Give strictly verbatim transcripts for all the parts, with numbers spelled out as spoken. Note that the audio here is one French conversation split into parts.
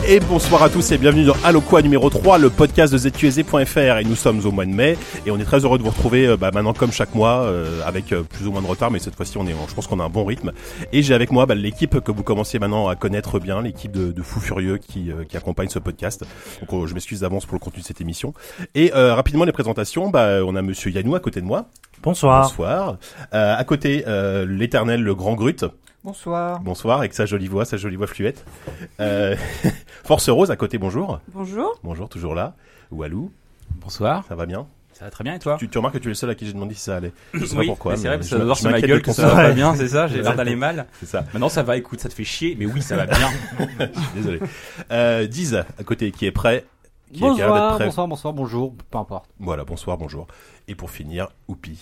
Et bonsoir à tous et bienvenue dans Allo Quoi numéro trois, le podcast de Z Q S D point F R. Et nous sommes au mois de mai et on est très heureux de vous retrouver euh, bah, maintenant comme chaque mois euh, avec euh, plus ou moins de retard, mais cette fois-ci on est, je pense qu'on a un bon rythme. Et j'ai avec moi bah, l'équipe que vous commencez maintenant à connaître bien, l'équipe de, de fous furieux qui, euh, qui accompagne ce podcast. Donc euh, je m'excuse d'avance pour le contenu de cette émission. Et euh, rapidement les présentations, bah, on a Monsieur Yannou à côté de moi. Bonsoir. Bonsoir. Euh, à côté euh, l'éternel, le grand Grut. Bonsoir. Bonsoir, avec sa jolie voix, sa jolie voix fluette. Euh, Force Rose à côté, bonjour. Bonjour. Bonjour, toujours là. Walou. Bonsoir. Ça va bien? Ça va très bien et toi? Tu, tu remarques que tu es le seul à qui j'ai demandé si ça allait. Je sais oui, pas pourquoi. mais c'est vrai, parce que je ça doit je sur ma m'inquiète gueule de que ton ça va sort. pas bien, c'est ça? J'ai l'air d'aller mal. C'est ça. Maintenant ça va, écoute, ça te fait chier, mais oui, ça va bien. Je suis désolé. Euh, Diz à côté, qui est prêt. Qui est Bonsoir, capable d'être prêt. bonsoir, bonsoir, bonjour, peu importe. Voilà, bonsoir, bonjour. Et pour finir, Oupi.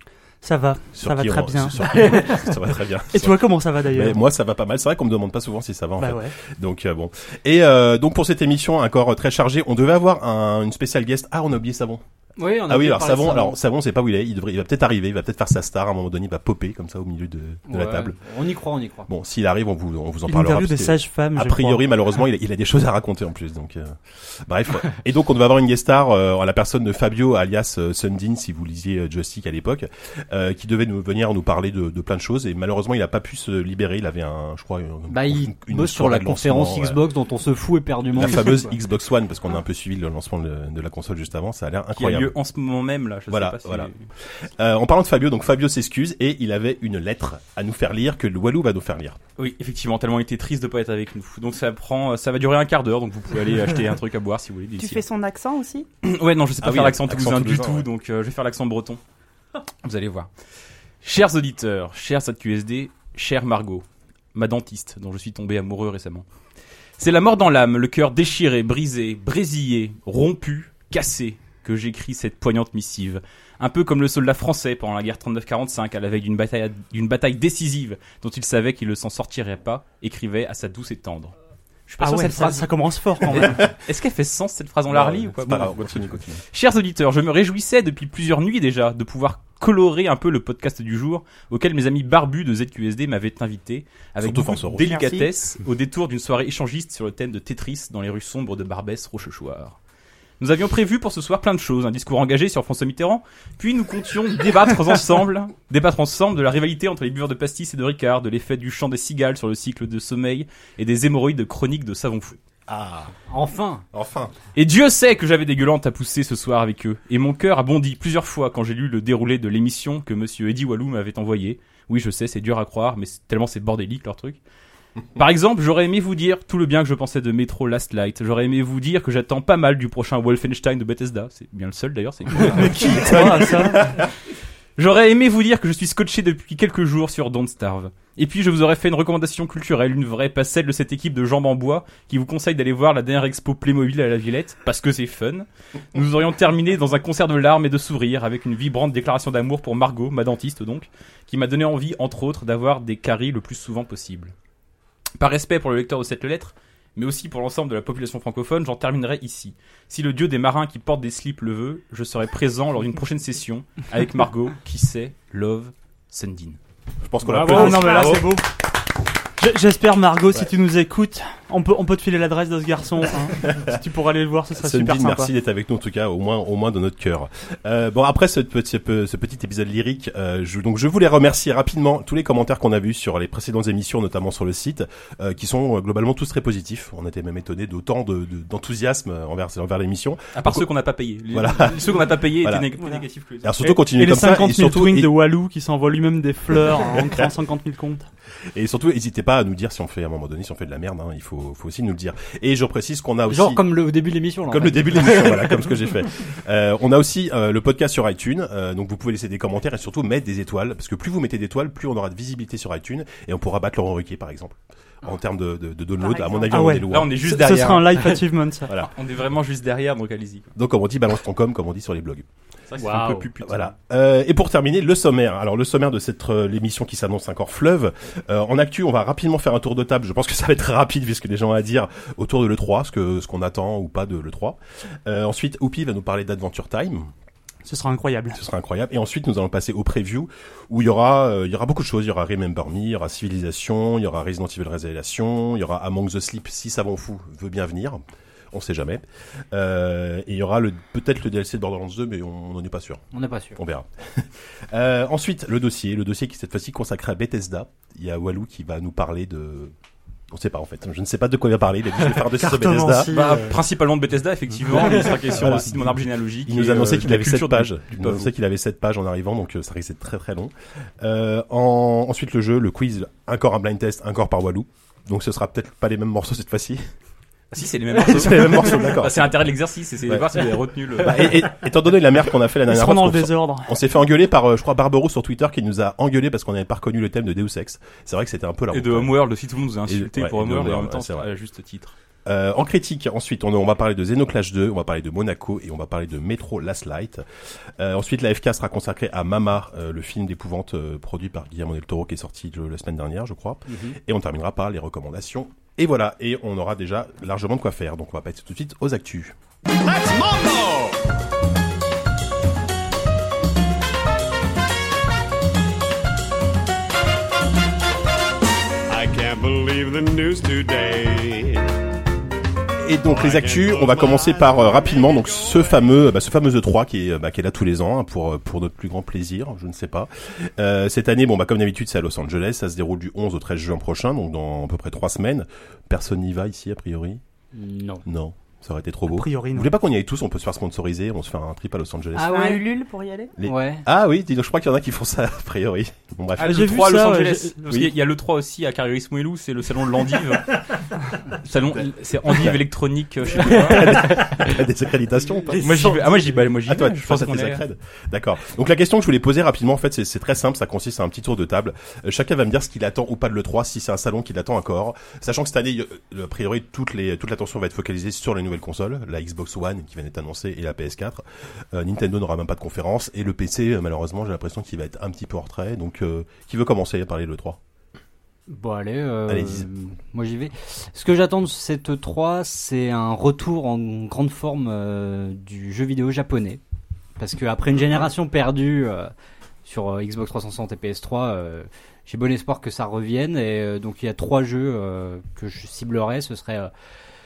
Ça va, Sur ça va qui très on- bien. sur- ça va très bien. Et toi, comment ça va d'ailleurs? Mais moi, ça va pas mal. C'est vrai qu'on me demande pas souvent si ça va en Bah fait. ouais. Donc euh, bon. Et euh, donc pour cette émission encore très chargée, on devait avoir un, une spéciale guest. Ah, on a oublié Savon. Oui, on a Ah oui, oublié de alors parler de Savon, ça, alors non. Savon, c'est pas où il est. Il devrait, il va peut-être arriver. Il va peut-être faire sa star à un moment donné. Il va popper comme ça au milieu de, de la Ouais, table. On y croit, on y croit. Bon, s'il arrive, on vous, on vous en Une parlera. interview des parce que, sages-femmes, A je priori, crois. malheureusement, il a, il a des choses à raconter en plus. Donc, euh, bref. Et donc, on devait avoir une guest star euh, en la personne de Fabio, alias euh, Sundin, si vous lisiez euh, Joystick à l'époque, euh, qui devait nous venir nous parler de, de plein de choses. Et malheureusement, il a pas pu se libérer. Il avait un, je crois, une, Bah, il une- une bosse sur la soirée de conférence lancement, Xbox dont on se fout éperdument. La dessus, fameuse quoi. Xbox One, parce qu'on a un peu suivi le lancement de, de la console juste avant. Ça a l'air Qui a incroyable. lieu en ce moment même là, je Voilà, sais pas si... voilà. Euh, en parlant de Fabio, donc Fabio s'excuse et il avait une lettre à nous faire lire que le Walou va nous faire lire. Oui, effectivement, tellement été triste de pas être avec nous. Donc ça prend, ça va durer un quart d'heure, donc vous pouvez aller acheter un truc à boire si vous voulez. Tu d'ici. fais son accent aussi? Ouais, non, je sais pas Ah faire oui, l'accent accent toulousain du toulousain, tout, ouais. donc euh, je vais faire l'accent breton. Vous allez voir. Chers auditeurs, chers Z Q S D, chère Margot, ma dentiste dont je suis tombé amoureux récemment. C'est la mort dans l'âme, le cœur déchiré, brisé, brésillé, rompu, cassé, que j'écris cette poignante missive. Un peu comme le soldat français pendant la guerre trente-neuf quarante-cinq, à la veille d'une bataille, d'une bataille décisive dont il savait qu'il ne s'en sortirait pas, écrivait à sa douce et tendre. Je suis pas Ah sûr ouais, cette ça, phrase. ça commence fort quand même. Est-ce qu'elle fait sens cette phrase? On la relit ou quoi? C'est pas Bon, grave, continue, continue. Chers auditeurs, je me réjouissais depuis plusieurs nuits déjà de pouvoir colorer un peu le podcast du jour auquel mes amis barbus de Z Q S D m'avaient invité avec Surtout beaucoup Force de Rose. délicatesse au détour d'une soirée échangiste sur le thème de Tetris dans les rues sombres de Barbès, Rochechouart. Nous avions prévu pour ce soir plein de choses, un discours engagé sur François Mitterrand, puis nous comptions débattre ensemble, débattre ensemble de la rivalité entre les buveurs de pastis et de Ricard, de l'effet du chant des cigales sur le cycle de sommeil et des hémorroïdes chroniques de savon fou. Ah, Enfin. enfin. Et Dieu sait que j'avais des gueulantes à pousser ce soir avec eux. Et mon cœur a bondi plusieurs fois quand j'ai lu le déroulé de l'émission que monsieur Eddie Walou m'avait envoyé. Oui, je sais, c'est dur à croire, mais c'est tellement c'est bordélique leur truc. Par exemple, j'aurais aimé vous dire tout le bien que je pensais de Metro Last Light. J'aurais aimé vous dire que j'attends pas mal du prochain Wolfenstein de Bethesda. C'est bien le seul d'ailleurs, c'est Qui toi, ça? J'aurais aimé vous dire que je suis scotché depuis quelques jours sur Don't Starve. Et puis je vous aurais fait une recommandation culturelle, une vraie, pas celle de cette équipe de jambes en bois qui vous conseille d'aller voir la dernière expo Playmobil à la Villette, parce que c'est fun. Nous aurions terminé dans un concert de larmes et de sourires avec une vibrante déclaration d'amour pour Margot, ma dentiste donc, qui m'a donné envie, entre autres, d'avoir des caries le plus souvent possible. Par respect pour le lecteur de cette lettre, mais aussi pour l'ensemble de la population francophone, j'en terminerai ici. Si le dieu des marins qui portent des slips le veut, je serai présent lors d'une prochaine session avec Margot, qui sait, Love, Sundin. Je pense qu'on a Bravo, plus de- non mais là Bravo. c'est beau. Je- J'espère Margot, si tu nous écoutes, on peut, on peut te filer l'adresse de ce garçon. Hein. Si tu pourras aller le voir, ce serait Sundin, super sympa. merci d'être avec nous en tout cas, au moins, au moins dans notre cœur. Euh, bon, après ce, petit- ce, ce petit épisode lyrique, euh, je, donc je voulais remercier rapidement tous les commentaires qu'on a vus sur les précédentes émissions, notamment sur le site, euh, qui sont euh, globalement tous très positifs. On était même étonnés d'autant de, de, d'enthousiasme envers, envers l'émission. À part ceux qu'on n'a pas payés. Les- Voilà. Ceux qu'on n'a pas payés Voilà. étaient nég- plus Voilà. négatifs que les autres. Alors surtout Et- continuez et les comme ça, cinquante et mille surtout, twins et, de Walou qui s'envoient lui-même des fleurs en créant cinquante mille comptes. et surtout, n'hésitez pas à nous dire si on fait à un moment donné, si on fait de la merde. Hein, il faut, faut aussi nous le dire. Et je précise qu'on a aussi. Genre comme le au début de l'émission. là, en Comme fait. le début de l'émission, voilà, comme ce que j'ai fait. Euh, on a aussi euh, le podcast sur iTunes, euh, donc vous pouvez laisser des commentaires et surtout mettre des étoiles, parce que plus vous mettez d'étoiles, plus on aura de visibilité sur iTunes et on pourra battre Laurent Ruquier, par exemple, en termes de, de, de download. Par À mon avis, exemple. on Ah est ouais. loin. Là, on est juste Ce- Ce derrière. sera un life achievement ça. Voilà. On est vraiment juste derrière, donc allez-y. quoi. Donc, comme on dit, balance ton com, comme on dit sur les blogs. C'est vrai que c'est un Waouh. peu plus putain. Voilà. Euh, et pour terminer, le sommaire. Alors le sommaire de cette euh, l'émission qui s'annonce encore fleuve. Euh, en actu, on va rapidement faire un tour de table. Je pense que ça va être très rapide vu ce que les gens ont à dire autour de l'E trois, ce que ce qu'on attend ou pas de l'E trois. Euh, ensuite, Oupi va nous parler d'Adventure Time. Ce sera incroyable. Ce sera incroyable. Et ensuite, nous allons passer au preview où il y aura, euh, il y aura beaucoup de choses. Il y aura Remember Me, il y aura Civilization, il y aura Resident Evil Révélation, il y aura Among the Sleep si Savant Fou veut bien venir. On sait jamais. Euh, et il y aura le, peut-être le D L C de Borderlands deux, mais on n'en est pas sûr. On n'est pas sûr. On verra. euh, ensuite, le dossier. Le dossier qui cette fois-ci consacré à Bethesda. Il y a Walou qui va nous parler de... On sait pas en fait. Je ne sais pas de quoi il va parler. Il a dit je vais faire un dossier sur Bethesda. Bah, euh... principalement de Bethesda, effectivement. Il sera question voilà. aussi de mon arbre généalogique. Il nous a annoncé euh, qu'il avait sept pages. Du, du il nous a annoncé qu'il avait sept pages en arrivant, donc euh, ça risque d'être très très long. Euh, en... Ensuite le jeu, le quiz, encore un blind test, encore par Walou. Donc ce sera peut-être pas les mêmes morceaux cette fois-ci. Ah si, c'est les mêmes morceaux. c'est les mêmes morceaux, d'accord. Bah, c'est l'intérêt de l'exercice, c'est de ouais. voir si vous avez retenu le... Bah, et, et, étant donné la merde qu'on a fait la dernière fois, dans le désordre. On s'est fait engueuler par, euh, je crois, Barbarou sur Twitter qui nous a engueulé parce qu'on n'avait pas reconnu le thème de Deus Ex. C'est vrai que c'était un peu la Et de Homeworld aussi, tout le monde nous a insulté et, ouais, pour Homeworld, et en même temps, c'est à juste titre. Euh, en critique, ensuite, on, on va parler de Xenoclash deux, on va parler de Monaco et on va parler de Metro Last Light. Euh, ensuite, la F K sera consacrée à Mama, euh, le film d'épouvante euh, produit par Guillermo del Toro qui est sorti le, la semaine dernière, je crois. Mm-hmm. Et on terminera par les recommandations. Et voilà, et on aura déjà largement de quoi faire. Donc on va passer tout de suite aux actus. Let's mambo! I can't believe the news today. Et donc les actus, on va commencer par euh, rapidement donc ce fameux bah, ce fameux E trois qui est bah, qui est là tous les ans hein, pour pour notre plus grand plaisir, je ne sais pas. Euh, cette année bon bah comme d'habitude c'est à Los Angeles, ça se déroule du onze au treize juin prochain, donc dans à peu près trois semaines. Personne n'y va ici a priori? Non. Non. Ça aurait été trop beau. A priori, non. Vous voulez pas qu'on y aille tous? On peut se faire sponsoriser, on se fait un trip à Los Angeles. Ah ouais, un Ulule pour y aller? Les... Ouais. Ah oui, dis donc je crois qu'il y en a qui font ça a priori. Bon bref. Ah, le j'ai trois vu à Los ça, Angeles. j'ai... Parce oui. qu'il y a le trois aussi à Carrier-Ismoilou, c'est le salon de l'endive. salon, c'est endive électronique, je sais pas. Des accréditations ou pas? Moi j'y vais. Ah moi j'y vais. Moi j'y vais. Ah toi, je pense à tes accrèdes. D'accord. Donc la question que je voulais poser rapidement, en fait, c'est, c'est très simple. Ça consiste à un petit tour de table. Euh, chacun va me dire ce qu'il attend ou pas de l'E trois, si c'est un salon qu'il attend encore. Sachant que cette année, euh, a priori, toute les, toute l'attention va être focalisée sur les nouvelles consoles, la Xbox One qui vient d'être annoncée et la P S quatre. Euh, Nintendo n'aura même pas de conférence et le P C, euh, malheureusement, j'ai l'impression qu'il va être un petit peu en retrait. Donc, euh, qui veut commencer à parler de l'E trois? Bon allez, euh, allez moi j'y vais. Ce que j'attends de cette E trois, c'est un retour en grande forme euh, du jeu vidéo japonais. Parce qu'après une génération perdue euh, sur euh, Xbox trois cent soixante et P S trois, euh, j'ai bon espoir que ça revienne. Et euh, donc il y a trois jeux euh, que je ciblerais. Ce serait euh,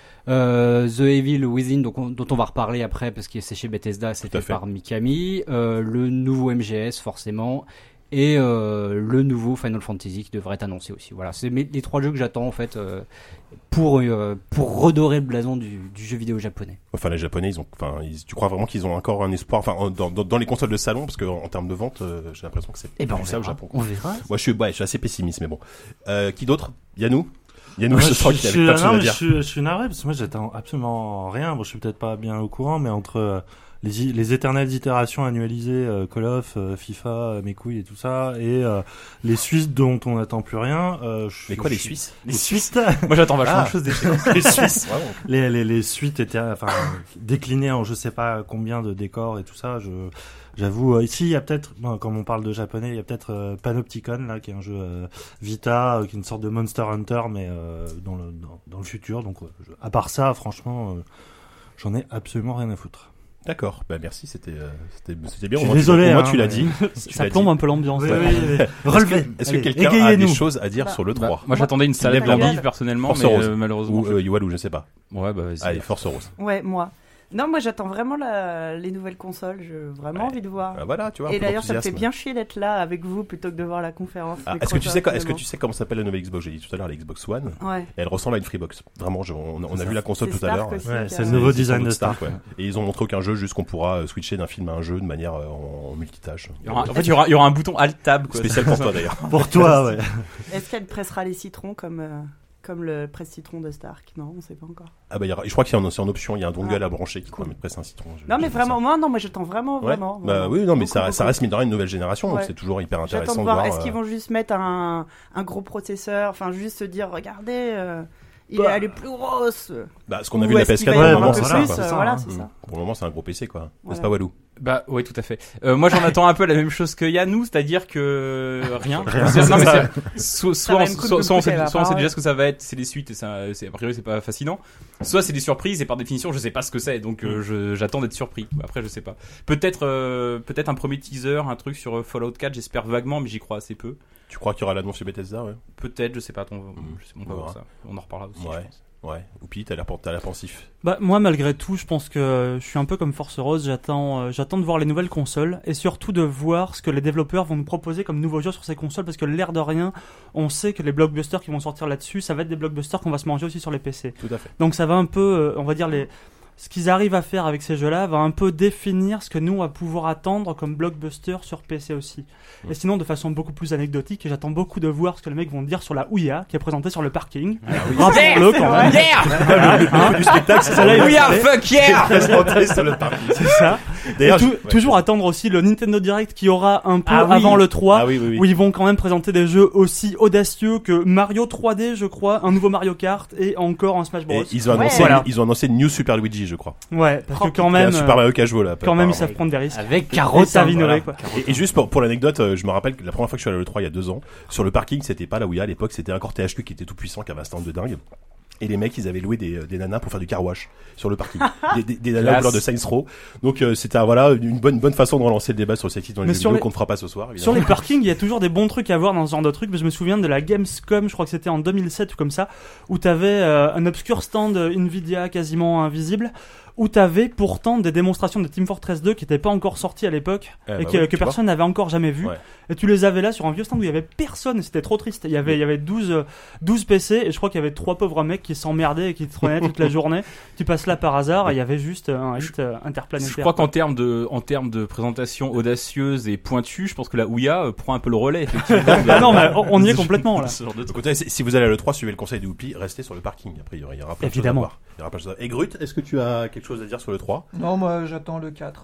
euh, The Evil Within, donc on, dont on va reparler après parce qu'il est chez Bethesda, c'est fait, fait par Mikami. Euh, le nouveau M G S forcément. Et euh, le nouveau Final Fantasy qui devrait être annoncé aussi. Voilà, c'est mes, les trois jeux que j'attends en fait euh, pour euh, pour redorer le blason du, du jeu vidéo japonais. Enfin, les Japonais, ils ont, enfin, ils, tu crois vraiment qu'ils ont encore un espoir, enfin, dans, dans, dans les consoles de salon, parce que en, en termes de vente, euh, j'ai l'impression que c'est eh ben, plus ça au Japon. On verra. Moi, je suis, ouais, je suis assez pessimiste, mais bon. Euh, qui d'autre? Yannou? Yannou, je sens qu'il avait pas de choses à dire. Je suis, je suis navré parce que moi, j'attends absolument rien. Bon, je suis peut-être pas bien au courant, mais entre euh, les, les éternelles itérations annualisées, euh, Call of, euh, FIFA, euh, mes couilles et tout ça, et euh, les Suisses dont on n'attend plus rien. Euh, je, mais quoi, je, les Suisses? Les Suisses. Moi, j'attends vachement ah. de choses des les Suisses. les, les, les suites étaient, enfin, déclinées en je sais pas combien de décors et tout ça. Je, j'avoue, euh, ici, il y a peut-être, bon, comme on parle de japonais, il y a peut-être euh, Panopticon, là, qui est un jeu euh, Vita, euh, qui est une sorte de Monster Hunter, mais euh, dans le dans, dans le futur. Donc, euh, je, à part ça, franchement, euh, j'en ai absolument rien à foutre. D'accord, bah merci, c'était euh, c'était c'était bien. Je suis désolé, moi hein, tu l'as mais... dit. Ça plombe dit. un peu l'ambiance. Oui, oui, oui. Relevez. Est-ce que, est-ce que quelqu'un a des choses à dire bah, sur l'E trois? Bah, moi j'attendais une salade d'endive personnellement, Force mais Rose. euh, malheureusement. Ou euh, Yuvalou, je sais pas. Ouais, bah vas-y. Allez, Force Rose. Ouais, moi. Non, moi j'attends vraiment la... les nouvelles consoles, j'ai vraiment ouais. envie de voir. Ah, voilà, tu vois. Et d'ailleurs, ça me fait bien chier d'être là avec vous plutôt que de voir la conférence. Ah, est-ce que tu sais quoi, est-ce que tu sais comment s'appelle la nouvelle Xbox? J'ai dit tout à l'heure la Xbox One. Ouais. Et elle ressemble à une Freebox. Vraiment, je, on, on a vu la console c'est tout à l'heure. Aussi, ouais, c'est le nouveau design de Stark. Ouais. Et ils ont montré aucun jeu, juste qu'on pourra euh, switcher d'un film à un jeu de manière euh, en, en multitâche. Il y aura, en fait, il y aura, il y aura un bouton Alt Tab quoi. Spécial pour toi d'ailleurs. Pour toi, ouais. Est-ce qu'elle pressera les citrons comme euh... comme le presse-citron de Stark? Non, on sait pas encore. Ah bah, y a, je crois qu'il y a en, c'est en option, il y a un dongle ah, à brancher qui cool. permet de presser un citron. Je, non mais vraiment, moi, non, moi j'attends vraiment, ouais. vraiment, Bah vraiment. oui, non mais beaucoup, ça, beaucoup. ça reste mine de rien une nouvelle génération, ouais. Donc c'est toujours hyper intéressant j'attends de de voir. voir. Est-ce euh... qu'ils vont juste mettre un, un gros processeur, enfin juste se dire, regardez, euh, il bah. est, elle est plus grosse. Bah ce qu'on a vu la P S quatre, pour le moment c'est ça. Voilà, c'est ça. Pour le moment c'est un gros P C quoi. Voilà. N'est-ce pas Walou? Bah ouais, tout à fait. Euh, moi j'en attends un peu la même chose que Yannou, c'est-à-dire que rien. Rien. C'est- non mais c'est soit soit va on, être cool soit, de soit on goûter, sait, là, soit on sait pareil. déjà ce que ça va être, c'est les suites et ça c'est a priori c'est pas fascinant. Soit c'est des surprises et par définition je sais pas ce que c'est, donc euh, je j'attends d'être surpris. Après je sais pas. Peut-être euh, peut-être un premier teaser, un truc sur euh, Fallout quatre, j'espère vaguement mais j'y crois assez peu. Tu crois qu'il y aura l'annonce sur Bethesda, ouais? Peut-être, je sais pas, on, je sais, on va On voir verra. ça. On en reparlera aussi. Ouais. Je pense. Ouais. Oupi, t'as l'air, t'as l'air pensif. Bah moi malgré tout, je pense que je suis un peu comme Force Rose, j'attends euh, j'attends de voir les nouvelles consoles et surtout de voir ce que les développeurs vont nous proposer comme nouveaux jeux sur ces consoles parce que l'air de rien, on sait que les blockbusters qui vont sortir là-dessus, ça va être des blockbusters qu'on va se manger aussi sur les P C. Tout à fait. Donc ça va un peu euh, on va dire les ce qu'ils arrivent à faire avec ces jeux-là va un peu définir ce que nous on va pouvoir attendre comme blockbuster sur P C aussi. Et sinon de façon beaucoup plus anecdotique, j'attends beaucoup de voir ce que les mecs vont dire sur la Ouya qui est présentée sur le parking. Rappelons-le quand même. Yeah! Hein, Du spectacle, c'est ça. Celle-là, il We est are parfait. fuck yeah! présenté sur le parking. C'est ça. D'ailleurs, Et tout- je- ouais. toujours attendre aussi le Nintendo Direct qui aura un peu Ah oui. avant le trois, Ah oui, oui, oui. où ils vont quand même présenter des jeux aussi audacieux que Mario trois D, je crois, un nouveau Mario Kart et encore un Smash Bros. Et ils ont Ouais. annoncé, Voilà. ils ont annoncé New Super Luigi, je crois. Ouais, parce que quand Il y a même, un Super euh, Mario Casual là. quand même ils apparemment. savent prendre des risques. Avec Et carotte. ils savent hein, innover, voilà. quoi. Et, et juste pour, pour l'anecdote, euh, je me rappelle que la première fois que je suis allé à l'E trois il y a deux ans, sur le parking, c'était pas la Ouya à l'époque, c'était encore T H Q qui était tout puissant, qui avait un stand de dingue. Et les mecs, ils avaient loué des, des nanas pour faire du car wash sur le parking. des, des, des nanas Classe. au couleur de Saints Row. Donc euh, c'était un, voilà une bonne bonne façon de relancer le débat sur le sexisme dans les Mais jeux sur vidéo les- qu'on ne fera pas ce soir. Sur Évidemment. les parkings, il y a toujours des bons trucs à voir dans ce genre de trucs. Mais je me souviens de la Gamescom, je crois que c'était en deux mille sept ou comme ça, où t'avais euh, un obscur stand Nvidia quasiment invisible, où t'avais pourtant des démonstrations de Team Fortress deux qui n'étaient pas encore sorties à l'époque Eh et bah que, oui, que tu vois. personne n'avait encore jamais vu. Ouais. Et tu les avais là sur un vieux stand où il y avait personne et c'était trop triste. Il y avait, il y avait douze, euh, douze P C et je crois qu'il y avait trois pauvres mecs qui s'emmerdaient et qui traînaient toute la journée. Tu passes là par hasard et il y avait juste euh, un hit euh, interplanétaire. Je crois qu'en termes de, en termes de présentation audacieuse et pointue, je pense que la Ouya euh, prend un peu le relais, effectivement. Ah non, mais on on y est complètement là. Ce genre de truc. Donc, écoutez, si si vous allez à l'E trois, suivez le conseil de Oupi, restez sur le parking. Après, il y aura, il y aura plein de choses à Évidemment. voir. Il y aura plein de choses à- Et Grut, est-ce que tu as quelque chose à dire sur le trois? Non, moi j'attends le quatre.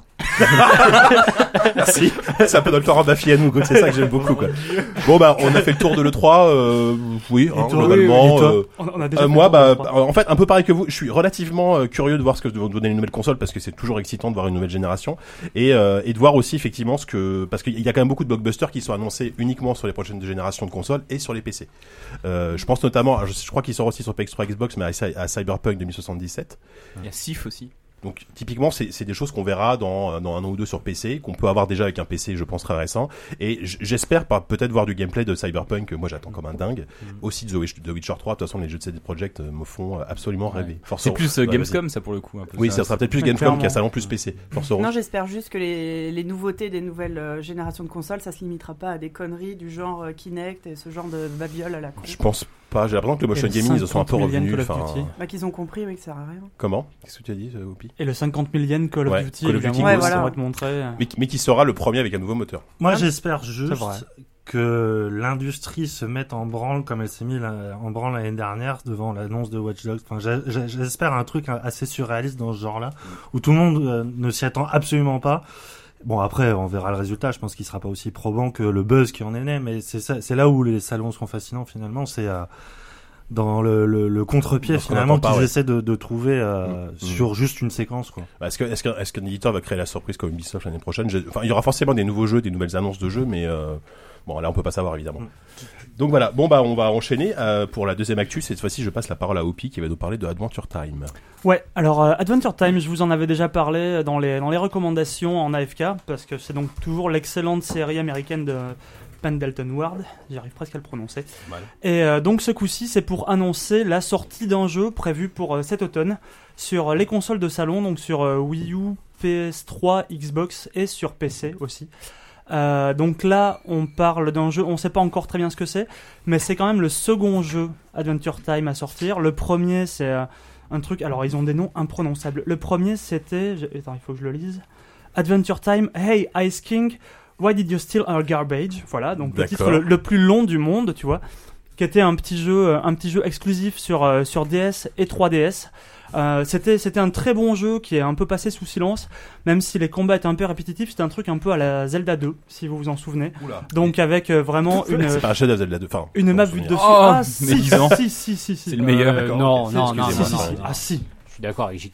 Merci. C'est un peu dans le torrent de ma fille à nous, Grut, c'est ça que j'aime beaucoup, quoi. Bon, bah, on a fait le tour de l'E trois, euh, oui, hein, toi, globalement. oui, oui, et toi euh, On, on a déjà Euh, fait moi, le bah, tour de trois. en fait, un peu pareil que vous, je suis relativement euh, curieux de voir ce que vont donner les nouvelles consoles parce que c'est toujours excitant de voir une nouvelle génération et, euh, et de voir aussi effectivement ce que parce qu'il y a quand même beaucoup de blockbusters qui sont annoncés uniquement sur les prochaines générations de consoles et sur les P C. Euh, je pense notamment, je, je crois qu'il sort aussi sur P S trois Xbox, mais à, Cy- à Cyberpunk deux mille soixante-dix-sept. Il y a Sif aussi. Donc typiquement, c'est c'est des choses qu'on verra dans, dans un an ou deux sur P C, qu'on peut avoir déjà avec un P C, je pense, très récent. Et j- j'espère par- peut-être voir du gameplay de Cyberpunk, que moi j'attends comme un dingue. Aussi de The Witch- The Witcher trois, de toute façon les jeux de C D Projekt euh, me font euh, absolument rêver. Force C'est Horizon- plus euh, Ouais, vas-y. Gamescom, ça pour le coup. Un peu Oui, ça sera peut-être plus Ouais, Gamescom clairement. qu'un salon plus P C. Force Non, Horizon. j'espère juste que les, les nouveautés des nouvelles euh, générations de consoles, ça se limitera pas à des conneries du genre euh, Kinect et ce genre de babiole à la con. Je pense pas. J'ai l'impression que le motion Et le gaming, ils sont un peu cinquante millième revenus. Call of Enfin, Duty. Bah, qu'ils ont compris, mais que ça sert à rien. comment? Qu'est-ce que tu as dit, euh, Oupi? Et le cinquante millième Call of Ouais, Duty, Call of Duty évidemment, Ouais, ça voilà. va te montrer. mais, qui- mais qui sera le premier avec un nouveau moteur. Moi, Ah, j'espère juste vrai. que l'industrie se mette en branle comme elle s'est mise là- en branle l'année dernière devant l'annonce de Watch Dogs. Enfin, j'ai- j'ai- j'espère un truc assez surréaliste dans ce genre-là, où tout le monde euh, ne s'y attend absolument pas. Bon, après, on verra le résultat. Je pense qu'il sera pas aussi probant que le buzz qui en est né, mais c'est ça, c'est là où les salons sont fascinants finalement. C'est euh, dans le, le, le contre-pied Dans ce qu'on finalement attend pas, qu'ils ouais. essaient de, de trouver euh, Mmh. sur juste une séquence, quoi. Bah, Est-ce que, est-ce que, est-ce qu'un éditeur va créer la surprise comme Ubisoft l'année prochaine? J'ai- Enfin, il y aura forcément des nouveaux jeux, des nouvelles annonces de jeux, mais euh, bon, là, on peut pas savoir évidemment. Mm. Donc voilà. Bon bah, on va enchaîner euh, pour la deuxième actu. Cette fois-ci, je passe la parole à Oupi qui va nous parler de Adventure Time. Ouais, alors euh, Adventure Time, je vous en avais déjà parlé dans les, dans les recommandations en A F K, parce que c'est donc toujours l'excellente série américaine de Pendleton Ward, j'arrive presque à le prononcer. Mal. Et euh, donc ce coup-ci, c'est pour annoncer la sortie d'un jeu prévu pour euh, cet automne sur les consoles de salon, donc sur euh, Wii U, P S trois, Xbox et sur P C aussi. Euh, donc là, on parle d'un jeu, on sait pas encore très bien ce que c'est, mais c'est quand même le second jeu Adventure Time à sortir. Le premier, c'est euh, un truc, alors ils ont des noms imprononçables. Le premier, c'était, je- attends, il faut que je le lise. Adventure Time, Hey Ice King, Why Did You Steal Our Garbage? Voilà, donc le D'accord. titre le, le plus long du monde, tu vois, qui était un petit jeu, euh, un petit jeu exclusif sur euh, sur D S et trois D S. Euh, c'était c'était un très bon jeu qui est un peu passé sous silence, même si les combats étaient un peu répétitifs. C'était un truc un peu à la Zelda deux, si vous vous en souvenez. Oula. Donc avec euh, vraiment une C'est pas un chef-d'œuvre Zelda deux. Enfin, une faut map me vue de souvenir. dessus. Oh, ah mais si, dix ans. si si si si. C'est le meilleur. Euh, d'accord, non, ok. non, non, non, Excusez-moi, Si, non, si, c'est si. non. Ah si. Je suis d'accord avec J K.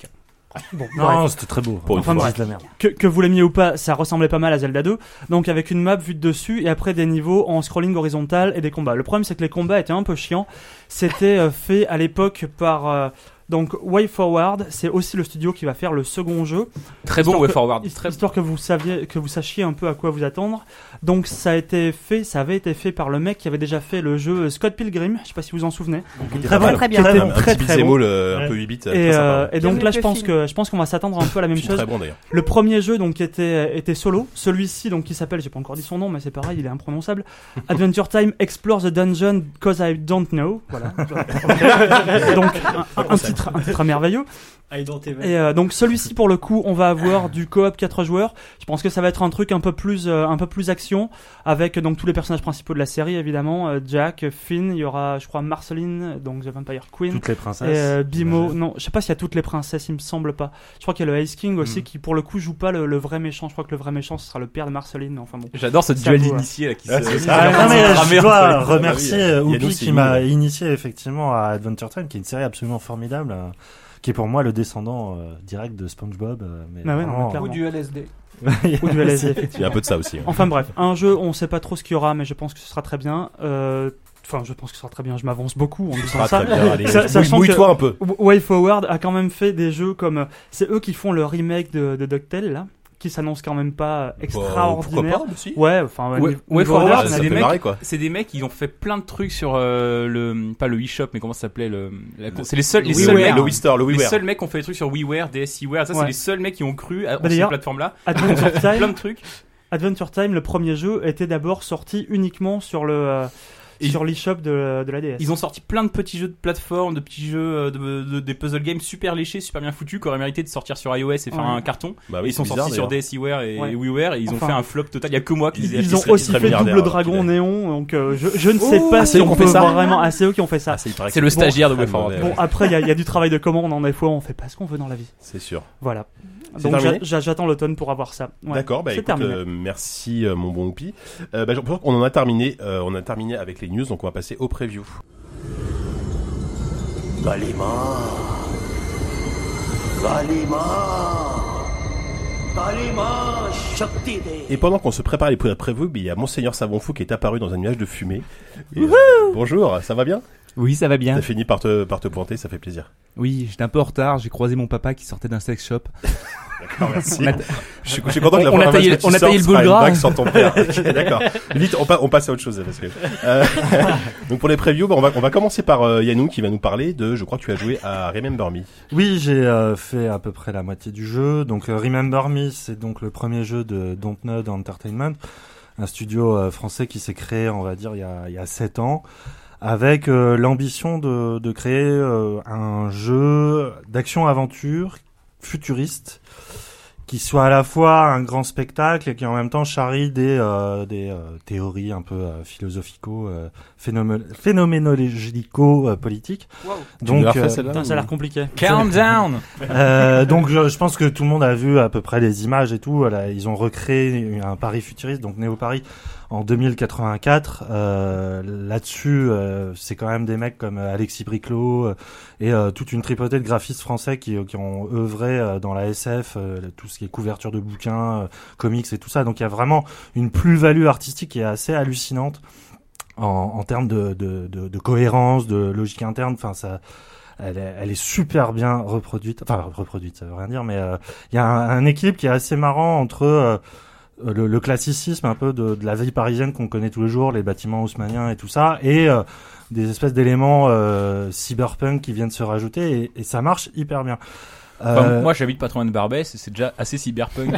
Bon, Non, bref. c'était très beau. Pour une Enfin, fois. bref. C'est de la merde. Que, que vous l'aimiez ou pas, ça ressemblait pas mal à Zelda deux. Donc avec une map vue de dessus et après des niveaux en scrolling horizontal et des combats. Le problème c'est que les combats étaient un peu chiants. C'était euh, fait à l'époque par euh, donc WayForward. C'est aussi le studio qui va faire le second jeu. Très bon Histoire Way que- Forward. hist- Très Histoire que vous saviez, que vous sachiez un peu à quoi vous attendre. Donc ça a été fait, ça avait été fait par le mec qui avait déjà fait le jeu Scott Pilgrim. Je sais pas si vous en souvenez. Très bon, très bien. Qui était Un, un très petit très bon. beat'em all, euh, un Ouais. peu huit bits. Et, très sympa. euh, et donc J'aime là, le je pense film. que je pense qu'on va s'attendre un peu à la même Film chose. très bon d'ailleurs. Le premier jeu donc était était solo. Celui-ci donc qui s'appelle, j'ai pas encore dit son nom, mais c'est pareil, il est imprononçable. Adventure Time Explore the Dungeon Cause I Don't Know. Voilà. donc un, un titre un titre merveilleux. Et euh, donc celui-ci pour le coup, on va avoir du coop quatre joueurs. Je pense que ça va être un truc un peu plus euh, un peu plus action avec donc tous les personnages principaux de la série évidemment, euh, Jack, Finn, il y aura je crois Marceline donc The Vampire Queen. Toutes les Et princesses. euh, Bimo, Ouais. non, je sais pas s'il y a toutes les princesses, il me semble pas. Je crois qu'il y a le Ice King aussi Mm. qui pour le coup joue pas le, le vrai méchant. Je crois que le vrai méchant ce sera le père de Marceline. Enfin bon. J'adore ce Ça duel vaut, d'initiés là qui Ah, se. c'est ça. Ah, Ah, non, mais Ah, je merde, dois Ah oui, remercier il y a- euh, il y a Oupi nous, qui c'est m'a nous. initié effectivement à Adventure Time, qui est une série absolument formidable, euh, qui est pour moi le descendant euh, direct de SpongeBob. euh, mais Ah ouais, non, vraiment, clairement. Ou du L S D. Ou du L S D, Il y effectivement. a un peu de ça aussi. hein. Enfin bref, un jeu, on sait pas trop ce qu'il y aura, mais je pense que ce sera très bien. Euh, Enfin, je pense que ce sera très bien. Je m'avance beaucoup en Ce disant sera ça. très bien. Allez, Sa- sachant mouille- Mouille-toi que- un peu. WayForward a quand même fait des jeux comme c'est eux qui font le remake de, de DuckTales là, qui s'annonce quand même pas extraordinaire. Pourquoi pas aussi Ouais, enfin ouais, Ouais, niveau- ouais, niveau Forward, original, ça c'est des fait mecs- marrer quoi. C'est des mecs qui ont fait plein de trucs sur euh, le pas le eShop mais comment ça s'appelait le la- c'est les seuls les Le seuls WiiWare, mecs le Wii Store, le les WiiWare. seuls mecs qui ont fait des trucs sur WiiWare, D S iWare, ça c'est Ouais. les seuls mecs qui ont cru à, Bah, à cette d'ailleurs- plateforme là. Adventure Plein Time, de trucs. Adventure Time, le premier jeu était d'abord sorti uniquement sur le euh, Et- sur l'eShop de, de la D S. Ils ont sorti plein de petits jeux de plateforme, de petits jeux euh, de, de- des puzzle games super léchés, super bien foutus, qui auraient mérité de sortir sur iOS et faire Ouais. un carton. Bah Et oui, ils sont c'est sortis bizarre, sur d'ailleurs. D S iWare et Ouais. WiiWare et ils ont Enfin, fait un flop total. Il y a que moi qui les ai Ils achetés. ont serait- aussi il serait fait milliardaire, Double alors, Dragon qu'il est. Néon, donc euh, je, je ne sais Oh, pas ah, si c'est eux on qui ont peut fait ça. vraiment. Ah, c'est eux qui ont fait ça. Ah, c'est il paraît que C'est le stagiaire de très WayForward. mauvais, Bon, après, il y, a- il y a du travail de commande, en des fois, on fait pas ce qu'on veut dans la vie. C'est sûr. Voilà. C'est Donc, terminé j'a- j'attends l'automne pour avoir ça. Ouais. D'accord, bah C'est écoute, terminé. euh, merci euh, mon bon Oupi. Euh, bah, je pense qu'on en a terminé, euh, on a terminé avec les news, donc on va passer au preview. Galima Galima Galima Shakti De Et pendant qu'on se prépare les pré- previews, bah, il y a Monseigneur Savon Fou qui est apparu dans un nuage de fumée. Et, euh, bonjour, ça va bien? Oui, ça va bien. T'as fini par te, par te pointer, ça fait plaisir. Oui, j'étais un peu en retard. J'ai croisé mon papa qui sortait d'un sex shop. D'accord, merci. On a- Je suis, je suis content que la on a première taillé- fois que tu on a sortes taillé le sera boule une gras. blague sur ton père. Ok, d'accord. Vite, on, pa- on passe à autre chose. Parce que, euh, donc pour les previews, bah, on, va, on va commencer par euh, Yannou qui va nous parler de, je crois que tu as joué à Remember Me. Oui, j'ai euh, fait à peu près la moitié du jeu. Donc euh, Remember Me, c'est donc le premier jeu de Dontnod Entertainment, un studio euh, français qui s'est créé, on va dire, il y a, il y a sept ans, avec euh, l'ambition de, de créer euh, un jeu d'action-aventure futuriste qui soit à la fois un grand spectacle et qui en même temps charrie des, euh, des euh, théories un peu euh, philosophico, euh, phénomé- phénoménologico euh, politiques. Tu nous l'as refait, euh, celle-là, Putain, ça a ou- l'air compliqué. Countdown. euh, donc je, je pense que tout le monde a vu à peu près les images et tout. Voilà, ils ont recréé un Paris futuriste, donc Néo Paris, en deux mille quatre-vingt-quatre. Euh, là-dessus, euh, c'est quand même des mecs comme Alexis Briclot euh, et euh, toute une tripotée de graphistes français qui, qui ont œuvré euh, dans la S F, euh, tout ce qui est couverture de bouquins, euh, comics et tout ça. Donc il y a vraiment une plus-value artistique qui est assez hallucinante en, en termes de, de, de, de cohérence, de logique interne. Enfin, ça. Elle est, elle est super bien reproduite, enfin reproduite, ça veut rien dire, mais il euh, y a un, un équilibre qui est assez marrant entre euh, le, le classicisme un peu de, de la vie parisienne qu'on connaît tous les jours, les bâtiments haussmanniens et tout ça, et euh, des espèces d'éléments euh, cyberpunk qui viennent se rajouter, et, et ça marche hyper bien. Enfin, Euh, moi j'habite pas trop loin de Barbès et c'est déjà assez cyberpunk.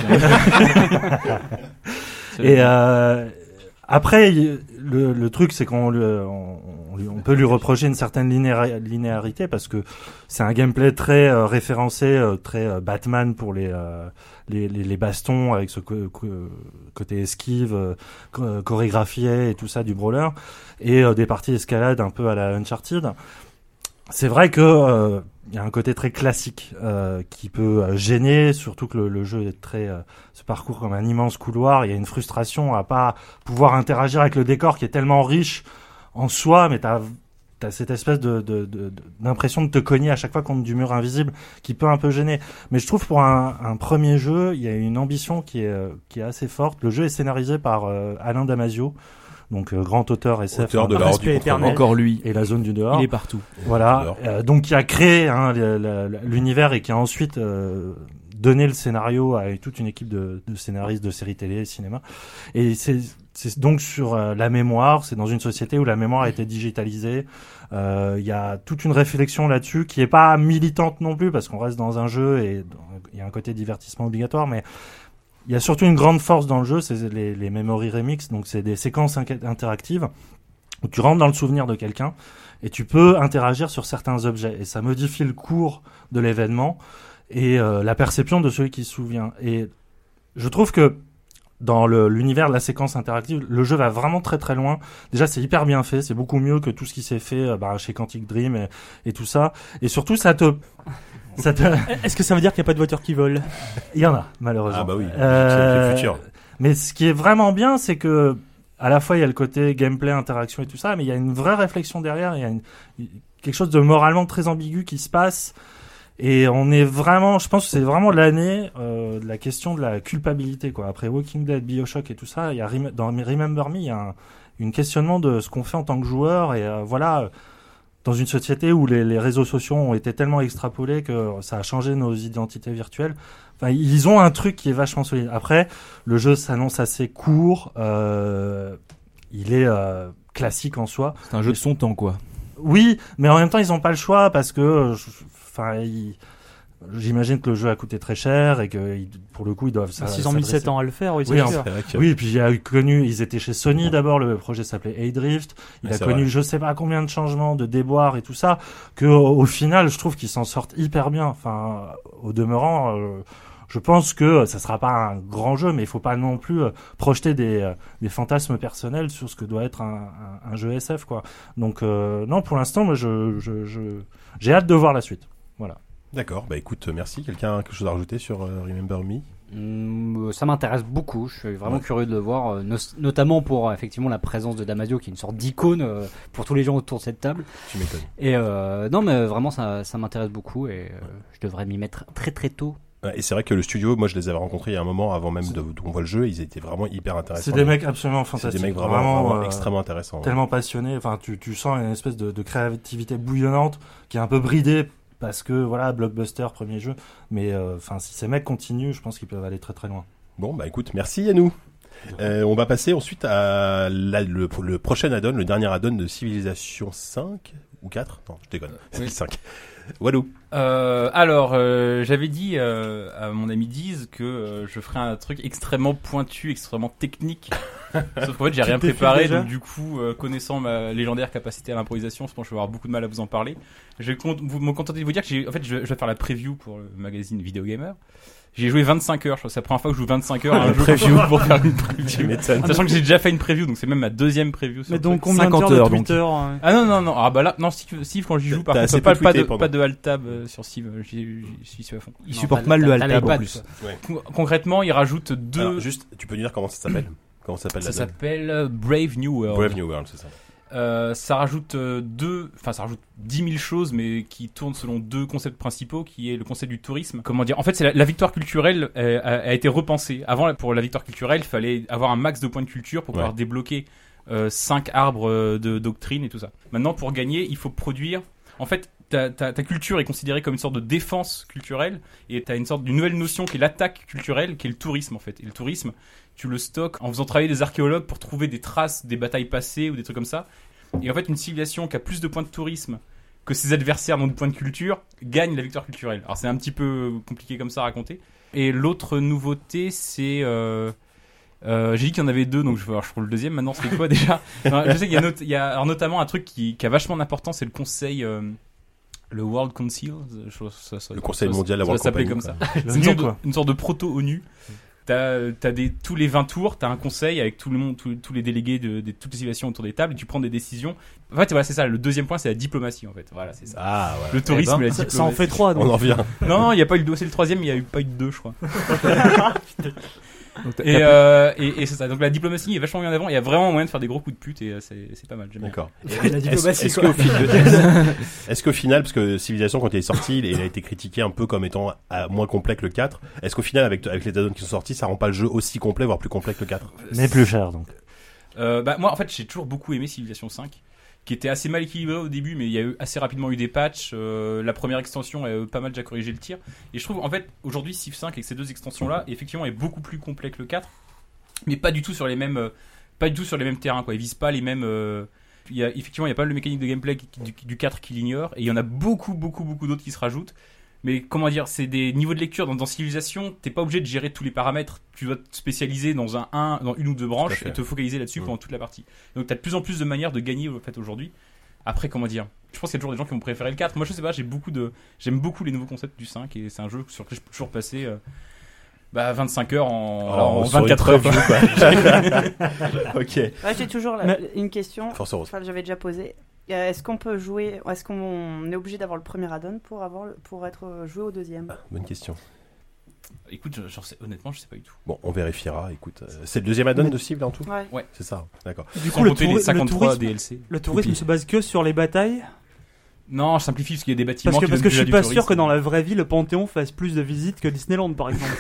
Et euh, après, y- le, le truc, c'est qu'on le- on, on lui- on peut lui reprocher une certaine linéa- linéarité parce que c'est un gameplay très euh, référencé, euh, très euh, Batman pour les, euh, les, les les bastons avec ce co- co- côté esquive, euh, cho- chorégraphié et tout ça du brawler, et euh, des parties escalade un peu à la Uncharted. C'est vrai que euh, il y a un côté très classique euh, qui peut euh, gêner, surtout que le, le jeu est très euh, se parcourt comme un immense couloir. Il y a une frustration à pas pouvoir interagir avec le décor qui est tellement riche en soi, mais t'as t'as cette espèce de, de, de, de d'impression de te cogner à chaque fois contre du mur invisible qui peut un peu gêner. Mais je trouve pour un, un premier jeu, il y a une ambition qui est, qui est assez forte. Le jeu est scénarisé par euh, Alain Damasio, donc euh, grand auteur S F, auteur de hein, la Horde du Contrevent. Encore lui. et La Zone du Dehors. Il est partout. Voilà, euh, donc qui a créé hein, le- le- l'univers et qui a ensuite euh, donné le scénario à toute une équipe de, de scénaristes de séries télé et cinéma. Et c'est, c'est donc sur euh, la mémoire, c'est dans une société où la mémoire a été digitalisée. Euh, Il y a toute une réflexion là-dessus qui est pas militante non plus parce qu'on reste dans un jeu et il y a un côté divertissement obligatoire, mais il y a surtout une grande force dans le jeu, c'est les, les Memory Remix, donc c'est des séquences inca- interactives où tu rentres dans le souvenir de quelqu'un et tu peux interagir sur certains objets et ça modifie le cours de l'événement et euh, la perception de celui qui se souvient. Et je trouve que dans le, l'univers de la séquence interactive, le jeu va vraiment très très loin. Déjà, c'est hyper bien fait, c'est beaucoup mieux que tout ce qui s'est fait euh, bah, chez Quantic Dream et, et tout ça. Et surtout, ça te... ça te... Est-ce que ça veut dire qu'il n'y a pas de voitures qui volent? Il y en a, malheureusement. Ah bah oui, Euh, c'est le futur. Mais ce qui est vraiment bien, c'est que à la fois il y a le côté gameplay, interaction et tout ça, mais il y a une vraie réflexion derrière. Il y a une, quelque chose de moralement très ambigu qui se passe. Et on est vraiment, je pense que c'est vraiment l'année euh, de la question de la culpabilité, quoi. Après Walking Dead, BioShock et tout ça, il y a Rem- dans Remember Me, il y a un une questionnement de ce qu'on fait en tant que joueur. Et euh, voilà, dans une société où les, les réseaux sociaux ont été tellement extrapolés que ça a changé nos identités virtuelles. Enfin, ils ont un truc qui est vachement solide. Après, le jeu s'annonce assez court. Euh, il est euh, classique en soi. C'est un jeu de son temps, quoi. Oui, mais en même temps, ils n'ont pas le choix parce que, enfin, ils... j'imagine que le jeu a coûté très cher et que, ils- pour le coup, ils doivent. S'ils ont mis sept ans à le faire, oui, c'est Oui, sûr. en- C'est vrai que- Oui, et puis il y a eu connu, ils étaient chez Sony d'abord, le projet s'appelait A-Drift. Il Ouais, a c'est connu vrai. je sais pas combien de changements, de déboires et tout ça, que au, au final, je trouve qu'ils s'en sortent hyper bien. Enfin, au demeurant, euh, je pense que ça sera pas un grand jeu, mais il faut pas non plus euh, projeter des, euh, des fantasmes personnels sur ce que doit être un, un, un jeu S F, quoi. Donc euh, non, pour l'instant, moi, je, je, je, j'ai hâte de voir la suite. Voilà. D'accord, bah écoute, merci. Quelqu'un a quelque chose à rajouter sur euh, Remember Me? Hum, ça m'intéresse beaucoup, je suis vraiment Ouais. curieux de le voir, euh, no- notamment pour euh, effectivement la présence de Damasio qui est une sorte d'icône euh, pour tous les gens autour de cette table. Tu m'étonnes. Et euh, non mais vraiment ça, ça m'intéresse beaucoup et euh, je devrais m'y mettre très très tôt. Ouais, et c'est vrai que le studio, moi je les avais rencontrés il y a un moment avant même de, qu'on voit le jeu, ils étaient vraiment hyper intéressants. C'est des mecs absolument C'est fantastiques. des mecs vraiment, vraiment euh, extrêmement intéressants. ouais. tellement passionnés. Enfin, tu, tu sens une espèce de, de créativité bouillonnante qui est un peu bridée parce que voilà, blockbuster, premier jeu. Mais euh, enfin, si ces mecs continuent, je pense qu'ils peuvent aller très très loin. Bon, bah écoute, merci Yannou. Euh, on va passer ensuite à la- le, le prochain add-on, le dernier add-on de Civilization cinq ou quatre. Non, je déconne. C'est Oui. le cinq. Walou. Euh, alors, euh, j'avais dit euh, à mon ami Diz que euh, je ferais un truc extrêmement pointu, extrêmement technique. Sauf qu'en fait, j'ai rien t'es fait préparé, déjà donc du coup, euh, connaissant ma légendaire capacité à l'improvisation, je pense que je vais avoir beaucoup de mal à vous en parler. Je vais con- vous, me contenter de vous dire que j'ai, en fait, je, je vais faire la preview pour le magazine Video Gamer. J'ai joué vingt-cinq heures, je crois que c'est la première fois que je joue vingt-cinq heures à un jeu preview pour faire une Tu preview. m'étonnes. Sachant que j'ai déjà fait une preview, donc c'est même ma deuxième preview. sur Mais le donc truc. combien de cinquante heures heures, de donc. Twitter hein Ah non, non, non, ah bah là, non, Steve, Steve, quand j'y joue, par T'as contre, assez pas, peu pas, tweeté de, pendant. pas de alt-tab euh, sur Steve, j'y j'y suis à fond. Il Non, supporte t'as- mal le t'as- t'as alt-tab en l'iPad, plus. quoi. Con- Concrètement, il rajoute deux. Alors, juste, tu peux nous dire comment ça s'appelle? Comment ça s'appelle Ça la s'appelle euh, Brave New World. Brave New World, c'est ça. Euh, ça rajoute euh, deux, enfin ça rajoute dix mille choses, mais qui tournent selon deux concepts principaux, qui est le concept du tourisme. Comment dire? En fait, c'est la, la victoire culturelle euh, a, a été repensée. Avant, pour la victoire culturelle, il fallait avoir un max de points de culture pour pouvoir Ouais. débloquer euh, cinq arbres euh, de doctrine et tout ça. Maintenant, pour gagner, il faut produire. En fait, ta, ta, ta culture est considérée comme une sorte de défense culturelle, et tu as une sorte d'une nouvelle notion qui est l'attaque culturelle, qui est le tourisme en fait. Et le tourisme, tu le stockes en faisant travailler des archéologues pour trouver des traces des batailles passées ou des trucs comme ça. Et en fait, une civilisation qui a plus de points de tourisme que ses adversaires n'ont de points de culture gagne la victoire culturelle. Alors c'est un petit peu compliqué comme ça à raconter. Et l'autre nouveauté, c'est... Euh, euh, j'ai dit qu'il y en avait deux, donc je vais alors, je prends le deuxième. Maintenant, c'est quoi déjà? Non, je sais qu'il y a, not- il y a alors, notamment un truc qui, qui a vachement d'importance, c'est le conseil... Euh, le World Council, je- ça- ça- Le Conseil ça- mondial, la ça World s'appelait Company, comme quoi. ça. Le C'est une, nu, sorte de, quoi. une sorte de proto-ONU. T'as, t'as des, tous les vingt tours, t'as un conseil avec tout le monde, tous, tous les délégués de, de toutes les civilisations autour des tables, et tu prends des décisions. En fait, voilà, c'est ça. Le deuxième point, c'est la diplomatie, en fait. Voilà, c'est ça. Ah, voilà. Le tourisme Eh ben, et la ça, diplomatie. ça en fait trois On donc. en revient. Non, non, il n'y a pas eu le deux, c'est le troisième, il n'y a eu pas eu de deux, je crois. Donc, t'as- Et, t'as euh, et, et c'est ça. Donc la diplomatie est vachement mis en avant. Il y a vraiment moyen de faire des gros coups de pute et euh, c'est, c'est pas mal. J'aime bien. D'accord. La diplomatie, Est-ce, est-ce, quoi. qu'au fil de- est-ce qu'au final, parce que Civilization, quand il est sorti, il a été critiqué un peu comme étant euh, moins complet que le quatre. Est-ce qu'au final, avec, avec les add-ons qui sont sortis, ça rend pas le jeu aussi complet, voire plus complet que le quatre? Mais plus cher, donc. Euh, bah moi en fait j'ai toujours beaucoup aimé Civilization cinq, qui était assez mal équilibré au début, mais il y a eu assez rapidement eu des patchs. Euh, la première extension a euh, pas mal déjà corrigé le tir. Et je trouve en fait aujourd'hui Civ cinq avec ces deux extensions là, effectivement est beaucoup plus complet que le quatre, mais pas du tout sur les mêmes, euh, pas du tout sur les mêmes terrains quoi. Ils visent pas les mêmes. Euh, il y a effectivement il y a pas mal de mécaniques de gameplay qui, du, du quatre qui l'ignorent, et il y en a beaucoup beaucoup beaucoup d'autres qui se rajoutent. Mais comment dire, c'est des niveaux de lecture dans, dans Civilization, t'es pas obligé de gérer tous les paramètres, tu dois te spécialiser dans un, un dans une ou deux branches et te focaliser là-dessus mmh. pendant toute la partie. Donc t'as de plus en plus de manières de gagner en fait aujourd'hui. Après comment dire, je pense qu'il y a toujours des gens qui vont préférer le quatre. Moi je sais pas, j'ai beaucoup de j'aime beaucoup les nouveaux concepts du cinq, et c'est un jeu sur lequel je peux toujours passer euh, bah vingt-cinq heures en, Oh, alors, en sur vingt-quatre une heures quoi. preview, Ok. Ouais, j'ai toujours la- Mais- une question. Force Rose. Enfin, que j'avais déjà posée. Euh, Est-ce qu'on peut jouer, est-ce qu'on est obligé d'avoir le premier add-on pour avoir le- pour être euh, joué au deuxième? Bonne question. Écoute, je- j'en sais, honnêtement je sais pas du tout. Bon, on vérifiera. Écoute, euh, c'est le deuxième add-on de Civ là en tout. Ouais. C'est ça. D'accord. Du Sans coup, le, compter touri- les le cinquante-trois tourisme, D L C. le tourisme Coupés. se base que sur les batailles. Non, je simplifie parce qu'il y a des bâtiments Parce que, qui parce donnent que je déjà suis du pas tourisme. sûr que dans la vraie vie, le Panthéon fasse plus de visites que Disneyland, par exemple.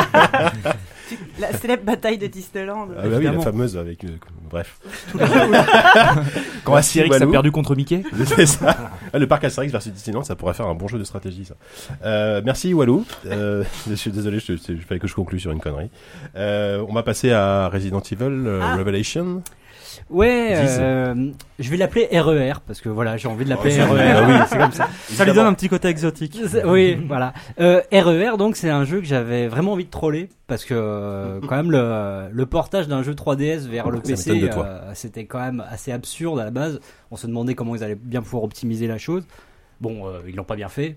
La célèbre bataille de Disneyland. Ah bah oui, la Évidemment. fameuse avec. euh, bref. Quand Astérix a Walou. perdu contre Mickey. C'est ça. Ah, le parc Astérix versus Disneyland, ça pourrait faire un bon jeu de stratégie, ça. Euh, merci Walou. Euh, je suis désolé, je, je, je fallait que je conclue sur une connerie. Euh, on va passer à Resident Evil euh, Ah. Revelation. Ouais, Dix. euh, je vais l'appeler R E R parce que voilà, j'ai envie de l'appeler Oh, R E R. c'est- Ah oui, c'est comme ça. Ça lui donne un petit côté exotique. C'est- Oui, voilà. Euh, R E R, donc, c'est un jeu que j'avais vraiment envie de troller parce que euh, quand même le, le portage d'un jeu trois D S vers le Ça P C, m'étonne de toi. euh, c'était quand même assez absurde à la base. On se demandait comment ils allaient bien pouvoir optimiser la chose. Bon, euh, ils l'ont pas bien fait,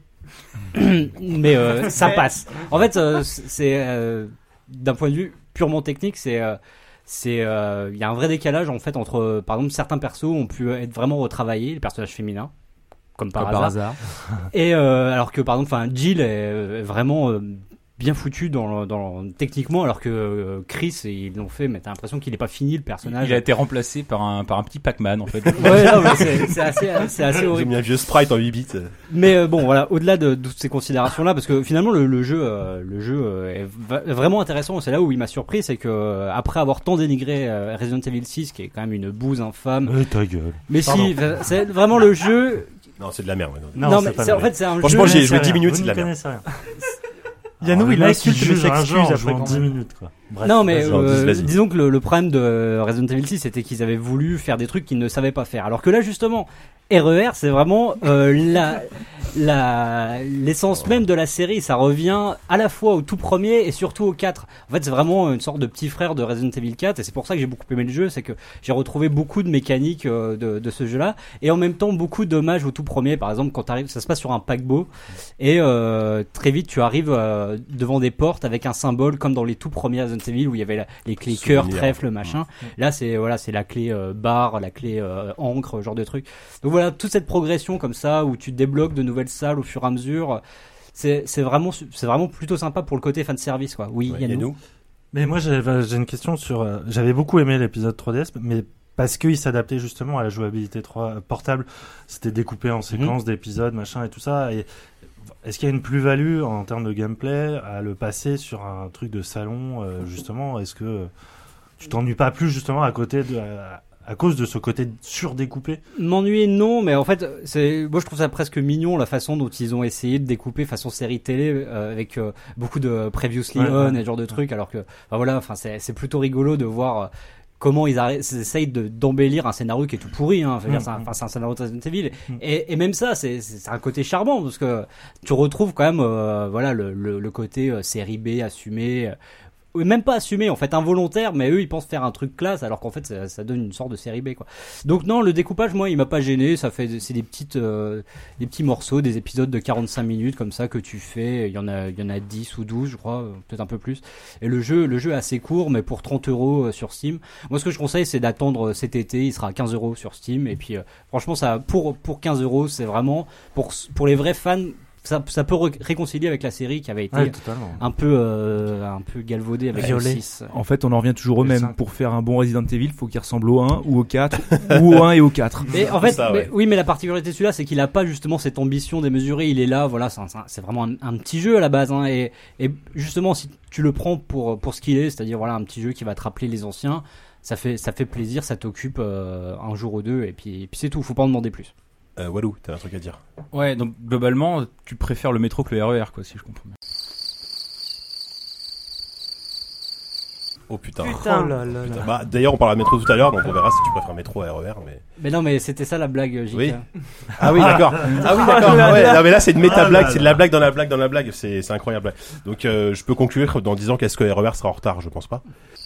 mais euh, ça passe. En fait, euh, c'est euh, d'un point de vue purement technique, c'est euh, c'est euh, il y a un vrai décalage en fait entre euh, par exemple certains persos ont pu être vraiment retravaillés, les personnages féminins comme par Comme hasard. par hasard. Et euh, alors que par exemple, enfin, Jill est vraiment euh, bien foutu dans, le- dans le- techniquement, alors que euh, Chris, ils l'ont fait, mais t'as l'impression qu'il est pas fini le personnage. Il a été remplacé par un par un petit Pac-Man en fait. Ouais, non, mais c'est, c'est assez, c'est assez J'ai horrible. mis un vieux sprite en huit bits. Mais euh, bon, voilà, au-delà de, de toutes ces considérations-là, parce que finalement le, le jeu, euh, le jeu euh, est va- vraiment intéressant. C'est là où il m'a surpris, c'est que euh, après avoir tant dénigré euh, Resident Evil six, qui est quand même une bouse infâme, Euh, ta gueule. mais Pardon. si, c'est vraiment le jeu. Non, c'est de la merde. ouais, non. Non, c'est mais pas c'est, en vrai. fait, c'est un Franchement, jeu. j'ai Vous joué connaissez dix minutes, rien, c'est de la vous ne merde. connaissez rien. Yannou, Alors, il le a mec qui insulte, mais juge un s'excuse genre en après jouant quand dix même. minutes, quoi. Bref, Non mais vas-y. Genre, euh, vas-y. disons que le, le problème de Resident Evil six c'était qu'ils avaient voulu faire des trucs qu'ils ne savaient pas faire. Alors que là justement R E R c'est vraiment euh, la la l'essence même de la série. Ça revient à la fois au tout premier et surtout au quatre. En fait c'est vraiment une sorte de petit frère de Resident Evil quatre et c'est pour ça que j'ai beaucoup aimé le jeu. C'est que j'ai retrouvé beaucoup de mécaniques euh, de, de ce jeu-là et en même temps beaucoup d'hommages au tout premier. Par exemple quand t'arrives, ça se passe sur un paquebot et euh, très vite tu arrives euh, devant des portes avec un symbole comme dans les tout premiers Resident Evil où il y avait la- les clés cœur, Souvenir. trèfle, machin. Là c'est voilà, c'est la clé euh, barre, la clé euh, encre, genre de truc. Donc voilà, toute cette progression comme ça où tu débloques de nouvelles salles au fur et à mesure, c'est c'est vraiment c'est vraiment plutôt sympa pour le côté fan service quoi. Oui, Ouais, Yannou. Yannou. Mais moi, j'ai j'ai une question sur. euh, J'avais beaucoup aimé l'épisode trois D S, mais parce qu'il s'adaptait justement à la jouabilité trois portable. C'était découpé en séquences d'épisodes, machin et tout ça. Et est-ce qu'il y a une plus-value en termes de gameplay à le passer sur un truc de salon, euh, justement? Est-ce que tu t'ennuies pas plus justement à côté de. À, à cause de ce côté surdécoupé? M'ennuyer non, mais en fait, c'est moi je trouve ça presque mignon la façon dont ils ont essayé de découper façon série télé euh, avec euh, beaucoup de previously Ouais, on ouais. et ce genre de trucs, alors que enfin voilà, enfin c'est c'est plutôt rigolo de voir euh, comment ils, arrêtent, ils essayent de d'embellir un scénario qui est tout pourri. Hein, je veux dire, Mm, c'est un, mm. enfin, c'est un scénario de Resident Evil Mm. et, et même ça, c'est c'est c'est un côté charmant parce que tu retrouves quand même euh, voilà le, le, le côté euh, série B assumé. Euh, ou même pas assumé en fait, involontaire, mais eux ils pensent faire un truc classe alors qu'en fait ça, ça donne une sorte de série B quoi. Donc non, le découpage moi il m'a pas gêné, ça fait c'est des petites euh, des petits morceaux, des épisodes de quarante-cinq minutes comme ça que tu fais, il y en a il y en a dix ou douze je crois, peut-être un peu plus. Et le jeu le jeu est assez court mais pour trente euros sur Steam. Moi ce que je conseille c'est d'attendre cet été, il sera à quinze euros sur Steam et puis euh, franchement ça pour pour quinze euros, c'est vraiment pour pour les vrais fans ça, ça peut ré- réconcilier avec la série qui avait été Ouais, totalement. un peu, euh, un peu galvaudée avec le six. En fait, on en revient toujours au Le même. cinq. Pour faire un bon Resident Evil, faut qu'il ressemble au un ou au quatre ou au un et au quatre. Mais en fait, ça, mais- ouais. oui, mais la particularité de celui-là, c'est qu'il a pas justement cette ambition démesurée. Il est là, voilà, c'est, un- c'est un- c'est vraiment un, un petit jeu à la base, hein, et, et justement, si tu le prends pour pour ce qu'il est, c'est-à-dire voilà un petit jeu qui va te rappeler les anciens, ça fait ça fait plaisir, ça t'occupe euh, un jour ou deux, et puis et puis c'est tout. Faut pas en demander plus. Euh, Walou, t'as un truc à dire? Ouais, donc globalement, tu préfères le métro que le R E R, quoi, si je comprends bien. Oh putain. Putain. Oh là là là. Bah, d'ailleurs, on parlera de métro tout à l'heure, donc on verra si tu préfères métro à R E R. Mais... Mais non, mais c'était ça la blague, J K. Oui. Ah oui, d'accord. Ah oui, d'accord. Ah ouais, non, mais là, c'est une méta blague, c'est de la blague dans la blague dans la blague. C'est, c'est incroyable. Donc, euh, je peux conclure en disant qu'est-ce que R E R sera en retard, je pense pas.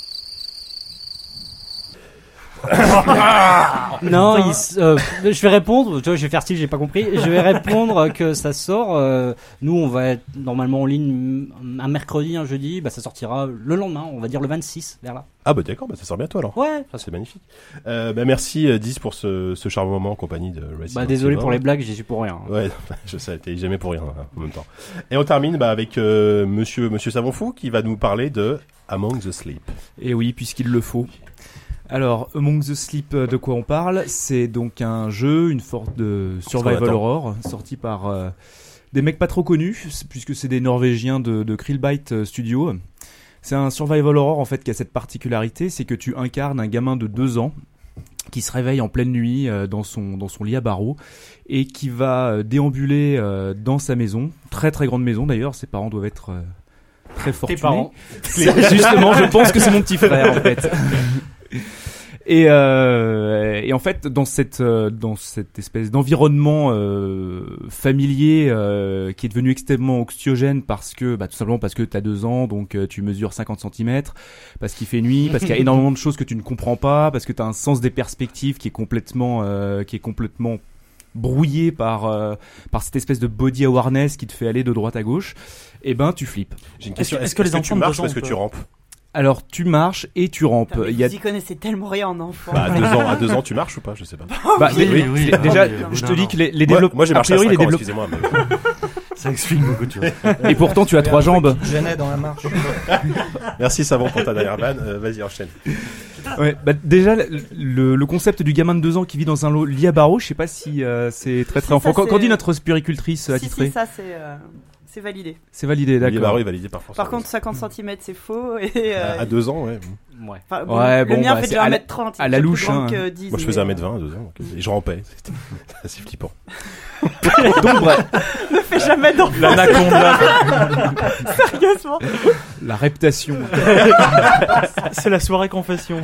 Non, il s- euh, je vais répondre. Tu vois, je vais faire style, j'ai pas compris. Je vais répondre que ça sort. euh, nous, on va être normalement en ligne un mercredi, un jeudi. Bah, ça sortira le lendemain. On va dire le vingt-six, vers là. Ah bah d'accord, bah ça sort bientôt alors. Ouais. Ça c'est magnifique. Euh, bah merci euh, Diz pour ce, ce charmant moment en compagnie de Resident Bah, désolé Evil. pour les blagues, j'y suis pour rien. Ouais, je sais, t'es jamais pour rien hein, en même temps. Et on termine bah, avec euh, Monsieur Monsieur Savonfou qui va nous parler de Among the Sleep. Et oui, puisqu'il le faut. Alors, Among the Sleep, euh, de quoi on parle? C'est donc un jeu, une sorte de survival attend. horror, sorti par euh, des mecs pas trop connus, c'est- puisque c'est des Norvégiens de, de Krillbite euh, Studio. C'est un survival horror en fait qui a cette particularité, c'est que tu incarnes un gamin de deux ans qui se réveille en pleine nuit euh, dans son dans son lit à barreaux et qui va euh, déambuler euh, dans sa maison, très très grande maison d'ailleurs. Ses parents doivent être euh, très fortunés. parents. C'est- Justement, je pense que c'est mon petit frère en fait. Et, euh, et en fait, dans cette euh, dans cette espèce d'environnement euh, familier euh, qui est devenu extrêmement anxiogène parce que bah, tout simplement parce que t'as deux ans, donc euh, tu mesures cinquante centimètres, parce qu'il fait nuit, parce qu'il y a énormément de choses que tu ne comprends pas, parce que t'as un sens des perspectives qui est complètement euh, qui est complètement brouillé par euh, par cette espèce de body awareness qui te fait aller de droite à gauche. Et ben tu flippes. J'ai une question. que- Est-ce, est-ce que les tu enfants de marches deux ou ans est-ce que peuvent- tu rampes? Alors tu marches et tu rampes. Putain, mais Il y a Vous y connaissez tellement rien en enfant. Bah à deux ans, à deux ans tu marches ou pas? Je sais pas. bah, Oui, dé- oui, dé- déjà, oui, oui, je non, te dis non. que les, les Moi, développeurs, moi j'ai a marché à priori, cinq les ans, développeurs, excusez-moi. mais- Ça explique beaucoup de choses. et pourtant tu as trois jambes. Gênait dans la marche. Merci Savon pour ta dernière vanne. Euh, vas-y enchaîne. Ouais, bah déjà le, le, le concept du gamin de deux ans qui vit dans un lot lit à barreaux, je sais pas si euh, c'est très très Si, enfant. ça, Quand, c'est- quand dit notre spiricultrice Si, attitrée, si, ça c'est euh, c'est validé. c'est validé, Il est d'accord. barré, validé par force. Par contre, cinquante centimètres c'est faux. Et, euh, à, à deux ans, ouais. Ouais. enfin, bon, Ouais, le bon, mien bah, fait c'est déjà à un la- mètre trente. à la il est plus louche, grand hein. que dix, Moi je faisais mais, un mètre vingt à deux ans, donc, et je rampais. C'était assez flippant. Donc bref, euh, Ne fais jamais d'enfant. L'anaconda. Sérieusement. la réputation. C'est la soirée confession.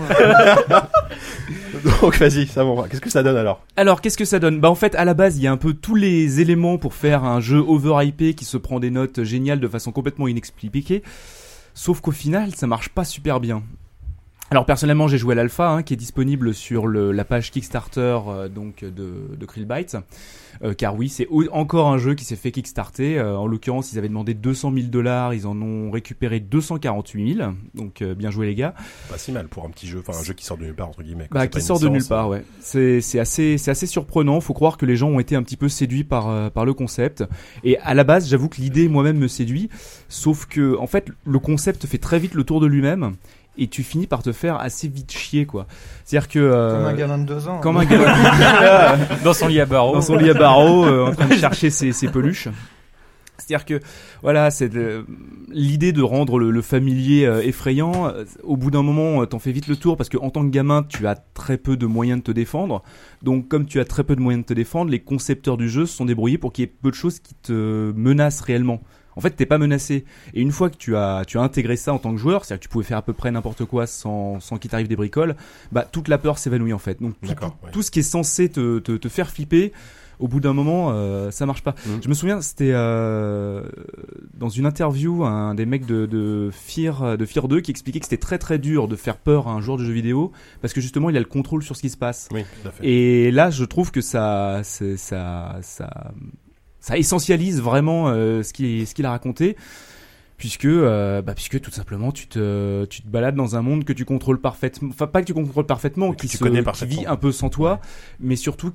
Donc vas-y, Savon. Qu'est-ce que ça donne alors? Alors qu'est-ce que ça donne? Bah en fait à la base il y a un peu tous les éléments pour faire un jeu overhypé qui se prend des notes géniales de façon complètement inexpliquée. Sauf qu'au final ça marche pas super bien. Alors personnellement j'ai joué à l'alpha hein, qui est disponible sur le, la page Kickstarter euh, donc de, de Krillbite. Euh, car oui c'est au- encore un jeu qui s'est fait kickstarter. Euh, en l'occurrence ils avaient demandé deux cent mille dollars, ils en ont récupéré deux cent quarante-huit mille. Donc euh, bien joué les gars. Pas si mal pour un petit jeu, enfin un jeu qui sort de nulle part entre guillemets. quoi. Bah, C'est pas qui une sort de licence, nulle part, ouais. C'est c'est assez c'est assez surprenant. Faut croire que les gens ont été un petit peu séduits par euh, par le concept. Et à la base, j'avoue que l'idée moi-même me séduit. Sauf que en fait, le concept fait très vite le tour de lui-même. Et tu finis par te faire assez vite chier, quoi. C'est-à-dire que euh, Comme un gamin de deux ans. comme un gamin Dans son lit à barreaux. dans son lit à barreaux, euh, en train de chercher ses, ses peluches. C'est-à-dire que voilà, c'est de- l'idée de rendre le, le familier euh, effrayant. euh, Au bout d'un moment, euh, t'en fais vite le tour parce que en tant que gamin, tu as très peu de moyens de te défendre. Donc, comme tu as très peu de moyens de te défendre, les concepteurs du jeu se sont débrouillés pour qu'il y ait peu de choses qui te menacent réellement. En fait, t'es pas menacé. Et une fois que tu as, tu as intégré ça en tant que joueur, c'est-à-dire que tu pouvais faire à peu près n'importe quoi sans, sans qu'il t'arrive des bricoles, bah toute la peur s'évanouit en fait. Donc tout, D'accord, tout, ouais. tout ce qui est censé te, te, te faire flipper, au bout d'un moment, euh, ça marche pas. Mhm. Je me souviens, c'était euh, dans une interview, un des mecs de, de Fear, de Fear deux qui expliquait que c'était très très dur de faire peur à un joueur de jeu vidéo parce que justement, il a le contrôle sur ce qui se passe. Oui, tout à fait. Et là, je trouve que ça, c'est- ça, ça, ça essentialise vraiment euh, ce qu'il ce qu'il a raconté, puisque, euh, bah, puisque tout simplement, tu te, tu te balades dans un monde que tu contrôles parfaitement, enfin pas que tu contrôles parfaitement, Mais que qui tu se, connais qui parfaitement. vit un peu sans toi, mais surtout qui, n-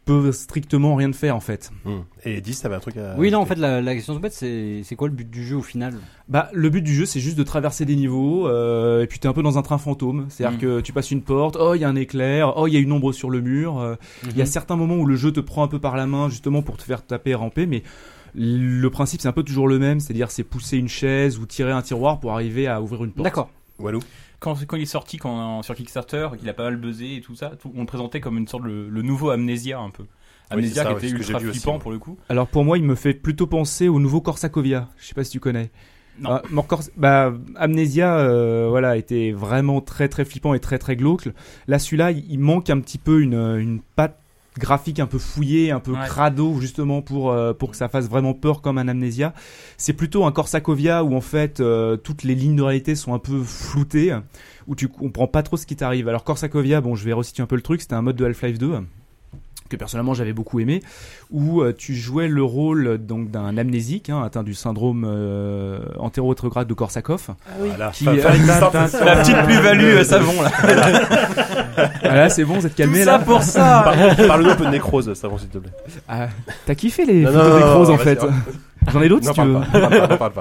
peux strictement rien faire en fait. Mmh. Et dix, t'avais un truc à... Oui, non, en fait, la, la question se bête, c'est, c'est quoi le but du jeu au final? Bah, le but du jeu, c'est juste de traverser des niveaux, euh, et puis t'es un peu dans un train fantôme. C'est-à-dire Mm. que tu passes une porte, oh, il y a un éclair, oh, il y a une ombre sur le mur. euh, Il Mhm. y a certains moments où le jeu te prend un peu par la main, justement, pour te faire taper et ramper, mais le principe, c'est un peu toujours le même. C'est-à-dire, c'est pousser une chaise ou tirer un tiroir pour arriver à ouvrir une porte. D'accord. Walou. Quand, quand il est sorti quand, sur Kickstarter, qu'il a pas mal buzzé et tout ça, tout, on le présentait comme une sorte de le, le nouveau Amnesia un peu. Amnesia c'est ça, qui ouais, était c'est ce que ultra j'ai vu aussi, flippant moi. pour le coup. Alors, pour moi, il me fait plutôt penser au nouveau Corsakovia. Je sais pas si tu connais. Non. Ah, mon Cors- bah, Amnesia, euh, voilà, était vraiment très très flippant et très très glauque. Là, celui-là, il il manque un petit peu une, une patte graphique un peu fouillée, un peu Ouais. crado, justement pour euh, pour que ça fasse vraiment peur comme un Amnesia. C'est plutôt un Corsakovia où en fait euh, toutes les lignes de réalité sont un peu floutées, où tu comprends pas trop ce qui t'arrive. Alors Corsakovia, bon, je vais resituer un peu le truc. C'était un mode de Half-Life deux que personnellement j'avais beaucoup aimé, où euh, tu jouais le rôle donc d'un amnésique hein, atteint du syndrome euh, antéro-rétrograde de Korsakoff. Ah oui. Voilà. Qui- Fa- fallait que ça sorte, ça. La petite plus-value euh, savon là. Voilà, c'est bon, vous êtes calmé Tout là. ça pour ça. Parle- Parle-nous un peu de nécrose, ça va, s'il te plaît. Ah, t'as kiffé les Non, photos non, non, d'écrose non, en vas-y, fait. vas-y. J'en ai d'autres Non, si tu veux. parle pas, parle pas, non, parle pas.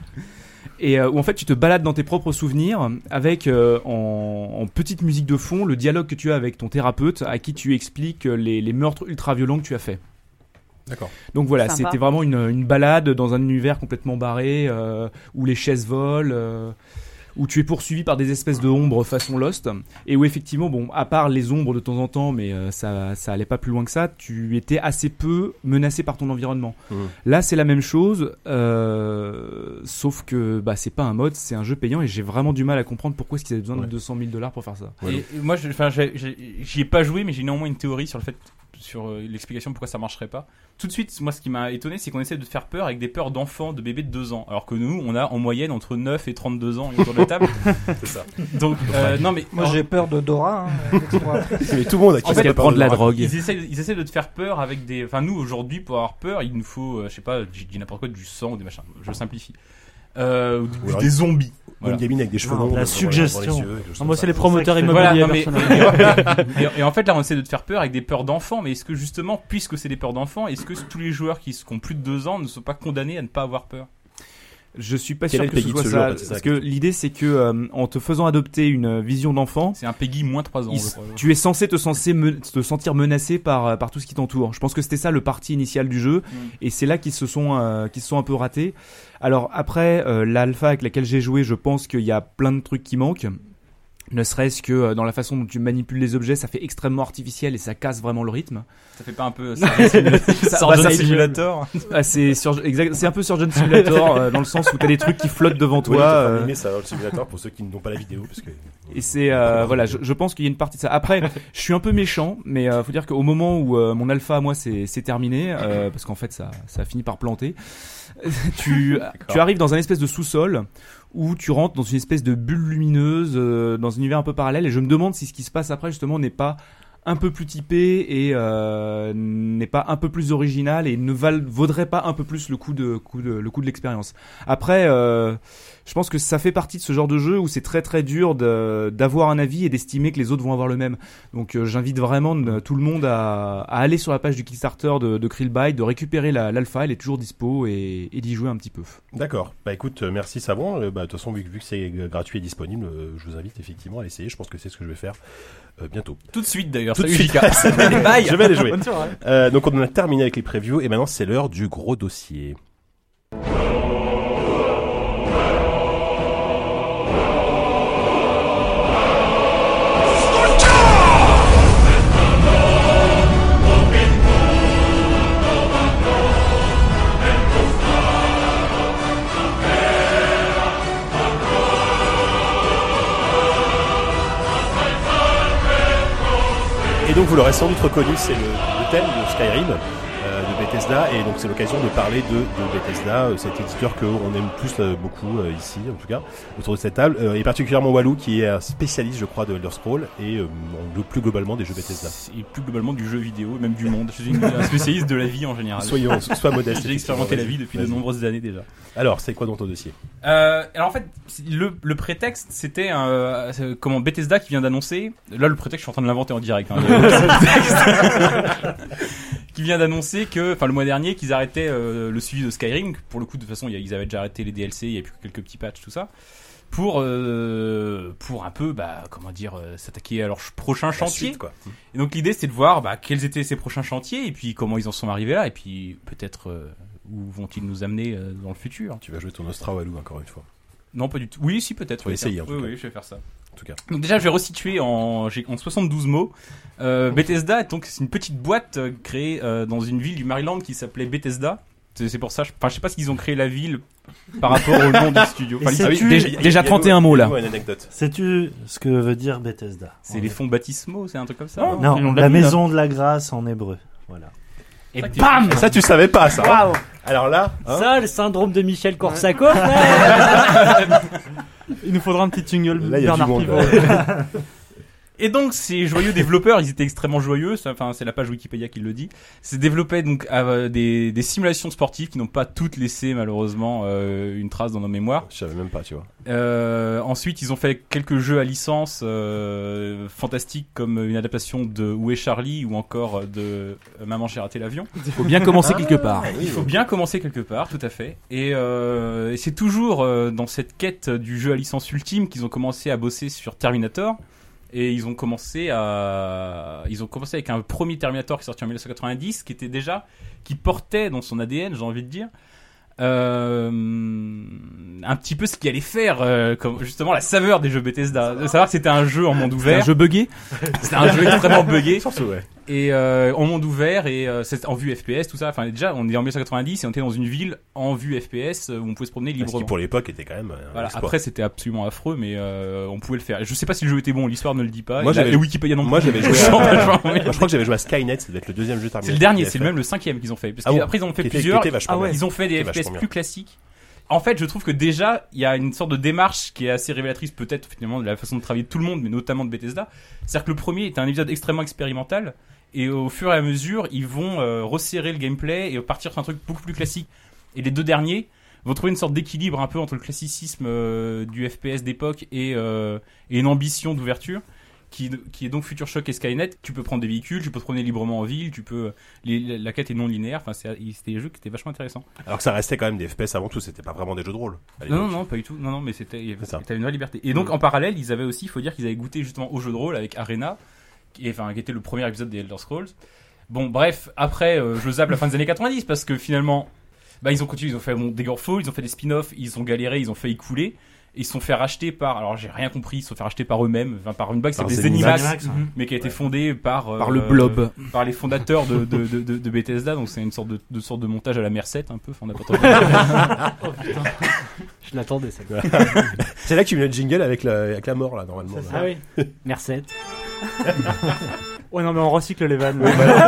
Et euh, où en fait tu te balades dans tes propres souvenirs avec euh, en, en petite musique de fond le dialogue que tu as avec ton thérapeute à qui tu expliques euh, les, les meurtres ultra violents que tu as fait. D'accord. Donc voilà, Sympa. c'était vraiment une, une balade dans un univers complètement barré euh, où les chaises volent, euh, où tu es poursuivi par des espèces de ombres façon Lost et où effectivement, bon, à part les ombres de temps en temps, mais euh, ça, ça allait pas plus loin que ça, tu étais assez peu menacé par ton environnement. Mmh. Là, c'est la même chose, euh, sauf que bah c'est pas un mode, c'est un jeu payant et j'ai vraiment du mal à comprendre pourquoi est-ce qu'ils avaient besoin Ouais. de deux cent mille dollars pour faire ça. Ouais. Et, et moi, je- enfin, j'ai- j'ai- j'y ai pas joué, mais j'ai néanmoins une théorie sur le fait, sur euh, l'explication pourquoi ça marcherait pas. Tout de suite, moi, ce qui m'a étonné, c'est qu'on essaie de te faire peur avec des peurs d'enfants, de bébés de deux ans, alors que nous, on a en moyenne entre neuf et trente-deux ans autour de la table. C'est ça. Donc, euh, non, mais Moi j'ai peur de Dora. Hein, l'exploratrice. Mais tout le monde a Parce qu'elle prend de la drogue. Ils essaient, ils essaient de te faire peur avec des. Enfin, nous aujourd'hui, pour avoir peur, il nous faut, euh, je sais pas, je dis n'importe quoi, du sang ou des machins. Je simplifie. Euh, ou Ou alors- des zombies. Ou une gamine avec des cheveux Non, longs. la devant- suggestion. devant les yeux, et des choses Non, comme moi, ça. c'est les promoteurs Voilà, immobiliers. non, mais, personnellement. et, et en fait là on essaie de te faire peur avec des peurs d'enfants, mais est-ce que justement, puisque c'est des peurs d'enfants, est-ce que tous les joueurs qui, qui ont plus de deux ans ne sont pas condamnés à ne pas avoir peur? Je suis pas Quel sûr est le que ce Peggy de soit ce ça, jeu, en fait, c'est ça parce la que l'idée c'est que euh, en te faisant adopter une vision d'enfant, C'est un Peggy moins trois ans. il- je crois. tu es censé te, censé me- te sentir menacé par, euh, par tout ce qui t'entoure. Je pense que c'était ça le parti initial du jeu, Mm. et c'est là qu'ils se sont, euh, qu'ils se sont un peu ratés. Alors après, euh, l'alpha avec laquelle j'ai joué, je pense qu'il y a plein de trucs qui manquent. Ne serait-ce que euh, dans la façon dont tu manipules les objets, ça fait extrêmement artificiel et ça casse vraiment le rythme. Ça fait pas un peu Surgeon Simulator, Ça- Surgeon bah, ça fait- Simulator. Ah, c'est, sur, exact, c'est un peu Surgeon Simulator euh, dans le sens où t'as des trucs qui flottent devant Oui, toi. t'es en train euh, d'animer ça, le simulateur, pour ceux qui n'ont pas la vidéo, parce que. Et c'est euh, voilà, je, je pense qu'il y a une partie de ça. Après, je suis un peu méchant, mais euh, faut dire qu'au moment où euh, mon alpha, moi, c'est c'est terminé, euh, parce qu'en fait, ça ça a fini par planter. tu tu arrives dans un espèce de sous-sol où tu rentres dans une espèce de bulle lumineuse, euh, dans un univers un peu parallèle, et je me demande si ce qui se passe après justement n'est pas un peu plus typé et euh, n'est pas un peu plus original et ne val- vaudrait pas un peu plus le coup de, coup de le coup de l'expérience. Après, euh, je pense que ça fait partie de ce genre de jeu où c'est très très dur de, d'avoir un avis et d'estimer que les autres vont avoir le même. Donc euh, j'invite vraiment de- tout le monde à, à aller sur la page du Kickstarter de, de Krillbyte, de récupérer la, l'alpha, elle est toujours dispo et, et d'y jouer un petit peu. D'accord. Bah écoute, euh, merci Savon. Euh, bah, de toute façon, vu, vu que c'est euh, gratuit et disponible, euh, je vous invite effectivement à l'essayer. Je pense que c'est ce que je vais faire euh, bientôt. Tout de suite d'ailleurs. Tout de Salut, suite. Jika. Bye. Je vais les jouer. Bonne soirée. Euh, donc on en a terminé avec les previews et maintenant c'est l'heure du gros dossier. Et donc vous l'aurez sans doute reconnu, c'est le, le thème de Skyrim, euh, de Bethesda, et donc c'est l'occasion de parler de, de Bethesda, euh, cet éditeur que on aime tous euh, beaucoup euh, ici, en tout cas, autour de cette table, euh, et particulièrement Walou, qui est un spécialiste, je crois, de Elder Scrolls, et euh, plus globalement des jeux Bethesda. Et plus globalement du jeu vidéo, même du monde. Je suis une- un spécialiste de la vie en général. Soyons, sois modeste. J'ai expérimenté la vie depuis de Vas-y. nombreuses années déjà. Alors, c'est quoi dans ton dossier? Euh, alors en fait, le, le prétexte, c'était un, euh, comment Bethesda qui vient d'annoncer. Là, le prétexte, je suis en train de l'inventer en direct. Hein, il y a aucun prétexte. Qui vient d'annoncer que, enfin le mois dernier, qu'ils arrêtaient euh, le suivi de Skyrim. Pour le coup, de toute façon, il y a- ils avaient déjà arrêté les D L C, il y a plus que quelques petits patchs, tout ça, pour euh, pour un peu, bah comment dire, euh, s'attaquer à leur ch- prochain La chantier. suite, quoi. Et donc l'idée, c'est de voir bah, quels étaient ces prochains chantiers et puis comment ils en sont arrivés là et puis peut-être euh, où vont-ils nous amener euh, dans le futur. Tu vas jouer ton Nostra Walou encore une fois. Non, pas du tout. Oui, si, peut-être. Faut oui, essayer, tiens. en tout oui, cas. oui, je vais faire ça. En tout cas. Donc déjà, je vais resituer en, j'ai- en soixante-douze mots. Euh, Bethesda, donc c'est une petite boîte euh, créée euh, dans une ville du Maryland qui s'appelait Bethesda. C'est c'est pour ça, je, enfin, je sais pas s'ils ont créé la ville par rapport au nom du studio. Enfin, Et l'histoire- sais-tu- déjà- Il y a- déjà il y a- trente et un mots, là. il y a une anecdote. Sais-tu ce que veut dire Bethesda? c'est les fonds baptismaux, c'est un truc comme ça. Non. Non, Le nom de la la ville, maison de la grâce en hébreu. Voilà. Et Ça, bam Ça, tu savais pas, ça. hein Waouh. Alors là, hein Ça, le syndrome de Michel Korsakov, là. Il nous faudra un petit jingle Là, il y a du Bernard monde, Pivot. là. Et donc ces joyeux développeurs, ils étaient extrêmement joyeux. ça- Enfin, c'est la page Wikipédia qui le dit. Ces développaient donc euh, des, des simulations sportives qui n'ont pas toutes laissé malheureusement euh, une trace dans nos mémoires. Je savais même pas, tu vois. Euh, ensuite, ils ont fait quelques jeux à licence euh, fantastiques comme une adaptation de Où est Charlie ou encore de euh, Maman j'ai raté l'avion. Faut bien commencer quelque part. Il faut bien commencer quelque part, tout à fait. Et, euh, et c'est toujours euh, dans cette quête du jeu à licence ultime qu'ils ont commencé à bosser sur Terminator. Et ils ont commencé à, ils ont commencé avec un premier Terminator qui est sorti en mille neuf cent quatre-vingt-dix, qui était déjà, qui portait dans son A D N, j'ai envie de dire, euh, un petit peu ce qu'il allait faire, euh, comme justement la saveur des jeux Bethesda. De savoir que c'était un jeu en monde C'est un ouvert, jeu buggé. c'était un jeu extrêmement buggé. Surtout, ouais. Et euh, en monde ouvert et euh, c'est en vue F P S, tout ça. Enfin déjà, on est en mille neuf cent quatre-vingt-dix et on était dans une ville en vue F P S où on pouvait se promener Ce librement. qui pour l'époque était quand même un Voilà. exploit. Après, c'était absolument affreux, mais euh, on pouvait le faire. Et je sais pas si le jeu était bon. L'histoire ne le dit pas. Moi, Et la- j'avais- et Wikipédia non plus. moi, j'avais joué Je à- sens vachement, oui. Moi, je crois que j'avais joué à Skynet, ça devait être le deuxième jeu Terminator. C'est le dernier, qu'ils c'est avaient le même le cinquième qu'ils ont fait. Parce Ah bon qu'après ils ont fait Qui était- plusieurs. qui était vachement Ah ouais. bien. Ils ont fait des Qui était F P S vachement plus classiques. En fait, je trouve que déjà, il y a une sorte de démarche qui est assez révélatrice, peut-être finalement de la façon de travailler de tout le monde, mais notamment de Bethesda. C'est-à-dire que le premier est un épisode extrêmement expérimental, et au fur et à mesure, ils vont euh, resserrer le gameplay et partir sur un truc beaucoup plus classique. Et les deux derniers vont trouver une sorte d'équilibre un peu entre le classicisme euh, du F P S d'époque et, euh, et une ambition d'ouverture. Qui, qui est donc Future Shock et Skynet. Tu peux prendre des véhicules, tu peux te promener librement en ville, tu peux les, la quête est non linéaire. Enfin, c'est- c'était des jeux qui étaient vachement intéressants. Alors que ça restait quand même des F P S avant tout, c'était pas vraiment des jeux de rôle. à Non, non, l'époque. non, pas du tout. Non, non, mais c'était, il y avait- C'est ça. t'avais une vraie liberté. Et donc, Mm. en parallèle, ils avaient aussi, il faut dire qu'ils avaient goûté justement au jeu de rôle avec Arena, qui, est- enfin, qui était le premier épisode des Elder Scrolls. Bon, bref, après, euh, je zappe la fin des années quatre-vingt-dix parce que finalement, bah, ils ont continué, ils ont fait bon, Daggerfall, ils ont fait des spin-offs, ils ont galéré, ils ont fait écouler. Ils se sont fait racheter par, alors j'ai rien compris, ils se sont fait racheter par eux-mêmes, enfin, par une boîte qui Par s'appelait Zenimax. Zenimax, Zenimax, mais qui a été fondée par, euh, Par le blob. par les fondateurs de, de, de, de, de Bethesda, donc c'est une sorte de, de sorte de montage à la Merced un peu, enfin, on n'a pas trop. Je l'attendais, ça. C'est là que tu mets le jingle avec la, avec la mort, là, normalement. Ah oui. Merced. Ouais, non, mais on recycle les vannes.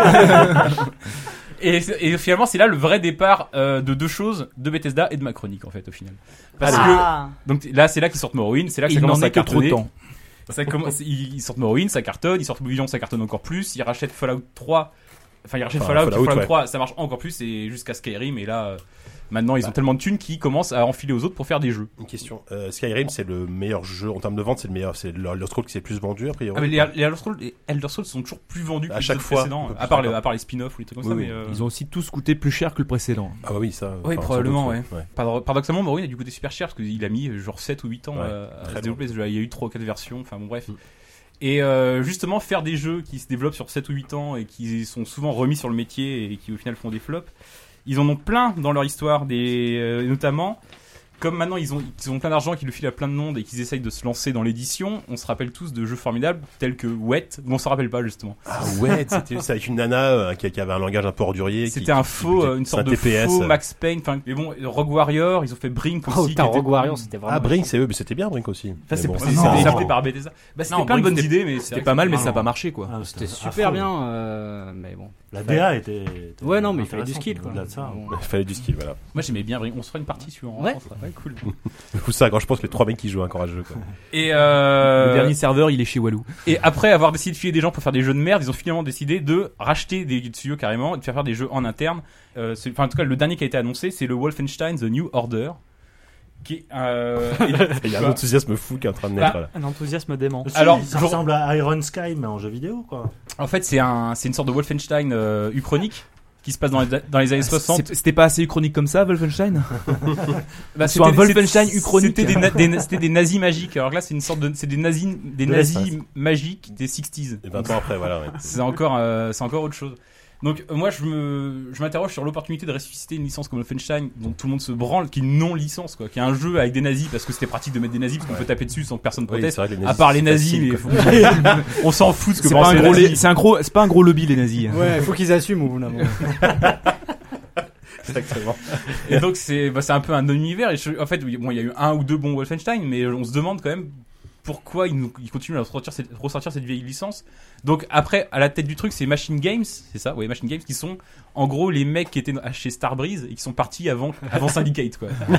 Et, et finalement, c'est là le vrai départ euh, de deux choses, de Bethesda et de ma chronique en fait au final. Parce Ah. que donc là, c'est là qu'ils sortent Morrowind, c'est là que ça Il n'en commence à est que trop cartonner. temps. Ça commence, ils ils sortent Morrowind, ça cartonne, ils sortent Oblivion, ça cartonne encore plus. Ils rachètent Fallout trois, enfin ils rachètent Enfin, Fallout, Fallout, Fallout ouais. trois, ça marche encore plus et jusqu'à Skyrim. Et là, euh, maintenant, ils ont tellement de thunes qu'ils commencent à enfiler aux autres pour faire des jeux. Une question. Euh, Skyrim, c'est le meilleur jeu en termes de vente, c'est le meilleur, c'est le Elder Scrolls qui s'est le plus vendu, a priori. Ah, mais les, les Elder Scrolls, les Elder Scrolls sont toujours plus vendus À que chaque les autres fois, précédents, un peu plus, à part les, d'accord. à part les spin-offs ou les trucs comme Oui, ça. oui. Mais, euh, Ils ont aussi tous coûté plus cher que le précédent. Ah bah oui, ça. Oui, enfin, probablement, sans doute, ouais. Par- Paradoxalement, Morrowind a dû coûter super cher parce qu'il a mis euh, genre sept ou huit ans Ouais, euh, à très se développer ce jeu. Il y a eu trois ou quatre versions, enfin bon, bref. Mm. Et euh, justement, faire des jeux qui se développent sur sept ou huit ans et qui sont souvent remis sur le métier et qui au final font des flops, ils en ont plein dans leur histoire, des, euh, notamment. Comme maintenant ils ont, ils ont plein d'argent, qu'ils le filent à plein de monde et qu'ils essayent de se lancer dans l'édition, on se rappelle tous de jeux formidables tels que Wet, mais on s'en rappelle pas justement. Ah ouais, c'était c'est avec une nana euh, qui, qui avait un langage un peu ordurier. qui- C'était un qui- faux, qui- euh, une c'est sorte un de T P S. faux Max Payne. Enfin, mais bon, Rogue Warrior, ils ont fait Brink aussi. Oh, qui putain, était- Rogue Warrior, c'était vraiment. Ah, Brink, c'est eux, mais c'était bien Brink aussi. Enfin, Mais c'est bon. c'est- non, c'était non. édité par Bethesda. Bah, c'était Non, plein de Brink, bonnes c'était- idées, mais C'était pas mal, mais ça n'a pas marché quoi. Ah, C'était affreux. super bien, euh, mais bon. La D A était, était Ouais, non, mais il fallait du skill, quoi. Au-delà de ça. Bon. Il fallait du skill, voilà. Moi j'aimais bien, on se fera une partie sur Ouais. ça serait ouais, cool. Du coup, ça, quand je pense que les trois mecs qui jouent encore à ce jeu, quoi. Et euh... Le dernier serveur, il est chez Walou. Et après avoir décidé de filer des gens pour faire des jeux de merde, ils ont finalement décidé de racheter des studios carrément et de faire faire des jeux en interne. Euh, c'est- enfin, en tout cas, le dernier qui a été annoncé, c'est le Wolfenstein The New Order, qui est, euh, Il y a un enthousiasme fou qui est en train de naître, Bah, là. Un enthousiasme dément. Si, Alors, ça je- ressemble à Iron Sky, mais en jeu vidéo, quoi. en fait, c'est un, c'est une sorte de Wolfenstein euh, uchronique qui se passe dans les, dans les années soixante. C'est- C'était pas assez uchronique comme ça, Wolfenstein? Bah, Soit un c'était- Wolfenstein c'était- uchronique. C'était des, na- des- c'était des nazis magiques. Alors que là, c'est une sorte de, c'est des nazis, des De nazis l'espace. magiques des sixties. Et vingt ans après, voilà, ouais. C'est encore, euh, c'est encore autre chose. Donc euh, moi je me, je m'interroge sur l'opportunité de ressusciter une licence comme Wolfenstein dont tout le monde se branle, qui est une non licence quoi, qui est un jeu avec des nazis parce que c'était pratique de mettre des nazis parce qu'on peut taper dessus sans que personne Oui, proteste. c'est vrai que les À nazis, part les c'est nazis, facile, mais quoi. faut- on s'en fout de ce que C'est pas pensent un les gros, nazis. lé- c'est un gros, c'est pas un gros lobby les nazis. Ouais, faut qu'ils assument au bout d'un moment. Exactement. Et donc c'est, bah, c'est un peu un univers. Et je- en fait, oui, bon, il y a eu un ou deux bons Wolfenstein, mais on se demande quand même pourquoi ils, nous, ils continuent à ressortir cette, ressortir cette vieille licence. Donc après, à la tête du truc, c'est Machine Games, c'est ça, ouais, Machine Games, qui sont en gros les mecs qui étaient chez Starbreeze et qui sont partis avant, avant Syndicate, quoi. En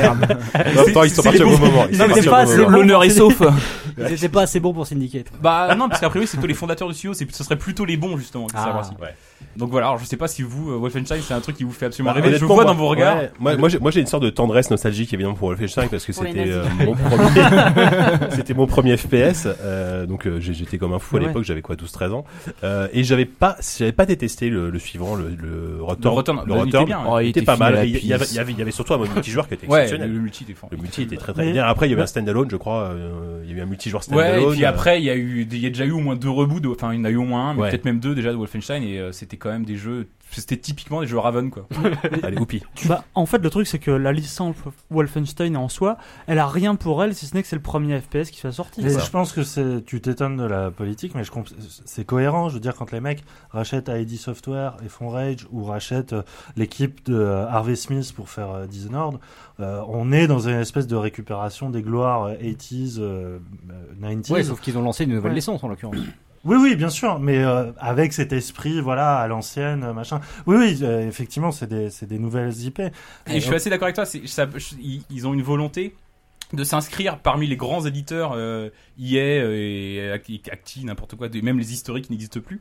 même temps, ils sont c'est partis les au bons- bon moment. ils sont étaient partis au pas bon assez moment. bons. L'honneur est sauf. Ils étaient pas assez bons pour Syndicate. Bah non, parce qu'a priori c'est plutôt les fondateurs du studio, c'est, ce serait plutôt les bons justement qui Ah. savent aussi. Ouais. Donc voilà, alors je sais pas si vous, euh, Wolfenstein, c'est un truc qui vous fait absolument Bah, rêver. Je honnêtement, vois moi- dans vos regards. ouais, moi, moi, j'ai, moi, j'ai une sorte de tendresse nostalgique évidemment pour Wolfenstein parce que Pour les c'était nazis. euh, mon premier, c'était mon premier F P S. Euh, donc euh, j'ai- j'étais comme un fou à Ouais. l'époque, j'avais quoi, douze treize ans, euh, et j'avais pas, j'avais pas détesté le, le suivant, le, le Return. Le Return, le bah, il était Return, bien, ouais. Oh, il il était était pas fini à mal. la Et Il y, avait, pisse. il y avait, il y avait surtout un mode multijoueur qui était Ouais, exceptionnel. le multi était fort. Le multi était très très Mais- bien. Après, il y avait un standalone, je crois. euh, il y a eu un multijoueur Ouais, standalone. et puis euh, après, il y a eu, il y a déjà eu au moins deux reboots, de- enfin, il y en a eu au moins un, mais Ouais. peut-être même deux déjà de Wolfenstein, et euh, c'était quand même des jeux, c'était typiquement des jeux Raven, quoi. Allez, oupi. Bah, en fait, le truc, c'est que la licence Wolfenstein en soi, elle a rien pour elle, si ce n'est que c'est le premier F P S qui soit sorti. Et quoi. je pense que c'est, tu t'étonnes de la politique, mais je comp- c'est cohérent. Je veux dire, quand les mecs rachètent I D Software et font Rage, ou rachètent euh, l'équipe de euh, Harvey Smith pour faire euh, Dishonored, euh, on est dans une espèce de récupération des gloires euh, eighties, euh, nineties. Ouais, sauf qu'ils ont lancé une nouvelle Ouais. licence en l'occurrence. Oui, oui, bien sûr, mais euh, avec cet esprit, voilà, à l'ancienne, euh, machin. Oui, oui, euh, effectivement, c'est des, c'est des nouvelles I P. Et je suis assez d'accord avec toi, c'est, ça, je- ils, ils ont une volonté de s'inscrire parmi les grands éditeurs euh, E A euh, et Acti, Acti, n'importe quoi, de- même les historiques qui n'existent plus.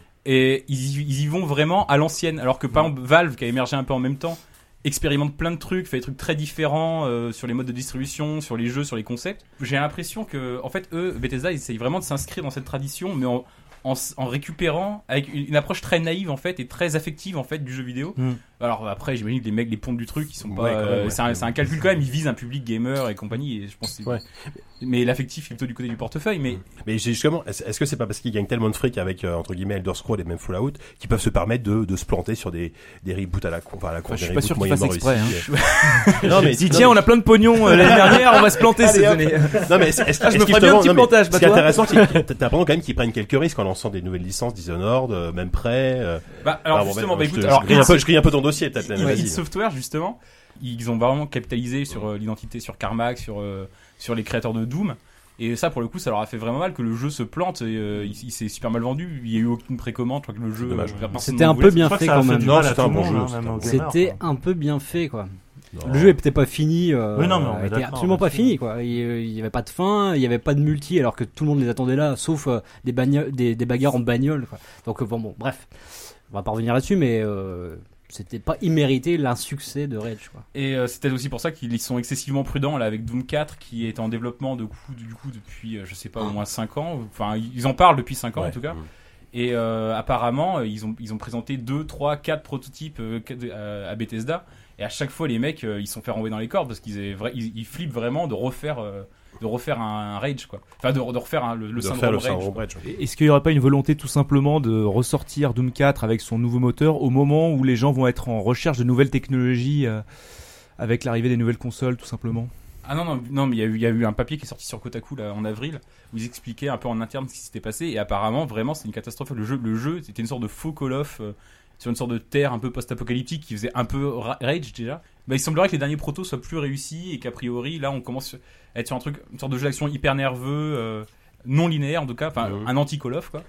Et ils, y- ils y vont vraiment à l'ancienne, alors que par exemple Valve, qui a émergé un peu en même temps, expérimente plein de trucs, fait des trucs très différents euh, sur les modes de distribution, sur les jeux, sur les concepts. J'ai l'impression que, en fait, eux, Bethesda, ils essayent vraiment de s'inscrire dans cette tradition, mais en, en, s- en récupérant avec une, une approche très naïve en fait et très affective en fait du jeu vidéo. Mm. Alors après, j'imagine que les mecs, les pontes du truc, ils sont pas. Ouais, quand même, euh, ouais. c'est, un, c'est un calcul quand même. Ils visent un public gamer et compagnie. Et je pense. Que c'est- Ouais. Mais l'affectif est plutôt du côté du portefeuille. Mais Mais j'ai justement, est-ce est-ce que c'est pas parce qu'ils gagnent tellement de fric avec euh, entre guillemets Elder Scrolls et même Fallout qu'ils peuvent se permettre de, de se planter sur des, des reboots à la con, enfin à la con, Enfin, je des suis pas reboots sûr qu'ils fassent moyennement exprès, réussis. Non mais Si tiens, on a plein de pognon euh, l'année dernière, on va se planter cette Allez, année. non mais est-ce, est-ce, Ah, je est-ce me qu'ils ferais bien te un vendent- petit non, mais plantage, Ce bah, qui est toi. intéressant, c'est que t'as l'impression quand même qu'ils prennent quelques risques en lançant des nouvelles licences, Dishonored, euh, même prêt. Euh, bah, alors ah, bon, justement, bah, bah, je, écoute, te- alors je grille un peu, je grille un peu ton dossier peut-être. id Vas-y. id Software justement, ils ont vraiment capitalisé sur euh, l'identité, sur Carmack, sur euh, sur les créateurs de Doom. Et ça, pour le coup, ça leur a fait vraiment mal que le jeu se plante. Et, euh, il, il s'est super mal vendu. Il y a eu aucune précommande. Je crois que le jeu. Dommage. euh, personne C'était n'en un voulait. peu bien Je crois que fait ça a quand fait même. du Non, mal à c'était tout un le bon monde, jeu, hein, c'était même un aux bon gamers, C'était quoi. un peu bien fait quoi. Non. Le jeu était pas fini. Euh, Oui, non, mais on est était d'accord absolument pas là-dessus. fini quoi. Il, il y avait pas de fin, il y avait pas de multi alors que tout le monde les attendait là, sauf euh, des, bagno- des des bagarres en bagnole quoi. Donc euh, bon bon bref, on va pas revenir là-dessus, mais euh, c'était pas immérité l'insuccès de Rage quoi. Et euh, c'est peut-être aussi pour ça qu'ils sont excessivement prudents là avec Doom quatre qui est en développement de coup, du coup depuis euh, je sais pas au moins cinq ans. Enfin ils en parlent depuis cinq ans Ouais. en tout cas. Mm. Et euh, apparemment euh, ils ont ils ont présenté deux, trois, quatre prototypes euh, euh, à Bethesda. Et à chaque fois les mecs euh, ils se sont fait renvoyer dans les cordes parce qu'ils avaient vra- ils, ils flippent vraiment de refaire euh, de refaire un, un Rage quoi. Enfin de, de refaire un- le, le De syndrome faire le Rage. syndrome quoi. Rage. Est-ce qu'il n'y aurait pas une volonté tout simplement de ressortir Doom quatre avec son nouveau moteur au moment où les gens vont être en recherche de nouvelles technologies euh, avec l'arrivée des nouvelles consoles tout simplement? Ah non, non, non mais il y, a eu- il y a eu un papier qui est sorti sur Kotaku là, en avril où ils expliquaient un peu en interne ce qui s'était passé et apparemment vraiment c'est une catastrophe. Le jeu, le jeu c'était une sorte de faux Call of euh, sur une sorte de terre un peu post-apocalyptique qui faisait un peu ra- Rage déjà. Bah, il semblerait que les derniers protos soient plus réussis et qu'a priori là on commence à être sur un truc, une sorte de jeu d'action hyper nerveux, euh, non linéaire en tout cas, enfin Mhm. un anti-Call of quoi.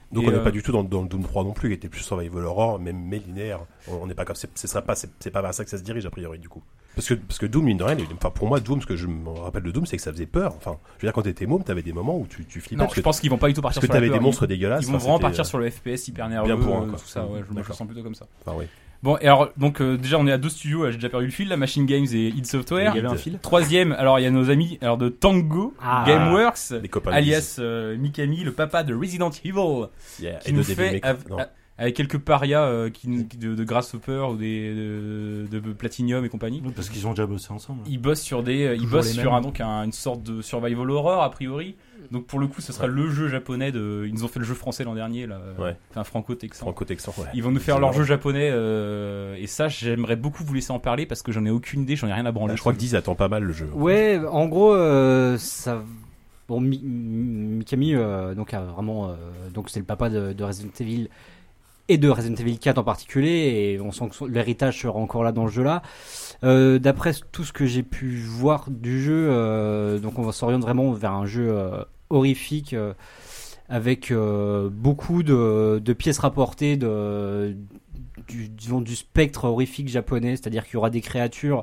Donc Et on n'est euh, pas du tout dans, dans le Doom trois non plus, qui était plus survival horror, même mais linéaire. On n'est pas comme, c'est, ce sera pas, c'est, c'est pas vers ça que ça se dirige a priori du coup. Parce que parce que Doom mine de rien, enfin pour moi Doom, ce que je me rappelle de Doom, c'est que ça faisait peur. Enfin, je veux dire quand t'étais môme, t'avais des moments où tu tu flippais. Non, parce je que pense qu'ils vont pas du tout parce partir que sur la t'avais peur. des monstres Ils- dégueulasses. Ils vont enfin, vraiment c'était, partir euh, sur le F P S hyper nerveux, bien pour un, euh, quoi. tout ça. Ouais, je me D'accord. sens plutôt comme ça. Enfin oui. Bon, et alors donc euh, déjà on est à deux studios, euh, j'ai déjà perdu le fil, la Machine Games et id Software. Il y avait un fil. Troisième, alors il y a nos amis alors de Tango Ah. Gameworks, Les copains. alias euh, Mikami, le papa de Resident Evil, Yeah, qui et nous de Devil fait May Cry. av- Non. a- avec quelques parias euh, qui, nous- qui- de, de Grasshopper ou des de, de Platinum et compagnie. Oui, parce qu'ils ont déjà bossé ensemble. Ils bossent sur des, euh, ils Toujours bossent les sur mêmes. un, donc un, une sorte de survival horror a priori. Donc pour le coup, ce sera Ouais. le jeu japonais de. Ils nous ont fait le jeu français l'an dernier là, euh, Ouais. enfin franco-texan. Franco-texan, ouais. Ils vont nous faire C'est leur marrant. jeu japonais euh, et ça, j'aimerais beaucoup vous laisser en parler parce que j'en ai aucune idée, j'en ai rien à branler. Je crois que Diz attend pas mal le jeu. Ouais, en gros, euh, ça. Bon, Mi- Mi- Mikami, euh, donc a vraiment, euh, donc c'est le papa de, de Resident Evil et de Resident Evil quatre en particulier, et on sent que son- l'héritage sera encore là dans le jeu-là. Euh, d'après tout ce que j'ai pu voir du jeu, euh, donc on va s'orienter vraiment vers un jeu euh, horrifique euh, avec euh, beaucoup de, de pièces rapportées de du, disons, du spectre horrifique japonais, c'est-à-dire qu'il y aura des créatures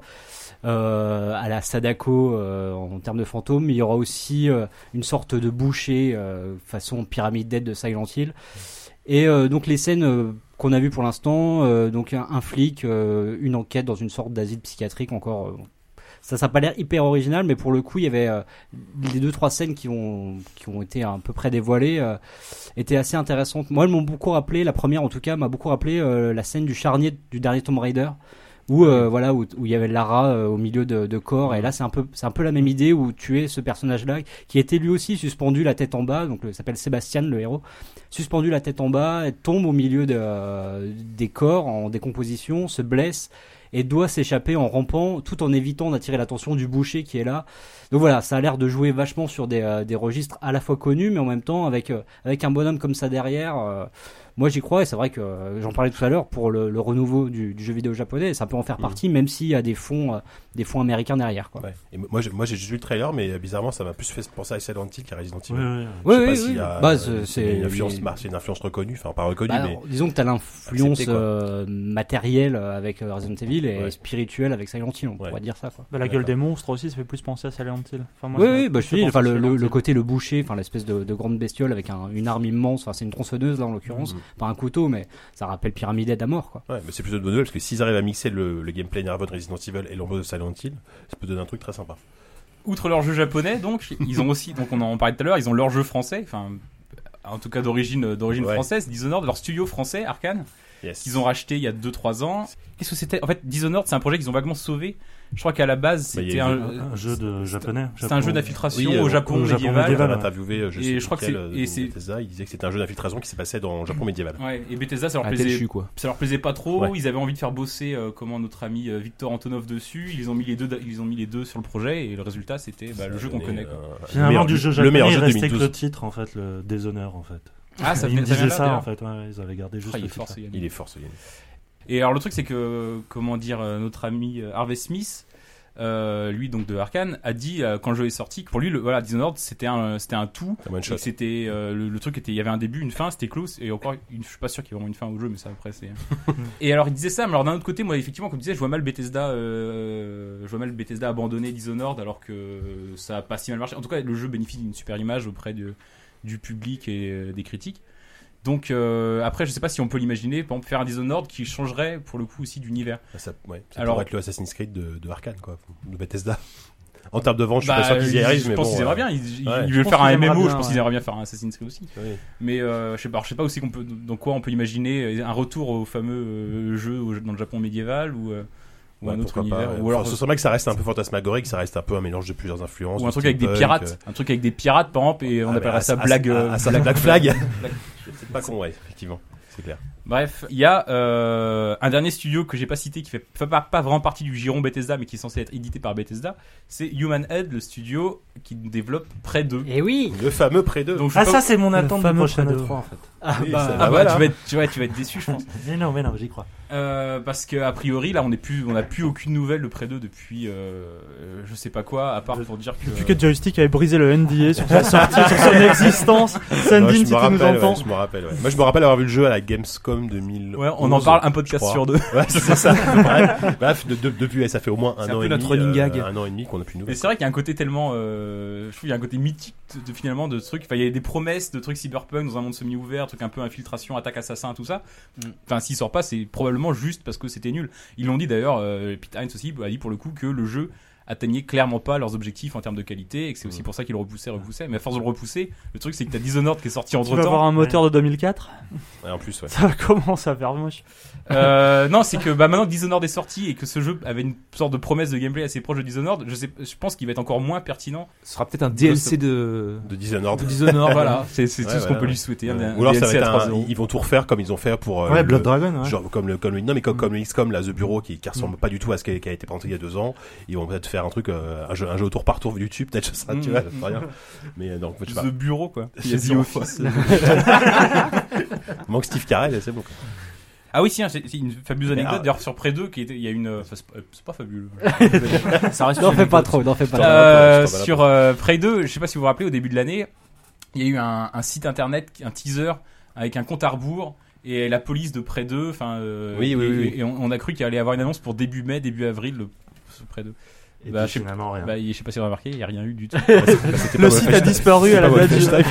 euh, à la Sadako euh, en termes de fantômes, mais il y aura aussi euh, une sorte de boucher euh, façon pyramide dead de Silent Hill. Et euh, donc les scènes euh, qu'on a vues pour l'instant, euh, donc un, un flic, euh, une enquête dans une sorte d'asile psychiatrique encore. Euh, ça, ça n'a pas l'air hyper original, mais pour le coup, il y avait euh, les deux trois scènes qui ont qui ont été à peu près dévoilées, euh, étaient assez intéressantes. Moi, elles m'ont beaucoup rappelé, la première en tout cas, m'a beaucoup rappelé euh, la scène du charnier du dernier Tomb Raider. Où euh, voilà où où il y avait Lara euh, au milieu de, de corps, et là c'est un peu c'est un peu la même idée où tu es ce personnage là qui était lui aussi suspendu la tête en bas, donc il s'appelle Sébastien le héros, suspendu la tête en bas, elle tombe au milieu de, euh, des corps en décomposition, se blesse et doit s'échapper en rampant tout en évitant d'attirer l'attention du boucher qui est là. Donc voilà, ça a l'air de jouer vachement sur des, euh, des registres à la fois connus, mais en même temps avec euh, avec un bonhomme comme ça derrière. Euh, moi j'y crois, et c'est vrai que euh, j'en parlais tout à l'heure pour le, le renouveau du, du jeu vidéo japonais, ça peut en faire partie, même s'il y a des fonds euh, des fonds américains derrière, quoi. Ouais. Et moi, j'ai, moi, j'ai juste vu le trailer, mais euh, bizarrement, ça m'a plus fait penser à Silent Hill qu'à Resident Evil. Ouais, ouais. Je Oui, sais pas oui, s'il oui. y a, Bah, euh, c'est- c'est une c'est- influence, il- bah, c'est une influence reconnue, enfin pas reconnue, Bah, mais alors, disons que tu as l'influence accepté, quoi. euh, matérielle avec euh, Resident Evil et Ouais. spirituelle avec Silent Hill, on Ouais. pourrait dire ça, quoi. Bah, la gueule D'accord. des monstres aussi, ça fait plus penser à Silent Hill. Enfin, moi, Oui, ça m'a oui, bah, plus je te fait dis, enfin, penser à le, Silent le, le Hill. côté le boucher, enfin l'espèce de, de grande bestiole avec un, une arme immense, enfin c'est une tronçonneuse là en l'occurrence, Mhm. pas un couteau, mais ça rappelle Pyramid Head à mort, quoi. ouais, mais c'est plutôt de bonne nouvelle parce que s'ils arrivent à mixer le, le gameplay nerveux de Resident Evil et l'envoi de Silent Hill, ça peut donner un truc très sympa. Outre leur jeu japonais, donc ils ont aussi, donc on en parlait tout à l'heure, ils ont leur jeu français, enfin en tout cas d'origine d'origine Ouais. française, Dishonored, leur studio français, Arkane, Yes. qu'ils ont racheté il y a deux trois ans. Qu'est-ce que c'était? En fait, Dishonored, c'est un projet qu'ils ont vaguement sauvé. Je crois qu'à la base, Bah, il y c'était a eu un, Un jeu de japonais. c'était un jeu d'infiltration Oui, euh, au Japon au Japon médiéval. médiéval. On a interviewé, euh, je Et sais je crois que lequel, c'est- euh, et de c'est- Bethesda, il disait que c'était un jeu d'infiltration qui s'est passé dans le Japon médiéval. Ouais, et Bethesda, ça leur À tel plaisait, chu, quoi. ça leur plaisait pas trop. Ouais. Ils avaient envie de faire bosser euh, comment notre ami euh, Victor Antonov dessus. Ils ont mis les deux, ils ont mis les deux sur le projet et le résultat c'était bah, le jeu qu'on Et, connaît. euh, Quoi. le Finalement, meilleur- du jeu le japonais, meilleur il jeu de restait que deux mille douze. le titre, en fait, le Dishonor, en fait. Ah, ça Ils venait, me ça vient disaient là, ça, d'ailleurs. en fait, ouais, ils avaient gardé juste Ah, il le est fort, titre. ce Yann. Il est fort, ce Yann. Et alors le truc c'est que comment dire euh, notre ami euh, Harvey Smith, euh, lui donc de Arkane, a dit euh, quand le jeu est sorti que pour lui le voilà Dishonored c'était un c'était un tout. Un one Et shot. que c'était euh, le, le truc était il y avait un début, une fin, c'était close et encore une, je suis pas sûr qu'il y ait vraiment une fin au jeu mais ça après c'est. Et alors il disait ça mais alors d'un autre côté moi effectivement comme tu disais je vois mal Bethesda euh, je vois mal Bethesda abandonner Dishonored alors que ça a pas si mal marché. En tout cas le jeu bénéficie d'une super image auprès de, du public et euh, des critiques. Donc euh, après je sais pas si on peut l'imaginer par exemple faire un Dishonored qui changerait pour le coup aussi d'univers. Ça, ouais, ça Alors- pourrait être le Assassin's Creed de, de Arkane, quoi, de Bethesda. En termes de vente, je suis Bah, pas sûr qu'ils y ils- arrivent, je mais pense bon, qu'ils aimeraient euh, bien. Ils, ils- ouais. ils Je veulent pense faire un qu'ils aimeraient M M O, je bien, pense qu'ils ouais. aimeraient bien faire un Assassin's Creed aussi. oui. Mais euh, je sais pas, je sais pas aussi qu'on peut, dans quoi on peut imaginer un retour au fameux euh, jeu au- dans le Japon médiéval ou, euh, ou Ouais, un autre pourquoi univers, pas, ouais. ou alors Enfin, ce serait bien que ça reste un peu fantasmagorique, que ça reste un peu un mélange de plusieurs influences. ou un de truc avec des steampunk, pirates, euh, un truc avec des pirates par exemple et on ah, mais appellerait à- ça à- blague. à- euh, à ça, blague- Black Flag. C'est pas con, ouais, effectivement, c'est clair. Bref, il y a euh, un dernier studio que j'ai pas cité qui fait pas, pas vraiment partie du giron Bethesda mais qui est censé être édité par Bethesda, c'est Human Head, le studio qui développe Prey deux. Et oui. Le fameux Prey deux. Donc je Ah, sais ça, pas- c'est mon Le attente du fameux prochain Prey E deux. trois, en fait. Ah, Oui, bah, ça- ah bah bah voilà. tu vas être tu vas, tu vas être déçu je pense. Mais non, mais non, j'y crois. Euh, parce que a priori là on n'est plus, on n'a plus aucune nouvelle de Prey deux depuis euh, je sais pas quoi, à part pour dire que Depuis que Joystick avait brisé le N D A sur sa sortie, sur son existence. Sandine, Ouais, je si me tu nous rappelle, entends. ouais, je me rappelle. Ouais. Moi, je me rappelle avoir vu le jeu à la Gamescom deux mille onze. ouais, on en parle un podcast je crois. sur deux. Ouais, c'est ça. Bref, bref de, de, depuis, ça fait au moins un C'est un an peu et notre demi, running euh, gag. un an et demi qu'on a plus de Mais nouvelles. c'est vrai qu'il y a un côté tellement, euh, je trouve qu'il y a un côté mythique de, de, finalement de trucs. Enfin, il y a des promesses de trucs cyberpunk dans un monde semi-ouvert, trucs un peu infiltration, attaque assassin, tout ça. Enfin, s'il sort pas, c'est probablement juste parce que c'était nul. Ils l'ont dit d'ailleurs, euh, Pete Hines aussi a dit pour le coup que le jeu atteignait clairement pas leurs objectifs en termes de qualité et que c'est aussi pour ça qu'ils le repoussaient, repoussaient. Mais à force de le repousser, le truc c'est que t'as Dishonored qui est sorti Tu entre vas avoir temps. un moteur de deux mille quatre. Ouais, en plus, ouais. Ça commence à faire moche. Euh, non, c'est que bah maintenant que Dishonored est sorti et que ce jeu avait une sorte de promesse de gameplay assez proche de Dishonored, je sais, je pense qu'il va être encore moins pertinent. Ce sera peut-être un D L C de De Dishonored. de Dishonored. Voilà, c'est c'est Ouais, tout ce qu'on voilà, peut ouais. lui souhaiter. Ouais. un- Ou alors un ça va D L C être à trois un, euros. ils vont tout refaire comme ils ont fait pour euh, Ouais, le- Blood Dragon, ouais. genre comme le comme le non mais comme, Mm. comme le X COM là The Bureau qui qui ressemble pas du tout à ce qui a, qui a été présenté il y a deux ans. Ils vont peut-être faire un truc euh, un jeu un jeu au tour par tour du dessus peut-être ça Mm. tu vois je sais rien. Mais euh, donc je sais pas. The Bureau quoi. Il y Je a sais The pas. Office. Manque Steve Carell c'est bon. Ah oui, si, hein, c'est c'est une fabuleuse Mais, anecdote. ah, D'ailleurs, sur Prey deux, qui était, il y a une, euh, enfin, c'est pas- c'est pas fabuleux. Ça reste. N'en fais pas trop, n'en fais pas T'en trop. as Euh, pas, t'en as sur euh, Prey deux, je sais pas si vous vous rappelez, au début de l'année, il y a eu un, un site internet, un teaser avec un compte à rebours et la police de Prey deux. Enfin, euh, Oui, oui, et, oui, oui. et on, on a cru qu'il allait y avoir une annonce pour début mai, début avril, le ce Prey deux. Et Bah, puis je sais- finalement, rien. Bah, je sais pas si vous avez remarqué, il y a rien eu du tout. Le site a disparu à la pas date du Wolfenstein.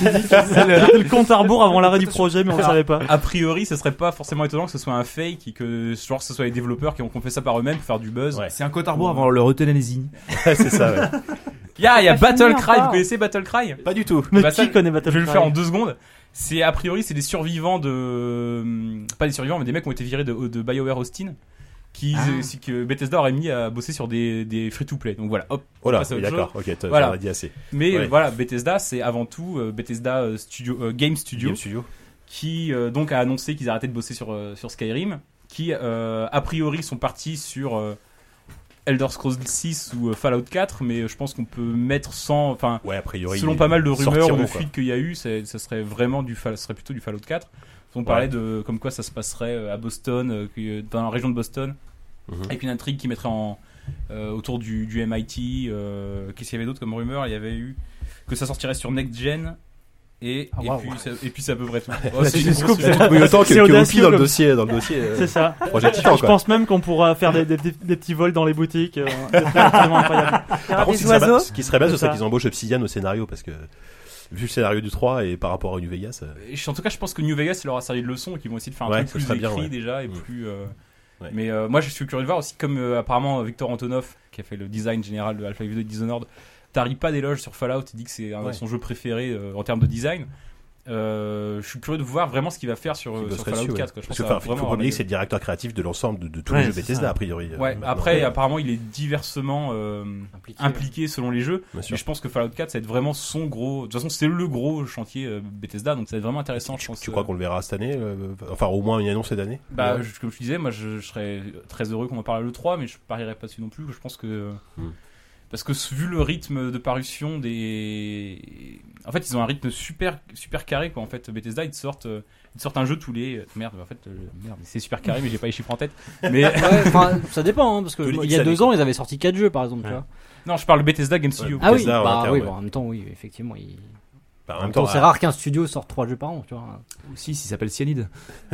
C'était le compte à rebours avant l'arrêt du projet, mais on ne savait pas. A priori, ce serait pas forcément étonnant que ce soit un fake et que genre que ce soit les développeurs qui ont fait ça par eux-mêmes pour faire du buzz. Ouais. C'est un côte à rebours avant le euthanasie. Ouais, c'est ça ouais. Il y a, il y a Pas fini Battle Cry, encore. vous connaissez Battle Cry? Pas du tout. Mais Bah, qui ça, connaît Battle Je vais le Cry faire en deux secondes. C'est a priori c'est des survivants de pas des survivants mais des mecs qui ont été virés de, de BioWare Austin qui Ah. c'est que Bethesda aurait mis à bosser sur des des free to play. Donc voilà, hop. Oh là, passe à oui, autre d'accord. OK, t'as Voilà. t'en as dit assez. Mais Ouais. euh, voilà, Bethesda c'est avant tout euh, Bethesda euh, Studio euh, Game Studio Game Studio. qui euh, donc a annoncé qu'ils arrêtaient de bosser sur euh, sur Skyrim, qui euh, a priori sont partis sur euh, Elder Scrolls six ou euh, Fallout quatre, mais euh, je pense qu'on peut mettre sans enfin Ouais, a priori. selon pas mal de rumeurs ou sortiront, de quoi. fuites qu'il y a eu, c'est- ça serait vraiment du Fall- ça serait plutôt du Fallout quatre. On parlait de comme quoi ça se passerait euh, à Boston, euh, que- dans la région de Boston, Mhm. avec une intrigue qui mettrait en euh, autour du, du M I T. euh, Qu'est-ce qu'il y avait d'autre comme rumeur? Il y avait eu que ça sortirait sur Next Gen. Et, Ah, et, waouh. puis, ça, et puis c'est à peu près tout. Oh, Là, c'est tu une scoopes, grosse- c'est tout. Oui, autant que C'est que audacieux Whoopi dans le comme- dossier dans le dossier. euh, C'est ça. Projet Titan Je quoi. pense même qu'on pourra faire des, des, des- des petits vols dans les boutiques. euh, c'est absolument incroyable. Il y Par aura contre, ce des qui serait, oiseaux. ba- ce qui serait bien, ce C'est serait ça. qu'ils embauchent Obsidian au scénario parce que vu le scénario du trois et par rapport à New Vegas. euh, Et je- En tout cas, je pense que New Vegas ça leur a servi de leçon et qu'ils vont essayer de faire un Ouais, truc ce plus serait écrit bien, ouais. déjà et Mm. plus. euh, Ouais. Mais euh, moi, je suis curieux de voir aussi comme euh, apparemment Victor Antonov, qui a fait le design général de Half-Life deux et Dishonored, tarit pas d'éloges sur Fallout. Il dit que c'est un de Ouais. son jeu préféré euh, en termes de design. Euh, je suis curieux de voir vraiment ce qu'il va faire sur, qui euh, sur bosserait Fallout dessus, ouais. quatre. Quoi. Je Parce pense que que enfin, ça va faut vraiment pas avoir oublier la que c'est le directeur créatif de l'ensemble de, de tous Ouais, les jeux c'est Bethesda ça. a priori. euh, Ouais, maintenant. après, Ouais, apparemment, il est diversement euh, Impliqué. impliqué selon les jeux. bien sûr. Mais je pense que Fallout quatre, ça va être vraiment son gros. De toute façon, c'est le gros chantier euh, Bethesda, donc ça va être vraiment intéressant, je pense. Tu crois qu'on le verra cette année euh, Enfin, au moins une annonce cette année. Bah, Ouais. je- comme je disais, moi je, je serais très heureux qu'on en parle à l'E trois, mais je parierais pas dessus non plus. Je pense que. Hmm. Parce que vu le rythme de parution des. En fait, ils ont un rythme super, super carré, quoi. En fait, Bethesda, ils te sortent, euh, ils te sortent un jeu tous les. Merde, en fait, euh, merde, c'est super carré, mais j'ai pas les chiffres en tête. Mais. Ouais, enfin, ça dépend, hein, parce que Tous les moi, il X y a années, deux quoi. ans, ils avaient sorti quatre jeux, par exemple, tu Ouais. vois. Non, je parle de Bethesda Game Studio. Ah oui, Bethesda, en bah interne, oui, ouais. bon, en même temps, oui, effectivement. ils- Bah, En même temps, c'est ah, rare qu'un studio sorte trois jeux par an, tu vois. Aussi, s'il s'appelle Cyanide.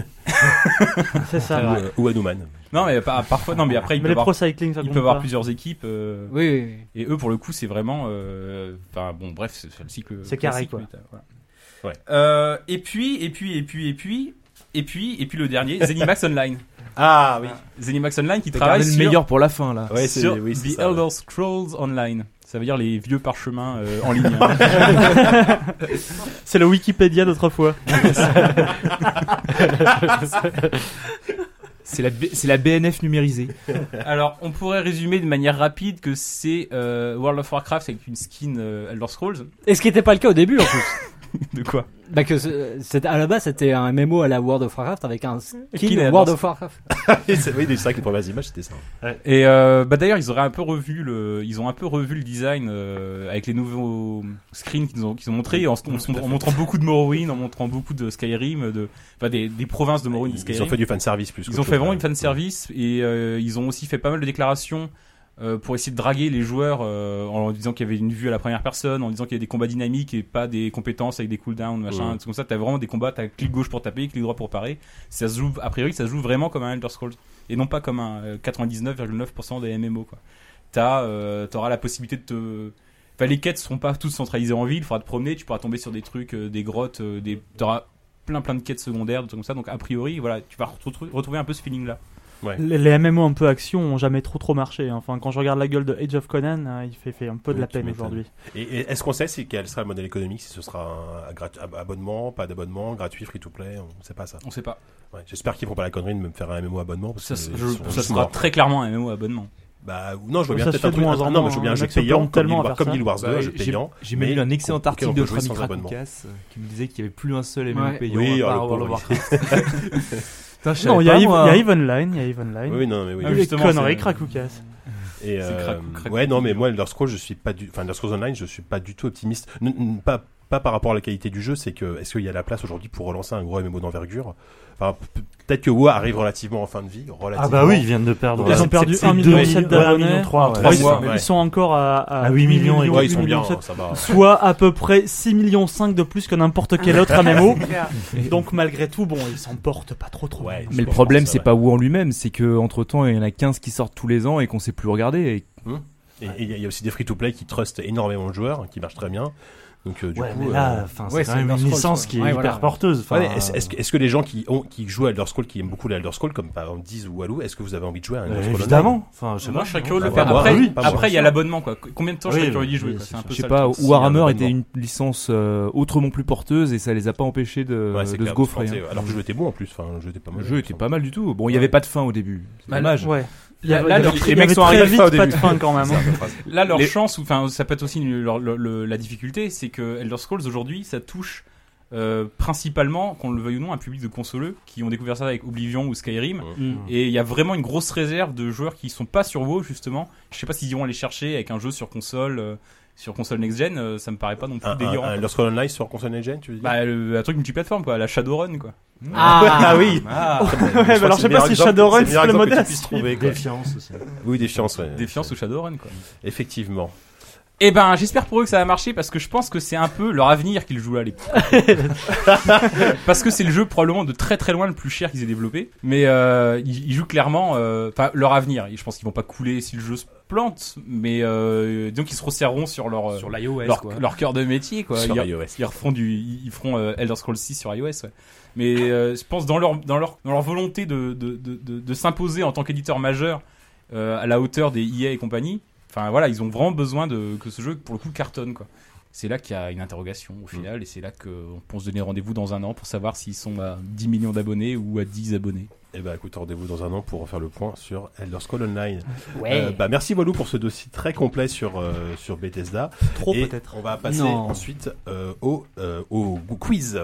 C'est ça. ou, euh, ou Hanuman. Non, mais par- parfois, non, mais après, il Mais peut les avoir, pro cycling, ça il compte peut avoir pas. plusieurs équipes. euh, Oui, oui, oui. Et eux, pour le coup, c'est vraiment. euh, Enfin, bon, bref, c'est c'est le cycle. C'est carré, classique, quoi. mais t'as- voilà. Ouais. Euh, et puis, et puis, et puis, et puis, et puis, et puis le dernier, Zenimax Online. Ah oui. Zenimax Online qui T'as travaille gardé le sur, meilleur pour la fin, là. Ouais, c'est sur oui, c'est The ça, ouais. Elder Scrolls Online. Ça veut dire les vieux parchemins euh, en ligne. hein. C'est le Wikipédia d'autrefois. C'est la, B- c'est la B N F numérisée. Alors, on pourrait résumer de manière rapide que c'est euh, World of Warcraft avec une skin euh, Elder Scrolls. Et ce qui n'était pas le cas au début, en plus. De quoi? Bah que c'est- c'était à la base c'était un M M O à la World of Warcraft avec un skin Skin à World la of Warcraft. c'est oui, c'est vrai que les premières images c'était ça. Et euh, bah d'ailleurs ils auraient un peu revu le, ils ont un peu revu le design euh, avec les nouveaux screens qu'ils ont, qu'ils ont montrés en, en, en montrant beaucoup de Morrowind, en montrant beaucoup de Skyrim, de, enfin des, des provinces de Morrowind. et Ils Skyrim. ont fait du fan service plus. Ils qu'autre ont fait chose, vraiment ouais. une fan service et euh, ils ont aussi fait pas mal de déclarations euh, pour essayer de draguer les joueurs euh, en disant qu'il y avait une vue à la première personne, en disant qu'il y avait des combats dynamiques et pas des compétences avec des cooldowns, machin, Ouais. tout comme ça. T'as vraiment des combats, t'as clic gauche pour taper, clic droit pour parer. Ça se joue, a priori, ça se joue vraiment comme un Elder Scrolls et non pas comme un euh, quatre-vingt-dix-neuf virgule neuf pour cent des M M O quoi. T'as, euh, t'auras la possibilité de te, enfin les quêtes seront pas toutes centralisées en ville, il faudra te promener, tu pourras tomber sur des trucs, euh, des grottes, euh, des, t'auras plein plein de quêtes secondaires, des trucs comme ça. Donc a priori, voilà, tu vas retrouver, retrouver un peu ce feeling là. Ouais. Les, les M M O un peu action ont jamais trop trop marché. Enfin, quand je regarde la gueule de Age of Conan, euh, il fait, fait un peu de Oui, la tu peine m'étonnes. aujourd'hui. Et, et est-ce qu'on sait si quel sera le modèle économique, si ce sera un, un grat- ab- abonnement, pas d'abonnement, gratuit, free to play, on sait pas ça. On sait pas. Ouais, j'espère qu'ils font pas la connerie de me faire un M M O abonnement parce Ça, que ça, ils je- sont ça juste sera morts. très clairement un M M O abonnement. Bah non, je vois bien Ça se peut-être un fait truc. de moins un- en non, mais moins, je vois bien un hein. jeu Les mecs se payant plantent comme tellement Guild à Wars, faire comme ça. Guild Wars deux, un Ouais, jeu j'ai- payant. J'ai même mais lu un excellent auquel article on de peut jouer sans Tramica abonnement. Koukas qui me disait qu'il n'y avait plus un seul M M O Ouais. payant Oui, à part alors, le World of pauvre, Warcraft. Putain, je Non, savais il y, a pas, Eve- moi. il y a Eve Online, il y a Eve Online. Oui, non, mais oui. Ah, Les justement, conneries, c'est- cracoucas. Et C'est euh, crack- crack- ouais, non, mais moi, Elder Scrolls, je suis pas du, enfin, Elder Scrolls Online, je suis pas du tout optimiste. N- n- pas, pas par rapport à la qualité du jeu, c'est que, est-ce qu'il y a la place aujourd'hui pour relancer un gros M M O d'envergure? Enfin, p- peut-être que WoW arrive relativement en fin de vie, relativement. Ah bah oui, ils viennent de perdre. Ils euh, ont perdu c'est- un c'est million deux sept millions- ouais, un d'abonnés. million trois, ouais. Trois ils, mois, sont, ouais. ils sont encore à, à, À huit millions et Ouais, ils sont huit bien, millions sept, ça va. soit à peu près six millions cinq de plus que n'importe quel autre M M O. C'est clair. Donc malgré tout, bon, ils s'en portent pas trop trop. Ouais. bien. Mais le Je problème, pense, c'est ouais. pas WoW en lui-même, c'est que entre temps, il y en a quinze qui sortent tous les ans et qu'on sait plus regarder. Et Et et il y a aussi des free-to-play qui trustent énormément le joueur, qui marchent très bien. Donc, euh, du Ouais, coup, mais là, euh, enfin, ouais, c'est c'est quand même Elder une Scrolls, licence quoi. qui est Ouais, hyper voilà. porteuse. Enfin, ouais, est-ce, est-ce que- est-ce que les gens qui ont, qui jouent à Elder Scrolls, qui aiment beaucoup les Elder Scrolls, comme par exemple Diz ou Walou, est-ce que vous avez envie de jouer à un Elder euh, Scrolls évidemment. Enfin, je sais Moi, pas. je serais curieux de le Ah, faire. pas moi, Après, oui, pas moi. après, il y a l'abonnement, quoi. Combien de temps je Oui, serais curieux d'y oui, jouer, oui, quoi. c'est C'est un sûr. peu je sais ça, pas, le truc. Warhammer s'il y a un était une licence euh, autrement plus porteuse et ça les a pas empêchés de, Ouais, c'est de clair, se gaufrer. c'est- hein. Alors que le jeu était bon en plus, enfin, le jeu était pas mal. Le jeu était pas mal du tout. Bon, il y avait pas de fin au début. C'est Bah, dommage. Ouais. Il y Là, avait- là, il y les- avait- les il y mecs avait sont très arrivés vite pas au pas de début. fin quand même. hein. Là, leur Les- chance, ou enfin, ça peut être aussi une- leur- le- le- la difficulté, c'est que Elder Scrolls aujourd'hui, ça touche euh, principalement, qu'on le veuille ou non, un public de consoleux qui ont découvert ça avec Oblivion ou Skyrim. Mm. Et il y a vraiment une grosse réserve de joueurs qui sont pas sur WoW justement. Je sais pas s'ils iront aller chercher avec un jeu sur console, euh, sur console next-gen. euh, ça me paraît pas non plus Un, un, délirant. un Elder Scrolls Online sur console next-gen, tu veux dire? Bah, le- un truc multiplateforme quoi, la Shadowrun quoi. Ah, oui. Ah, Ouais, bah alors je sais pas si Shadowrun c'est le modèle. trouver, quoi. Défiance aussi. Oui, défiance, ouais. Défiance ou Shadowrun quoi. Effectivement. Eh ben, j'espère pour eux que ça va marcher parce que je pense que c'est un peu leur avenir qu'ils jouent là, les petits. Parce que c'est le jeu probablement de très très loin le plus cher qu'ils aient développé. Mais euh, ils, ils jouent clairement, euh, enfin leur avenir. Je pense qu'ils vont pas couler si le jeu se plante, mais euh, donc ils se resserreront sur leur euh, Sur l'iOS, leur, quoi. leur cœur de métier quoi. Sur ils, iOS. ils referont du, ils ils feront euh, Elder Scrolls six sur iOS. Ouais. Mais euh, je pense dans leur dans leur dans leur volonté de de de, de, de s'imposer en tant qu'éditeur majeur euh, à la hauteur des E A et compagnie. Enfin voilà, ils ont vraiment besoin de que ce jeu pour le coup cartonne quoi. C'est là qu'il y a une interrogation au final et c'est là qu'on peut se donner rendez-vous dans un an pour savoir s'ils sont à dix millions d'abonnés ou à dix abonnés. Eh ben, écoute, rendez-vous dans un an pour faire le point sur Elder Scrolls Online. ouais. Euh, bah, merci Walou pour ce dossier très complet sur, euh, sur Bethesda. Trop Et peut-être. on va passer Non. ensuite euh, au, euh, au quiz.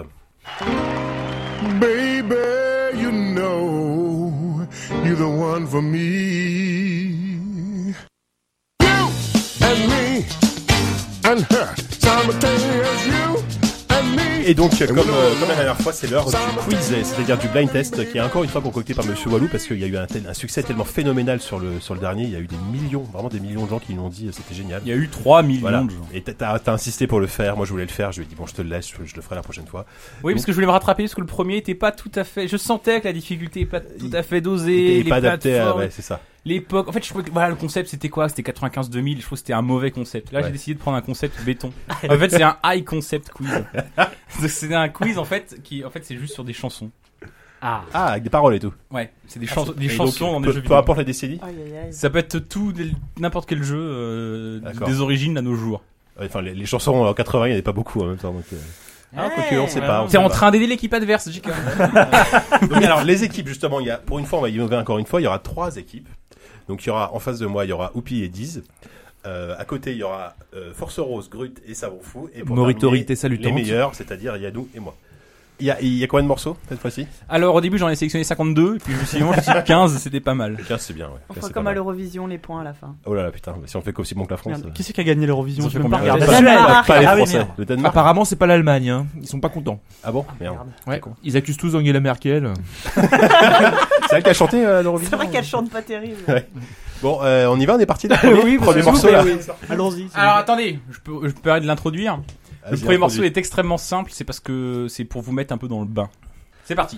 Baby, you know you're the one for me. You and me and her, simultaneous you and me. Et donc, comme, euh, comme la dernière fois, c'est l'heure du quiz, c'est-à-dire du blind test, qui est encore une fois concocté par Monsieur Walou, parce qu'il y a eu un, tel, un succès tellement phénoménal sur le, sur le dernier. Il y a eu des millions, vraiment des millions de gens qui l'ont dit, c'était génial. Il y a eu trois millions Voilà. de gens. Et t'as, t'as, t'as insisté pour le faire. Moi, je voulais le faire. Je lui ai dit, bon, je te le laisse, je, je le ferai la prochaine fois. Oui, parce que je voulais me rattraper parce que le premier était pas tout à fait. Je sentais que la difficulté est pas tout à fait Il dosée. est les pas adapté à, plateformes, ouais, c'est ça. l'époque. En fait, je trouvais que voilà, le concept c'était quoi? C'était quatre-vingt-quinze deux mille. Je trouve que c'était un mauvais concept. Là, Ouais. j'ai décidé de prendre un concept béton. En fait, c'est un high concept quiz. Donc, c'est un quiz en fait qui, en fait, c'est juste sur des chansons. Ah. Ah, avec des paroles et tout. Ouais, c'est des, chansons des Et donc, chansons dans des peu, jeux peu vidéo. importe la décennie. Aïe, aïe, aïe. Ça peut être tout, n'importe quel jeu, euh, D'accord. des origines à nos jours. Ouais, Enfin, les, les chansons en quatre-vingts, il n'y en avait pas beaucoup en même temps. Donc, euh... Ah, quoique, on sait pas. on T'es sait en pas. train d'aider l'équipe adverse, J K. Donc, alors, les équipes, justement, il y a, pour une fois, on va innover encore une fois, il y aura trois équipes. Donc, il y aura, en face de moi, il y aura Oupi et Diz. Euh, à côté, il y aura euh, Force Rose, Grut et Savon Fou. Et pour Moritorité terminer, salutante. les meilleurs, c'est-à-dire Yannou et moi. Il y a, il y a combien de morceaux cette fois-ci? Alors au début j'en ai sélectionné cinquante-deux, et puis je me suis dit, bon, je me suis dit quinze, c'était pas mal. quinze c'est bien, ouais. On quinze, fera c'est comme pas à mal. l'Eurovision, les points à la fin. Oh là là, putain, si on fait qu'aussi bon que la France. Merde, euh. Qui c'est qui a gagné l'Eurovision? Ils ont Je fait vais même pas combien regarder. Pas, Danemark. pas les Ah oui, Français. merde. Le Danemark. Apparemment, c'est pas l'Allemagne, hein. Ils sont pas contents. Ah bon? Merde. Ouais. Ils accusent tous Angela Merkel. C'est elle qui a chanté euh, l'Eurovision. C'est vrai qu'elle chante pas terrible. Ouais. Bon, euh, on y va, on est parti. Le premier, Oui, premier s'il vous morceau plaît, là. oui. Allons-y. Alors attendez, je peux, je peux arrêter de l'introduire. Le Vas-y, premier morceau introduis. est extrêmement simple, c'est parce que c'est pour vous mettre un peu dans le bain. C'est parti.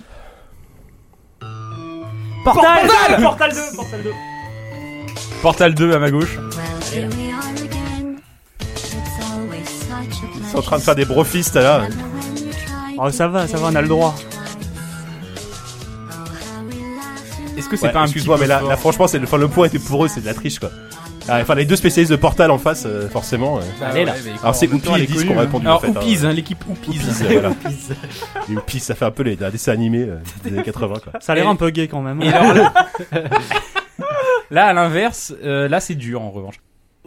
Portal Portal deux Portal deux Portal deux à ma gauche. Ils sont en train de faire des brofistes là. Oh, ça va, ça va, on a le droit. Est-ce que c'est Ouais, pas un excuse-moi, petit mais peu là, fort là, franchement, c'est le, enfin, le point était pour eux, c'est de la triche quoi. Ah, enfin, les deux spécialistes de Portal en face, euh, forcément. euh. Allez, là. Ouais, mais Alors, c'est en même temps, Oupi elle et est Diz qui connue, ont hein. répondu. Alors en fait, Oupies, hein. hein, l'équipe Oupies. Oupies, voilà. Les Oupies, ça fait un peu les un dessin animé euh, des années quatre-vingts quoi. Ça a l'air Et- un peu gay quand même. Et alors là, là à l'inverse, euh, là c'est dur en revanche.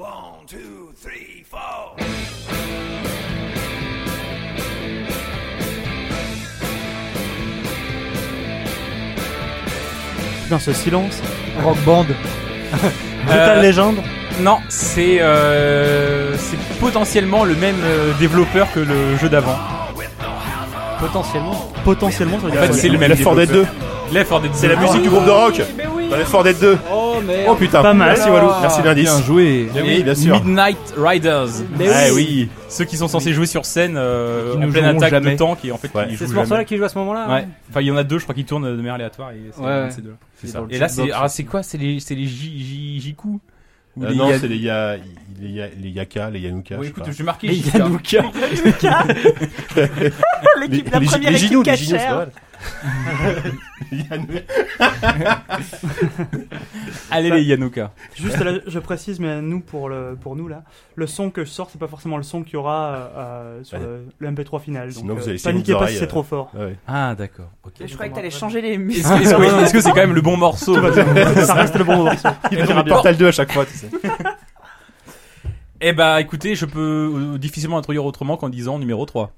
Putain, ce silence. Rock Band. Brutal Euh, Legend. Non, c'est euh, c'est potentiellement le même euh, développeur que le jeu d'avant. Potentiellement. Potentiellement, ça veut En dire fait, quoi? c'est le même Left four Dead deux. développeur. Left four Dead C'est la deux. musique du groupe de rock. Dans Left four Dead deux. Oh, mais. Oh putain. Pas mal. Merci Walou. Merci l'indice. Bien joué. Eh Et oui, bien sûr. Midnight Riders. Ah oui. Ceux qui sont censés jouer sur scène euh, Qui en ne pleine joueront attaque jamais. de tank et en fait Ouais. ils C'est jouent ce morceau-là jamais. qui joue à ce moment-là. Ouais. Enfin il y en a deux, je crois qui tournent de manière aléatoire et c'est Ouais, un de ouais. ces deux. C'est ça. Et là c'est ah, c'est quoi? C'est les c'est les J J Jiku ou Euh, les non, Ya- c'est les ya, les ya, les Yaka, les Yanuka. Oui, je sais écoute, pas. je vais marquer Les Jika. Yanuka. L'équipe, Les- la les- première les équipe Ginos, les Ginos, c'est cachère. pas mal. Yanu- Allez les Yanuka. Juste là, je précise, mais nous pour le pour nous là, le son que je sors, c'est pas forcément le son qu'il y aura euh, euh, sur Ouais. le, le M P trois final. Sinon, Donc, vous euh, allez saigner paniquez vos pas oreilles, si c'est euh. trop fort. Ouais. Ah d'accord. OK. Je croyais que t'allais changer les Est-ce musiques. que est-ce que- est-ce que c'est quand même le bon morceau? Ça reste le bon morceau. Il va faire Portal deux à chaque fois, tu sais. Eh bah écoutez, je peux euh, difficilement introduire autrement qu'en disant numéro trois.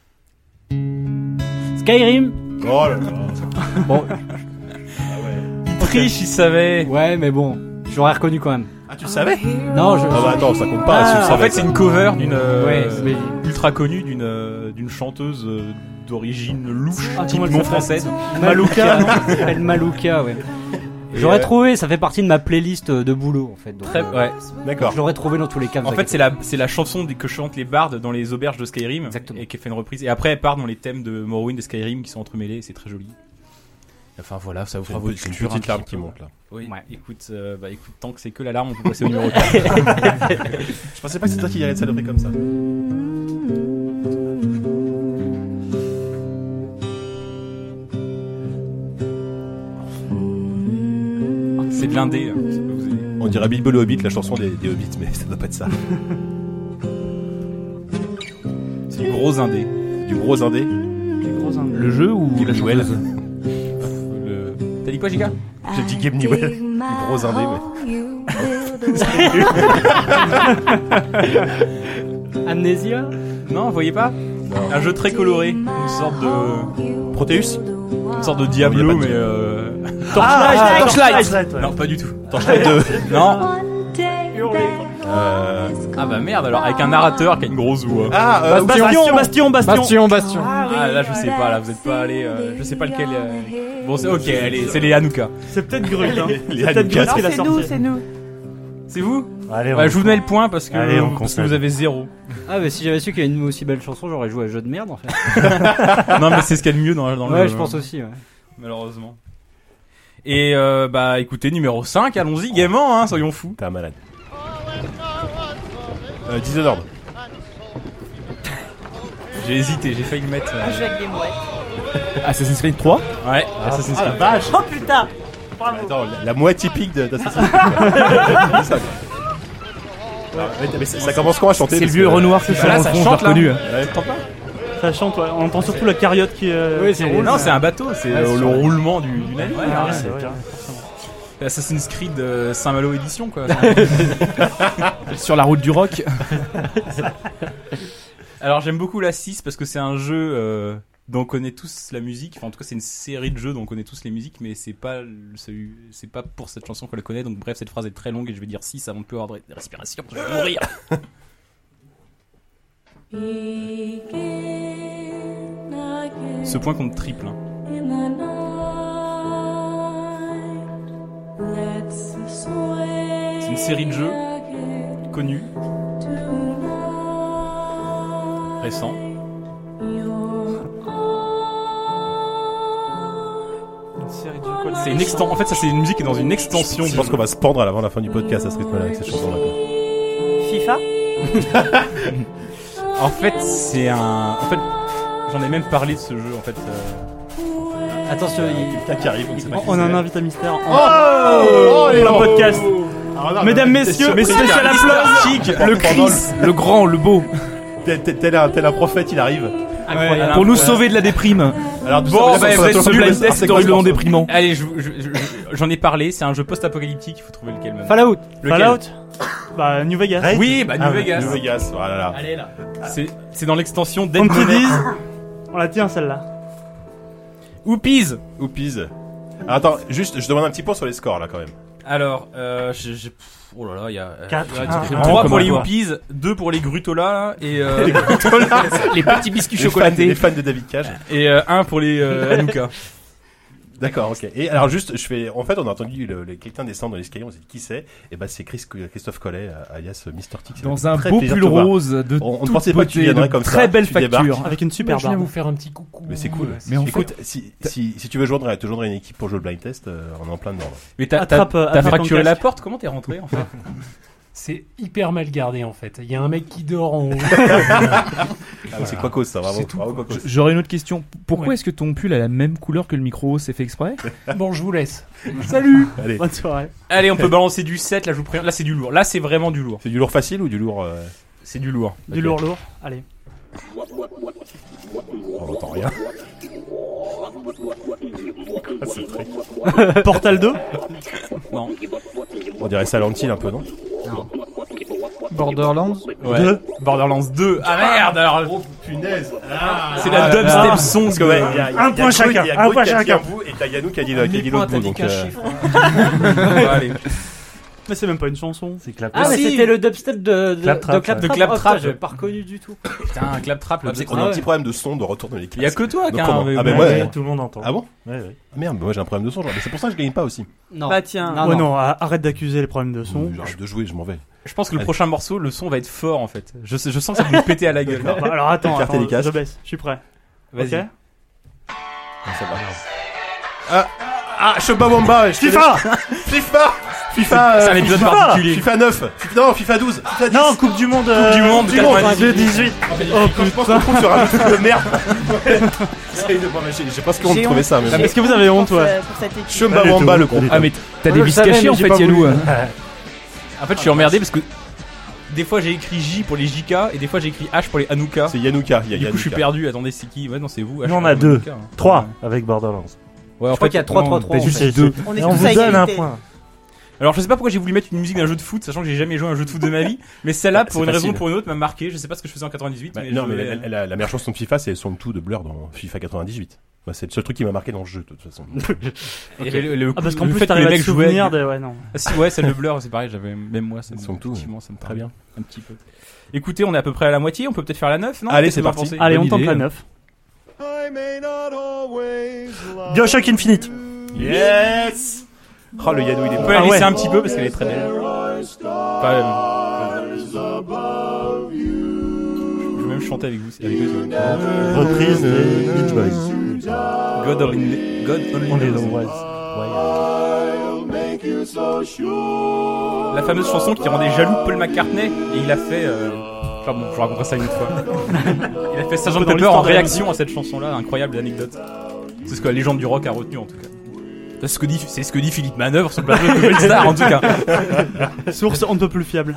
Skyrim. Oh là là. Bon, Triche, il savait. ouais, mais bon. J'aurais reconnu quand même. Ah, tu le savais? Non, je. Ah bah attends, ça compte pas. Ah, si tu le En savais. fait, c'est une cover d'une euh, Ouais, mais. ultra connue d'une euh, d'une chanteuse euh, d'origine louche, Ah, type comment elle non s'appelle française. Malouka, non Elle s'appelle Malouka, ouais. Et, J'aurais euh, trouvé, ça fait partie de ma playlist de boulot en fait. Donc, Très, euh, ouais. D'accord. Je l'aurais trouvé dans tous les cas. En fait, c'est la c'est la chanson des- que chantent les bardes dans les auberges de Skyrim. Exactement. Et qui fait une reprise. Et après, elle part dans les thèmes de Morrowind et Skyrim qui sont entremêlés. Et c'est très joli. Enfin voilà, ça vous C'est fera une, votre c'est une culture. petite un larme petit qui peu. monte là. Oui. Ouais. Écoute, euh, bah écoute, tant que c'est que l'alarme, on peut passer au numéro quatre. Je pensais pas que c'était toi qui allais être saloperie comme ça. C'est blindé. Là. C'est pas vous avez- On dirait Bilbo le Hobbit, la chanson des, des Hobbits, mais ça doit pas être ça. C'est du gros indé. Du gros indé. Les gros indés. Le jeu ou la Newell. chanteuse? Le... T'as dit quoi, Jika? J'ai dit Game Newell. Du gros indé, mais. Amnesia. Non, vous voyez pas? Un jeu très coloré, une sorte de Proteus. une sorte de Ah, mais Diablo, y a pas de- mais euh... Ah, Torchlight. Torchlight, ouais. Non, pas du tout. Torchlight deux. Non. Euh... Ah bah merde, alors avec un narrateur qui a une grosse voix. Ah, euh, Bastion, Bastion, Bastion, Bastion. Bastion, Bastion. Ah là, je sais pas, là, vous êtes pas allé. Euh, je sais pas lequel. euh... Bon, c'est ok, allez, c'est les Hanukkah. C'est peut-être Grut, hein. Les C'est peut-être Hanukkah. Grut Non, qui l'a c'est nous, sorti. c'est nous. C'est vous? Allez, Bah, on- je vous mets le point parce que, Allez, on parce que concède. vous avez zéro. Ah, mais si j'avais su qu'il y avait une aussi belle chanson, j'aurais joué à jeu de merde en fait. Non, mais c'est ce qu'il y a de mieux dans, dans le Ouais, je pense aussi. Ouais. malheureusement. Et euh, bah écoutez, numéro cinq, allons-y gaiement, hein, soyons fous. T'es un malade. Euh, Dishonored. J'ai hésité, j'ai failli le mettre. euh, Un jeu avec des mouettes. Assassin's Creed trois. Ouais, Assassin's Ah la Creed. vache. Oh putain. Bravo. Attends, la, la mouette typique de- d'Assassin's Creed. C'est ça, quoi. Ah, ouais, mais ça, ça commence quand à chanter C'est le parce vieux que- Renoir qui Bah chante là, dans ça le fond, je l'ai chante, là. reconnu. hein. Ouais, t'entends pas Ça chante, ouais. On entend surtout la carriote qui, euh, Oui, qui c'est- roule. Non, c'est un bateau, c'est Ouais, euh, c'est le vrai. roulement du, du navire. Ouais, Ouais, ouais, ouais. c'est vrai, forcément. Assassin's Creed euh, Saint-Malo édition quoi. Sur la route du rock. Alors j'aime beaucoup la six parce que c'est un jeu euh, dont on connaît tous la musique. Enfin en tout cas c'est une série de jeux dont on connaît tous les musiques, mais c'est pas le- celui- c'est pas pour cette chanson qu'on la connaît. Donc bref, cette phrase est très longue et je vais dire six avant de pouvoir avoir de respiration. Je vais mourir. Ce point compte triple. Hein. C'est une série de jeux connus, récents. Une série de jeux connus. C'est une extension. En fait, ça c'est une musique qui est dans une extension. Je pense qu'on va se pendre avant la fin du podcast à ce rythme-là avec cette chanson-là. quoi. FIFA. En fait, c'est un. En fait, j'en ai même parlé de ce jeu. En fait, euh... Attention, il... Quelqu'un qui arrive, on ne sait pas qui On a c'est. un invité mystère. Oh, oh, plein oh, podcast. Ah, non, Mesdames, mais- messieurs, t'es mais surpris, spécial t'es un applause. mystique. Le Chris, le grand, le beau. Tel, tel, tel un, tel un prophète, il arrive. Incroyable. Pour nous sauver de la déprime. Alors, Bon, ça, bah, ça, ça, vous ça, êtes ça, sur ça, Blind ça, Test, c'est C'est quoi le horriblement morceau déprimant. Allez, je, je- je- j'en ai parlé. C'est un jeu post-apocalyptique. Il faut trouver lequel même. Fallout. Lequel Fallout. Bah New Vegas. Raid. Oui, bah New Ah ouais, Vegas. New Vegas, voilà là. Allez là. C'est c'est dans l'extension Dead On te Money. dise. On la tient celle-là. Oopies. Oopies. Alors, attends, juste, je demande un petit point sur les scores là quand même. Alors, euh, j'ai, j'ai- pff, oh là là, il y a euh, Quatre. il y a- Ah, j'ai ah, trois comme pour un les toit. Oopies, deux pour les Grutolas là, et euh, Les petits biscuits Les fans, chocolatés. les fans de David Cage. et euh, un pour les euh, Hanukkah. D'accord, ok. Et alors juste, je fais, en fait, on a entendu le, le- quelqu'un descendre dans l'escalier, on s'est dit qui c'est. Et bah c'est Chris, Christophe Collet, euh, alias Mister T. qui Dans fait un très beau plaisir de pull te voir. rose de On- on ne toute pensait pas que tu beauté, viendrais de comme ça. très belle Tu débarques. facture. Avec une super Moi, je viens barbe. vous faire un petit coucou. Mais c'est cool. Euh, Mais en Écoute, si, si, si tu veux joindre, te joindre à une équipe pour jouer le blind test, euh, on est en plein dedans. là. Mais t'as, Attrape, t'as, euh, t'as attrape ton fracturé la casque. porte, comment t'es rentré en fait? c'est hyper mal gardé en fait. Il y a un mec qui dort en haut. Ah, c'est quoi cause ça, bravo. C'est tout. Bravo, Quacos. J'aurais une autre question. Pourquoi Ouais. est-ce que ton pull a la même couleur que le micro? C'est fait exprès? Bon, je vous laisse. Salut. Allez, Bonne soirée. Allez, on peut balancer du sept, là je vous préviens. Là c'est du lourd. Là c'est vraiment du lourd. c'est du lourd facile ou du lourd euh... C'est du lourd. Du Ok. lourd lourd. Allez. On n'entend rien. Ah, c'est très- Portal deux. Non. On dirait Silent Hill un peu, non? Borderlands. Ouais. Deux. Borderlands deux. Ah merde alors. Punaise. C'est la dubstep son. Parce que ouais, il y a, il y a- Un il y a point Grut- chacun, il y a un Grut point qui a dit chacun. un bout et t'as Yannou qui a dit le- qui a dit Mes l'autre points, bout. t'as dit Donc, qu'un euh, chiffre. Allez. Mais c'est même pas une chanson. C'est clap. Ah, mais si. c'était le dubstep de, de, Claptrap, de Claptrap. de Claptrap. Oh, putain, j'avais pas reconnu du tout. Putain, un claptrap là. c'est qu'on a Ah un ouais. petit problème de son de retour dans les Il y a classes. que toi qui Donc, a comment un. Ah, ben, Ouais, ouais. ouais, tout le monde entend. Ah bon? Ouais, ouais. Ah merde, moi j'ai un problème de son, genre. Mais c'est pour ça que je gagne pas aussi. Non. Bah tiens. Non, Ouais, non. non, a- arrête d'accuser les problèmes de son. J'arrête de jouer, je m'en vais. Je pense que le Allez. prochain morceau, le son va être fort en fait. Je, sais- je sens que ça va nous péter à la gueule. Bah, alors attends, Écartez attends les casques. je baisse. Je suis prêt. Vas-y. Ok. Ah, ça va. Ah, ah, Chobabamba, FIFA. FIFA, FIFA, C'est un euh, épisode FIFA, particulier. FIFA neuf, FIFA- non, FIFA douze, FIFA dix. Non, Coupe du Monde. euh, du Monde, du monde. quatre-vingt-dix. deux dix-huit. Oh putain, je pense qu'on trouve sur un truc de merde. Essaye de pas mâcher, j'ai pas ce qu'on J'ai trouver honte. ça, mais J'ai bon. Est-ce que vous avez honte, pour ouais ce- pour cette équipe. Chobabamba, le groupe. Ah, mais t'as Moi, des je vis le savais, cachés en mais j'ai fait, pas Yannou. voulu. En fait, je suis emmerdé parce que des fois j'ai écrit J pour les J K et des fois j'ai écrit H pour les Hanukkah. C'est Yanouka, il y a Du coup, je suis Yanouka. perdu. Attendez, c'est qui? Ouais, non, c'est vous. H, Nous, on euh, a deux. Hanukkah, hein. Trois avec Borderlands. Ouais, en Je crois fait, qu'il y a trois, trois, trois. t'as en juste fait. deux. On est Et on tous vous à donne un égalité. point. Alors, je sais pas pourquoi j'ai voulu mettre une musique d'un jeu de foot, sachant que j'ai jamais joué à un jeu de foot de ma vie. Mais celle-là, Bah, pour c'est une raison facile. ou pour une autre, m'a marqué. Je sais pas ce que je faisais en quatre-vingt-dix-huit. Bah, mais non, je- mais la, la, la meilleure chanson de FIFA, c'est Song deux de Blur dans FIFA quatre-vingt-dix-huit. Bah, c'est le seul truc qui m'a marqué dans le jeu, de toute façon. Il y avait le, le, Ah, parce qu'en le plus fait que t'arrives les à te mecs jouaient. souvenir avec- de. Ouais, non. Ah, si, ouais, celle de Blur, c'est pareil. J'avais même moi, ça me Song deux, effectivement, ça me Très parle bien. un petit peu. Écoutez, on est à peu près à la moitié. On peut peut-être faire la neuf, non? Allez, Qu'est-ce c'est que vous en parti. pensez Allez, Bonne on tente idée. la neuf. Bioshock Infinite. Yes! Oh, le Yannou, il est On bon. peut la Ah laisser ouais. un petit peu parce qu'elle est très belle. Pas, euh, Je vais même chanter avec vous. Avec eux. Reprise des Beach Boys. God only, God only On est knows. dans La fameuse chanson qui rendait jaloux Paul McCartney et il a fait. Euh... Enfin bon, je vous raconterai ça une autre fois. Il a fait sergent Dans Pepper l'histoire en de la réaction à cette chanson-là, incroyable anecdote. C'est ce que la légende du rock a retenu en tout cas. C'est ce que dit, c'est ce que dit Philippe Manœuvre sur le plateau de Nouvelle Star en tout cas. Source on ne peut plus fiable.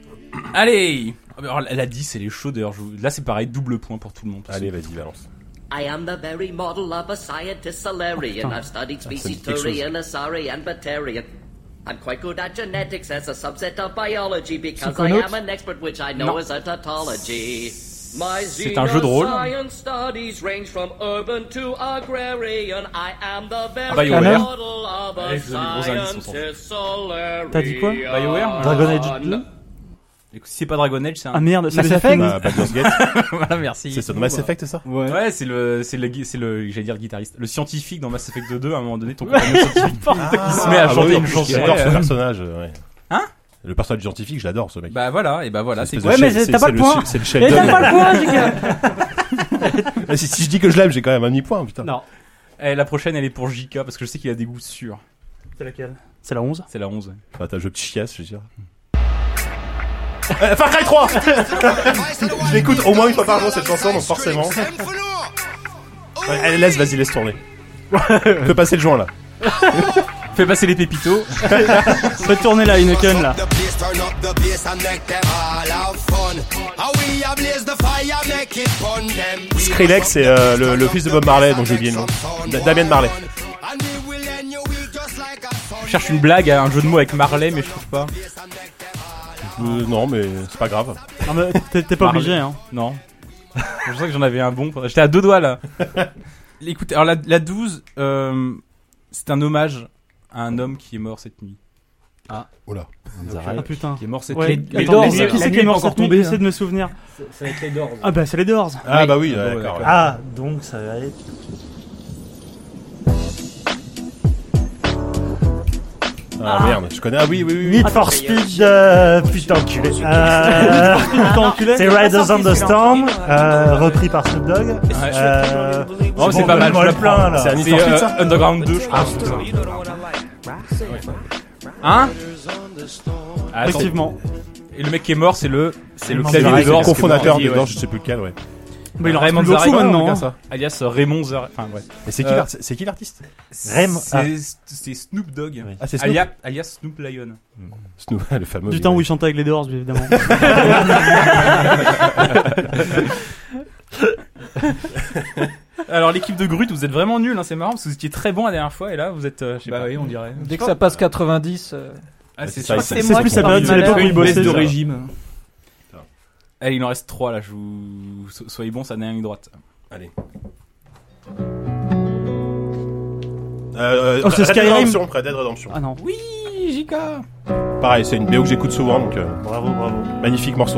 Allez, alors, la dix, c'est les chaudeurs. Je vous- Là, c'est pareil, double point pour tout le monde. Allez, vas-y, balance. I am the very model of a scientist Solarian. I've studied species Turian, Asari, and Batarian. I'm quite good at genetics as a subset of biology because I am an expert which I know is a tautology. My C'est un jeu de rôle. science studies range from urban to agrarian. I am the very BioWare. model of a Allez, je vous donne des gros indices, on s'en fout. scientist Solarian. T'as dit quoi? BioWare. Dragon Age deux. Écoute, si c'est pas Dragon Age, c'est un. Ah merde, c'est Mass déjà Effect fini. Bah, Baldur's Gate. Voilà, merci. C'est ça, Mass Effect, c'est ça? Ouais. Ouais, c'est le, c'est le, gui- c'est le, j'allais dire le guitariste, le scientifique dans Mass Effect deux. À un moment donné, ton compagnon scientifique, il se met à Ah, chanter oui, en une plus, chanson. J'adore ce Ouais. personnage, ouais. Hein? Le personnage scientifique, je l'adore, ce mec. Bah voilà, et bah voilà, c'est Espèce quoi? de Ouais, mais Shel- t'as pas c'est le point. C'est le Et Sheldon. t'as pas le point, J K. Ah, si, si je dis que je l'aime, j'ai quand même un demi-point, putain. Non. Eh, la prochaine, elle est pour J K parce que je sais qu'il a des goûts sûrs. C'est laquelle? C'est la onze. C'est la onze. Ouais. Enfin, t'as un jeu de chiasse, je veux dire. Euh, Far Cry trois. Je l'écoute au moins une fois par jour cette chanson, donc forcément. Ouais, allez, laisse, vas-y, laisse tourner. Fais passer le joint là. Fais passer les pépitos. Fais tourner la Heineken là. Skrillex, c'est euh, le, le fils de Bob Marley, donc j'ai oublié le nom. Da- Damien Marley. Je cherche une blague à un jeu de mots avec Marley, mais je trouve pas. Euh, non, mais c'est pas grave. Non mais t'es, t'es pas Marley. obligé hein. Non. Je pensais que j'en avais un bon. J'étais à deux doigts là. Écoute, alors la, la douze, euh, c'est un hommage à un homme qui est mort cette nuit. Oula. Ah putain. Qui est mort cette Ouais. nuit. Attends, Doors, qui c'est la qui nuit est est mort pas cette encore nuit? tombée, J'essaie de me souvenir. Ça va être les Doors. Ah bah c'est les Doors. Ah Oui. bah oui, Ouais, d'accord. d'accord. ouais. Ah, donc ça va être. Ah merde, je connais. Ah oui, oui, oui. oui. Need for Speed, euh, putain enculé. Euh, Putain enculé. c'est Riders on the Storm, euh, repris par Snoop Dogg. Euh, Oh, c'est bon, pas mal. donne-moi je le la plein, prends. là. C'est un Need C'est for Speed, euh, ça Underground deux, je crois. c'est ça. Hein? Ah, attends. Effectivement. Et le mec qui est mort, c'est le, c'est le Manzarek, clavier C'est des le Doors. cofondateur qui est des mort, Doors, ouais. je sais plus lequel, ouais. Mais il en Raymond reste plus Zarek, beaucoup maintenant. ouais, hein. ça. Alias Raymond Zarek. Enfin, ouais. Et c'est qui Euh, l'artiste C'est qui l'artiste Raymond- C'est ah. c'est Snoop Dogg. Oui. Ah, c'est Snoop. Alias, alias Snoop Lion. Snoop, le fameux. Du temps où il chantait avec les Doors évidemment. Alors l'équipe de Grut, vous êtes vraiment nuls, hein, c'est marrant parce que vous étiez très bon la dernière fois et là vous êtes, euh, je sais Bah pas. oui, on dirait. Dès que ça passe quatre-vingt-dix, euh, Ah, c'est ça, sûr. c'est- C'est plus la période de l'époque où il Une baisse bossait. de ça. régime. Allez, il en reste trois là. Je vous so- soyez bons, ça n'a ligne droite. Allez. Euh, Oh, c'est Red Dead Skyrim. Redemption, Red Dead Redemption. Ah non. Oui, J K. Pareil, c'est une B O que j'écoute souvent, donc euh, Bravo, bravo. magnifique morceau.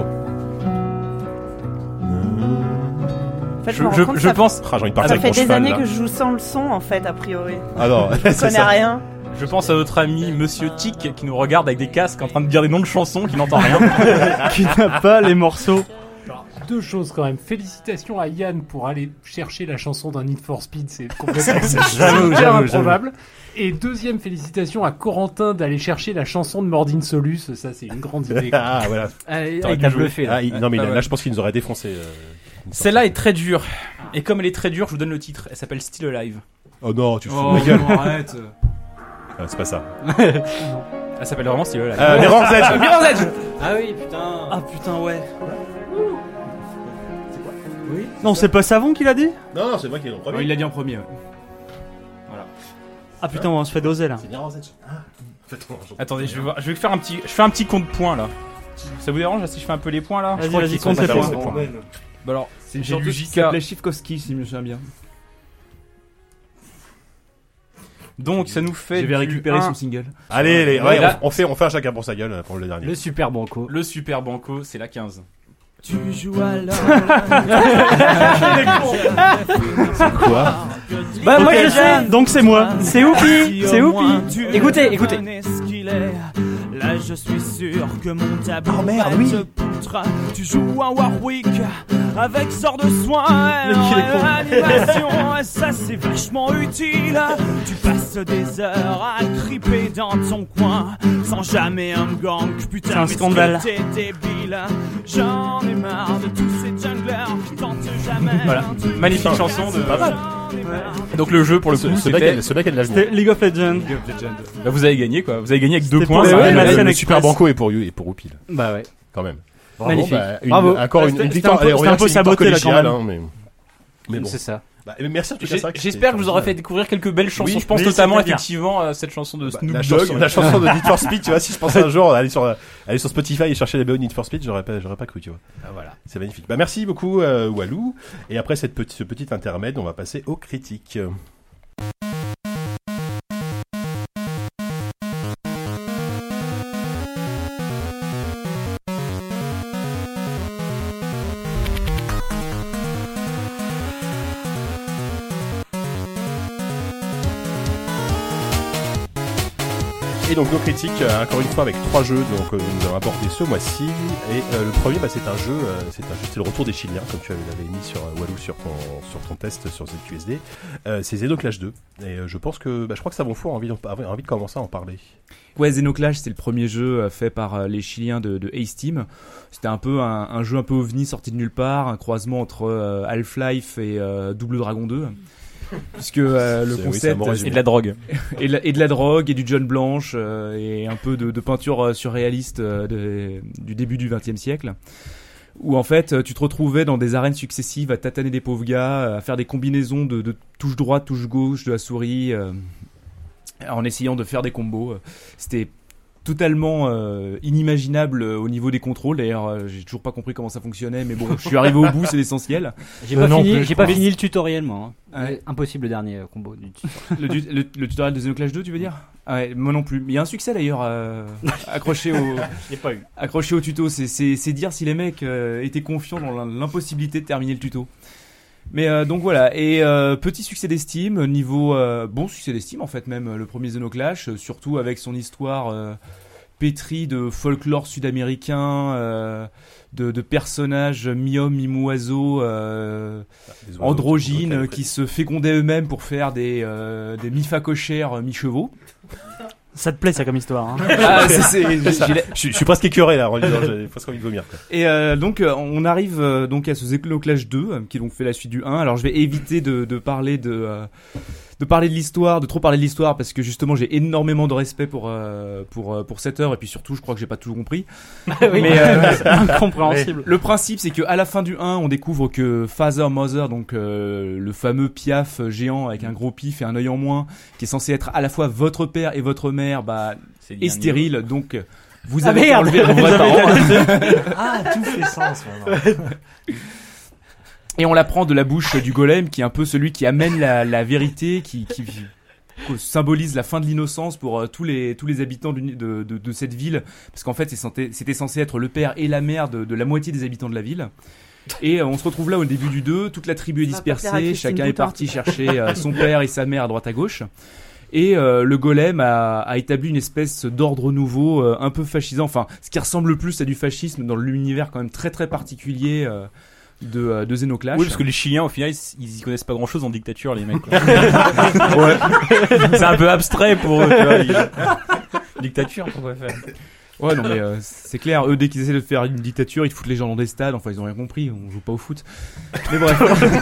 En fait, Je, je, me rends je, compte, je ça, pense, Ah, j'ai envie de ça partir avec fait mon des cheval, années là. que je joue sans le son, en fait, a priori. Ah non, Je c'est connais ça. rien. je pense à notre ami Monsieur Tic qui nous regarde avec des casques en train de dire des noms de chansons qui n'entend rien. Qui n'a pas les morceaux. Deux choses quand même. Félicitations à Yann pour aller chercher la chanson d'un Need for Speed, c'est complètement J'avoue, hyper j'avoue, improbable. Et deuxième félictation à Corentin d'aller chercher la chanson de Mordine Solus, ça c'est une grande idée. Ah voilà. Avec T'aurais la pu jouer. bluffée, là. Ah, il- non mais Ah, là, ouais. là, je pense qu'il nous aurait défoncé. euh, une sorte. Celle-là est très dure. Et comme elle est très dure, je vous donne le titre. Elle s'appelle Still Alive. Oh non, tu fous Oh, ma gueule. non, arrête. Ah, c'est pas ça. Elle s'appelle vraiment Still Alive. Euh, Mirror's Edge. Mirror's Edge. Ah oui, putain. Ah putain ouais. Oui. Non, c'est pas Savon qui l'a dit. Non, non, c'est moi qui ai le Ouais, premier. il l'a dit en premier. Ouais. Ah putain, on se fait doser là. C'est Mirror's Edge. Ah. En fait, non, j'en- Attendez, je vais voir. Je vais faire un petit. Je fais un petit compte points là. Ça vous dérange là, si je fais un peu les points là? Vas-y, Je crois vas-y, qu'ils sont compte tes pas points. ces points. Bah alors, C'est une j'ai lu chanteuse qui J K. s'appelait Chifkowski, si je me souviens bien. Donc ça nous fait. J'avais du récupéré un. son single. Allez, les, Ouais, ouais, là- on, on fait, on fait un chacun pour sa gueule euh, pour le dernier. Le super banco. Le Super Banco, c'est la quinze. Tu joues à la. Quoi Bah moi Ok, je sais. Donc c'est moi. C'est Oupi. C'est Oupi. Écoutez, écoutez. Là je suis sûr que mon tableau Oh, merde, va oui. te poutre. Tu joues à Warwick avec sort de soin et Mais qu'il est con. animation. Et ça c'est vachement utile. Tu passes des heures à criper dans ton coin sans jamais un gang. Putain, C'est un mais scandale. T'es débile. J'en ai marre de tous ces junglers qui tentent jamais. Voilà. un truc. Magnifique chanson de. Pas mal. Donc le jeu pour le Ce, coup, ce mec, c'était. a- ce mec a de l'avenir. C'était League of Legends. Bah, vous avez gagné quoi. Vous avez gagné avec deux C'était points. pour ça les- va. ouais, le, Martian le Express. Super Banco est pour you et pour Oupil, Bah ouais. quand même. Magnifique. bah, une- Bravo. Encore Ouais, une, c'était- une c'était victoire. un peu- Allez, on c'était un regarde, peu c'est une victoire saboté, là, quand collégiale, même. hein, mais. Mais bon. C'est ça. Bah, merci en tout cas. J'ai- c'est vrai que J'espère que c'était je vous aurai original. fait découvrir quelques belles chansons. Oui, je pense oui, notamment c'était bien. effectivement à cette chanson de Bah, Snoop la Dogg. chanson, la chanson de Need for Speed, tu vois, si je pensais un jour aller sur, aller sur Spotify et chercher les B O Need for Speed, j'aurais pas, j'aurais pas cru, tu vois. Ah, voilà. C'est magnifique. Bah, merci beaucoup, euh, Walou. Et après cette petite, ce petit intermède, on va passer aux critiques. Et donc nos critiques, euh, encore une fois avec trois jeux donc euh, nous avons abordé ce mois-ci. Et euh, le premier, bah, c'est un jeu, euh, c'est un jeu, c'est le retour des Chiliens, comme tu l'avais mis sur euh, Walou sur ton sur ton test sur Z Q S D. Euh, c'est Xenoclash deux. Et euh, je pense que, bah, je crois que Savonfou a envie, a envie de commencer à en parler. Ouais, Xenoclash, c'est le premier jeu euh, fait par euh, les Chiliens de, de Ace Team. C'était un peu un, un jeu un peu ovni sorti de nulle part, un croisement entre euh, Half-Life et euh, Double Dragon deux. Puisque euh, le C'est- concept oui, c'est Et de la drogue. et, de la, et de la drogue et du John Blanche euh, et un peu de, de peinture euh, surréaliste euh, de- du début du vingtième siècle, où en fait euh, tu te retrouvais dans des arènes successives à tataner des pauvres gars, à faire des combinaisons de, de touche droite, touche gauche de la souris, euh, en essayant de faire des combos. C'était totalement euh, inimaginable euh, au niveau des contrôles. D'ailleurs, euh, j'ai toujours pas compris comment ça fonctionnait, mais bon, je suis arrivé au bout, c'est l'essentiel. J'ai Euh, pas non fini, plus, je j'ai pas crois. fini le tutoriel moi. hein. Ouais. Impossible le dernier euh, combo du tutoriel. Le, du- le- le tutoriel de Xenoclash deux, tu veux dire? Ah ouais, moi non plus. Mais il y a un succès d'ailleurs euh, accroché au J'ai pas eu. accroché au tuto. C'est c'est c'est dire si les mecs euh, étaient confiants dans l'im- l'impossibilité de terminer le tuto. Mais euh, donc voilà, et euh, petit succès d'estime, niveau euh, bon succès d'estime en fait même, euh, le premier Xenoclash, euh, surtout avec son histoire euh, pétrie de folklore sud-américain, euh, de, de personnages mi-homme, mi-oiseau, euh, Les oiseaux, androgynes, tu vois, euh, qui se fécondaient eux-mêmes pour faire des, euh, des mi-facochères, euh, mi-chevaux. Ça te plaît ça comme histoire hein. Ah, c'est- c'est- j'ai- Ça, j'ai la- je, suis- je suis presque écœuré là, en lisant, j'ai presque envie de vomir. Quoi. Et euh, donc euh, on arrive euh, donc à ce Xenoclash deux euh, qui donc fait la suite du un. Alors je vais éviter de, de parler de euh, de parler de l'histoire, de trop parler de l'histoire parce que justement j'ai énormément de respect pour euh, pour euh, pour cette œuvre et puis surtout je crois que j'ai pas tout compris. Oui. Mais euh, C'est incompréhensible. le principe c'est que à la fin du un, on découvre que Father Mother, donc euh, le fameux piaf géant avec un gros pif et un œil en moins, qui est censé être à la fois votre père et votre mère, bah C'est est stérile, donc vous Ah, avez merde, enlevé vos vous vrais avez parents. Ah, tout fait sens maintenant. Et on l'apprend de la bouche du golem, qui est un peu celui qui amène la, la vérité, qui, qui symbolise la fin de l'innocence pour euh, tous les tous les habitants du- de, de, de cette ville, parce qu'en fait c'est censé- c'était censé être le père et la mère de, de la moitié des habitants de la ville. Et euh, on se retrouve là au début du deux, toute la tribu est Ça va pas plaire à dispersée, Christine chacun est Boutin. parti chercher euh, son père et sa mère à droite à gauche. Et euh, le golem a, a établi une espèce d'ordre nouveau, euh, un peu fascisant, enfin ce qui ressemble le plus à du fascisme dans l'univers quand même très très particulier euh, de, euh, de Xenoclash. Oui, parce que les Chiliens, au final, ils, ils y connaissent pas grand chose en dictature, les mecs. quoi. Ouais. C'est un peu abstrait pour eux, tu vois. ils- Dictature, pourquoi faire? Ouais, non, mais euh, c'est clair, eux, dès qu'ils essaient de faire une dictature, ils te foutent les gens dans des stades, enfin, ils ont rien compris, on joue pas au foot. Mais bref.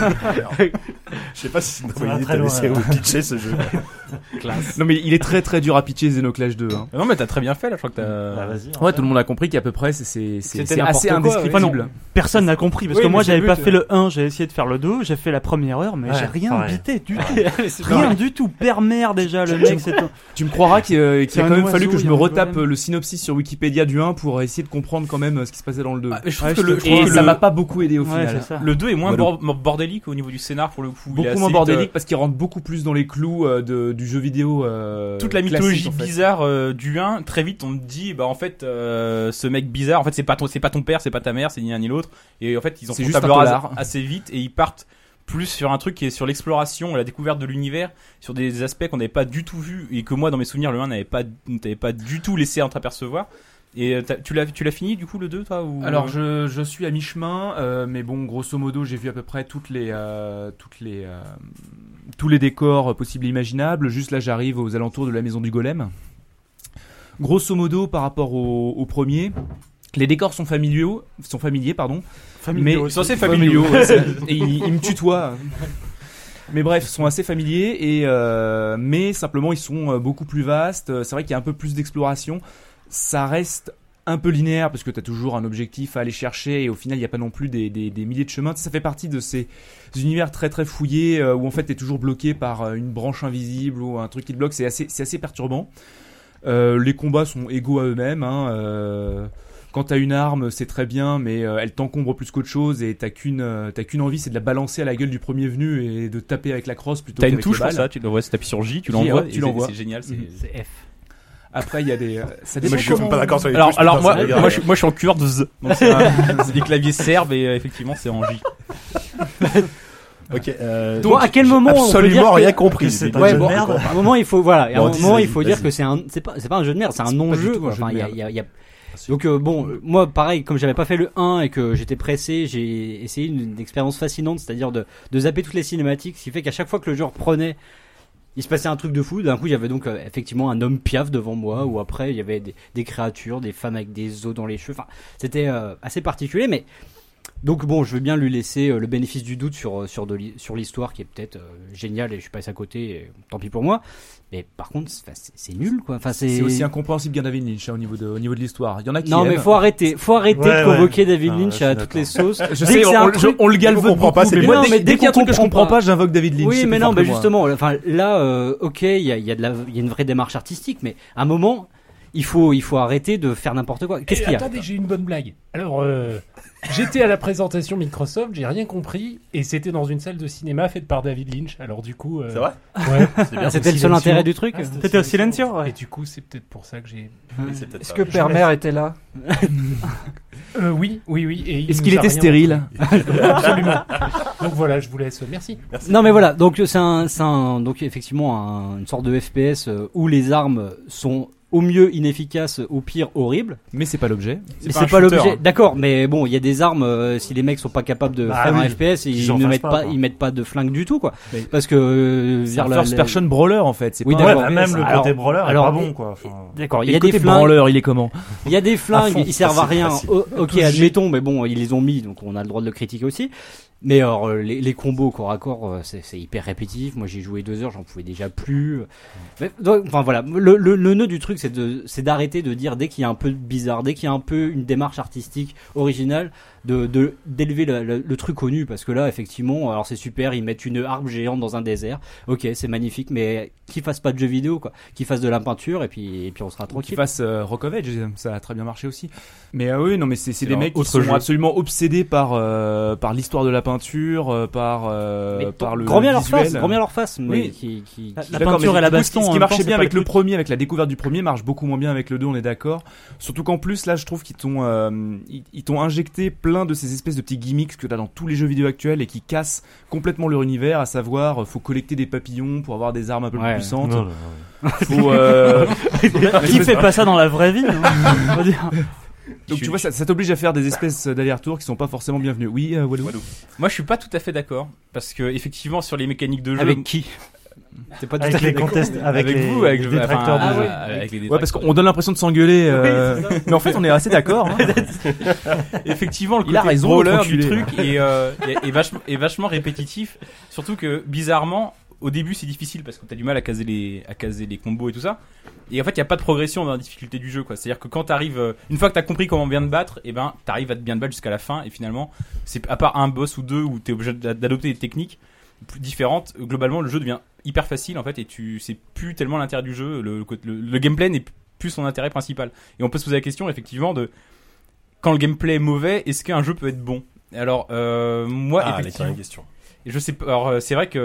Je sais pas si c'est une Ça bonne va idée très de loin, laisser là. au pitcher ce jeu. Classe. Non, mais il est très très dur à pitcher, Xenoclash deux. Hein. Non, mais t'as très bien fait, là, je crois que t'as. Bah, vas-y. en Ouais, fait. tout le monde a compris qu'à peu près, c'est, c'est, c'est, C'était c'est assez n'importe quoi, indescriptible. ouais. Personne n'a compris parce Oui, que mais moi c'est j'avais le pas but. fait le un, j'ai essayé de faire le deux, j'ai fait la première heure mais Ouais, j'ai rien pareil. bité du tout. Rien du tout, père-mère déjà le mec c'est Tu me croiras qu'il, euh, qu'il C'est a un quand même oiseau, fallu que il je y a me un retape golem. euh, le synopsis sur Wikipédia du un pour essayer de comprendre quand même euh, ce qui se passait dans le deux. Ah, mais je trouve Ouais, que je le, te je trouve Et que ça le- m'a pas beaucoup aidé au Ouais, final. c'est ça. le deux est moins Voilà. bor- bordélique au niveau du scénar pour le coup. Il est Beaucoup assez moins vite, bordélique euh, parce qu'il rentre beaucoup plus dans les clous euh, de, du jeu vidéo. Euh, toute la classique, mythologie en fait. bizarre euh, du un, très vite on te dit bah en fait euh, ce mec bizarre en fait c'est pas ton c'est pas ton père, c'est pas ta mère, c'est ni l'un ni l'autre et en fait ils ont C'est fait juste table un rase tolard. assez vite et ils partent plus sur un truc qui est sur l'exploration, la découverte de l'univers, sur des aspects qu'on n'avait pas du tout vus et que moi dans mes souvenirs le un n'avait pas n'avait pas du tout laissé entreapercevoir. Et euh, t'as- tu l'as tu l'as fini du coup le deux toi ou Alors je, je suis à mi-chemin, euh, mais bon, grosso modo, j'ai vu à peu près toutes les, euh, toutes les, euh, tous les décors possibles et imaginables. Juste là, j'arrive aux alentours de la maison du golem. Grosso modo, par rapport au, au premier, les décors sont familiaux, sont familiers, pardon. familier mais aussi. censé familiaux. ouais, c'est- et ils, ils me tutoient. Mais bref, sont assez familiers et euh, mais simplement ils sont euh, beaucoup plus vastes. C'est vrai qu'il y a un peu plus d'exploration. Ça reste un peu linéaire parce que t'as toujours un objectif à aller chercher et au final il y a pas non plus des, des, des milliers de chemins. Ça fait partie de ces univers très très fouillés euh, où en fait t'es toujours bloqué par euh, une branche invisible ou un truc qui te bloque. C'est assez c'est assez perturbant. Euh, les combats sont égaux à eux-mêmes. Hein, euh, quand t'as une arme c'est très bien mais euh, elle t'encombre plus qu'autre chose et t'as qu'une euh, t'as qu'une envie c'est de la balancer à la gueule du premier venu et de taper avec la crosse plutôt T'as qu'avec une touche les balles. pour ça, tu l'envoies, t'appuies sur J, tu Qui, l'envoies, hop, tu et l'envoies. c'est génial. C'est, C'est F. Après il y a des euh, ça Moi, dépend je suis comment- pas d'accord sur les Alors, touches, alors putain, moi, c'est moi, grave. je, moi, je suis en cuir de Z. Donc c'est, un- c'est des claviers serbes et euh, effectivement, c'est en J. Ok. Euh, Bon, à quel moment on peut dire absolument que- rien compris. que c'est C'est un Ouais, jeu de bon, merde. à un moment il faut voilà, à Bon, un dis, moment vas-y, il faut vas-y. dire que c'est un c'est pas c'est pas un jeu de merde, c'est un C'est pas du non-jeu tout un quoi. jeu de Enfin, il y a, merde. il y a- il y a- donc euh, bon, euh, moi pareil, comme j'avais pas fait le un et que j'étais pressé, j'ai essayé une, une expérience fascinante, c'est-à-dire de, de zapper toutes les cinématiques, ce qui fait qu'à chaque fois que le jeu reprenait, il se passait un truc de fou. D'un coup, j'avais donc euh, effectivement un homme piaf devant moi, ou après il y avait des, des créatures, des femmes avec des os dans les cheveux. Enfin, c'était euh, assez particulier, mais donc bon, je veux bien lui laisser euh, le bénéfice du doute sur sur de l'hi- sur l'histoire qui est peut-être euh, géniale et je suis passé à côté. Et, tant pis pour moi. Mais par contre, c'est, c'est, c'est nul quoi. Enfin, c'est C'est aussi incompréhensible bien David Lynch hein, au niveau de au niveau de l'histoire. Il y en a qui non aiment. mais faut arrêter, faut arrêter Ouais, de convoquer ouais. David Ah, Lynch je suis à d'accord. toutes les sauces. Je Dès sais, que c'est on, un je- truc- on le galvaude on comprend beaucoup, pas, c'est mais des- moi, Non, dès, mais dès dès qu'il y a un qu'on truc que je comprend comprends pas- pas, j'invoque David Lynch. Oui, c'est mais plus non, simple mais pour moi. justement, enfin là, euh, ok, il y a, il y a de la, il y a une vraie démarche artistique, mais à un moment, il faut, il faut arrêter de faire n'importe quoi. Qu'est-ce Eh, qu'il y a Attendez, j'ai une bonne blague. Alors, euh, j'étais à la présentation Microsoft, j'ai rien compris, et c'était dans une salle de cinéma faite par David Lynch. Alors du coup, euh, C'est vrai ouais, C'est bien. C'était le seul Silencio. intérêt du truc. Ah, c'était T'étais au Silencio, Et ouais. du coup, c'est peut-être pour ça que j'ai. Oui, c'est peut-être Est-ce ça. que Père Mère était là? Euh, oui, oui, oui. Et il Est-ce nous qu'il a était rien stérile montré. Absolument. Donc voilà, je vous laisse. Merci. Non mais voilà, donc c'est un, c'est un, donc effectivement un- une sorte de F P S euh, où les armes sont au mieux inefficaces, au pire horribles. Mais c'est pas l'objet. Mais pas c'est un pas shooter, l'objet. hein. D'accord, mais bon, il y a des armes. euh, si les mecs sont pas capables de Bah faire un oui, F P S, qu'ils ils en ne fassent mettent pas, pas, quoi. ils mettent pas de flingue du tout, quoi. Mais- Parce que euh, C'est vers un la- first la- person brawler en fait. C'est Oui, pas Ouais, un d'accord. bah, même le Alors- côté brawler est alors, pas bon quoi. Enfin, D'accord, il Et y a le côté des flingues. brawler, il est comment? Il y a des flingues, À fond. ils servent à Facile, rien. facile. O- ok, Tous G. admettons, mais bon, ils les ont mis, donc on a le droit de le critiquer aussi. Mais alors, euh, les, les combos corps à corps, euh, c'est, c'est hyper répétitif. Moi, j'ai joué deux heures, j'en pouvais déjà plus. Mais, donc, enfin voilà, le, le, le nœud du truc, c'est de, c'est d'arrêter de dire dès qu'il y a un peu de bizarre, dès qu'il y a un peu une démarche artistique originale, de, de d'élever le, le, le truc au nu, parce que là, effectivement, alors c'est super, ils mettent une harpe géante dans un désert. Ok, c'est magnifique, mais qu'ils fassent pas de jeux vidéo, quoi, qu'ils fassent de la peinture, et puis, et puis on sera Qu'il tranquille. fasse euh, Rock of Age, ça a très bien marché aussi. Mais euh, oui, non, mais c'est, c'est C'est des leur mecs qui autre sont jeu. absolument obsédés par euh, par l'histoire de la peinture, euh, par euh, Mais par le grand bien leur visuel. face, grand bien leur face, mais Oui. qui, qui, qui- La D'accord, peinture mais et la du coup, baston, Ce en qui même marchait temps, bien c'est avec pas le le truc. premier, avec la découverte du premier, marche beaucoup moins bien avec le deux. On est d'accord. Surtout qu'en plus, là, je trouve qu'ils t'ont euh, ils, ils t'ont injecté plein de ces espèces de petits gimmicks que t'as dans tous les jeux vidéo actuels et qui cassent complètement leur univers. À savoir, euh, faut collecter des papillons pour avoir des armes un peu Ouais. plus puissantes. non, non, non. Faut euh, Qui fait pas ça dans la vraie vie, hein, on va dire. donc Je- tu vois, ça, ça t'oblige à faire des espèces d'allers-retours qui sont pas forcément bienvenus. Oui, euh, Walou. Walou. Moi, je suis pas tout à fait d'accord parce que effectivement, sur les mécaniques de jeu, Avec qui C'est pas tout à Avec fait les d'accord. contests, avec, avec les, vous, avec les le- détracteurs enfin, du jeu. euh, avec les Ouais, parce détracteurs. qu'on donne l'impression de s'engueuler, euh, mais en fait, on est assez d'accord. Hein. Effectivement, le Il a côté raison, brawler l'enculé. du truc est, euh, est, est vachement, est vachement répétitif. Surtout que, bizarrement, au début, c'est difficile parce que t'as du mal à caser les, à caser les combos et tout ça. Et en fait, il y a pas de progression dans la difficulté du jeu, quoi. C'est-à-dire que quand t'arrives, euh, une fois que t'as compris comment bien te battre, et ben, t'arrives à te bien te battre jusqu'à la fin. Et finalement, c'est à part un boss ou deux où t'es obligé d'a- d'adopter des techniques plus différentes, euh, globalement, le jeu devient hyper facile, en fait, et tu, c'est plus tellement l'intérêt du jeu. Le, le, le, le gameplay n'est plus son intérêt principal. Et on peut se poser la question, effectivement, de quand le gameplay est mauvais, est-ce qu'un jeu peut être bon? Alors, euh, moi, Ah, effectivement, les question. je sais pas. Alors, euh, c'est vrai que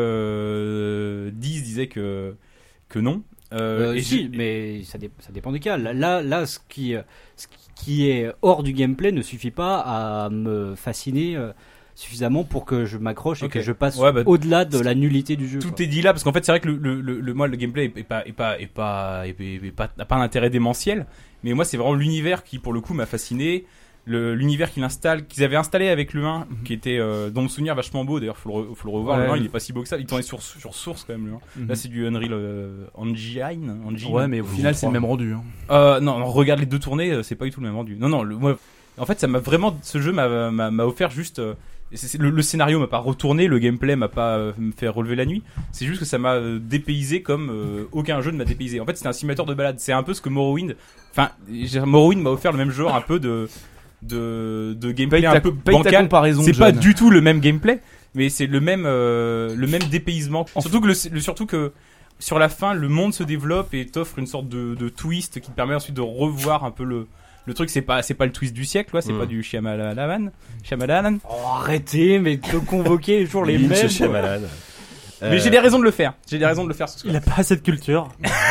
euh, Diz disait que que non. Euh, Euh, et si, j'ai- mais ça, dé- ça dépend du cas. Là, là, là, ce qui, euh, ce qui est hors du gameplay ne suffit pas à me fasciner euh, suffisamment pour que je m'accroche et Ok. que je passe Ouais, bah, au-delà de la nullité du jeu. Tout quoi. est dit là parce qu'en fait c'est vrai que le, le, le, le- moi le gameplay est, est pas est pas est pas est, est- est pas n'a pas un intérêt démentiel, mais moi c'est vraiment l'univers qui pour le coup m'a fasciné. Le, l'univers qu'il installe, qu'ils avaient installé avec le un, qui était euh, dans mon souvenir vachement beau. D'ailleurs, faut le, re- faut le revoir. Ouais. Le un, il est pas si beau que ça. Il tournait sur sur source quand même. Le un. Mhm. Là, c'est du Unreal euh, Engine. Engine. Ouais, mais au final, c'est le même rendu. Hein. Euh, non, non, regarde les deux tournées, euh, c'est pas du tout le même rendu. Non, non, le, moi, en fait, ça m'a vraiment, ce jeu m'a, m'a, m'a offert juste, euh, c'est, c'est, le, le scénario m'a pas retourné, le gameplay m'a pas euh, fait relever la nuit. C'est juste que ça m'a euh, dépaysé comme euh, aucun jeu ne m'a dépaysé. En fait, c'était un simulateur de balade. C'est un peu ce que Morrowind. Enfin, Morrowind m'a offert le même genre un peu de de de gameplay Paye un ta- peu paye ta bancal. comparaison, C'est pas John. du tout le même gameplay, mais c'est le même euh, le même dépaysement. Surtout que le, le surtout que sur la fin, le monde se développe et t'offre une sorte de, de twist qui te permet ensuite de revoir un peu le le truc. C'est pas c'est pas le twist du siècle, quoi. C'est Mm. pas du Shyamalan. Shyamalan. Oh, arrêtez, mais te convoquer toujours les Lynch, mêmes. Shyamalan. Mais Euh, j'ai des raisons de le faire. J'ai des raisons de le faire. Ce Il a pas assez de culture.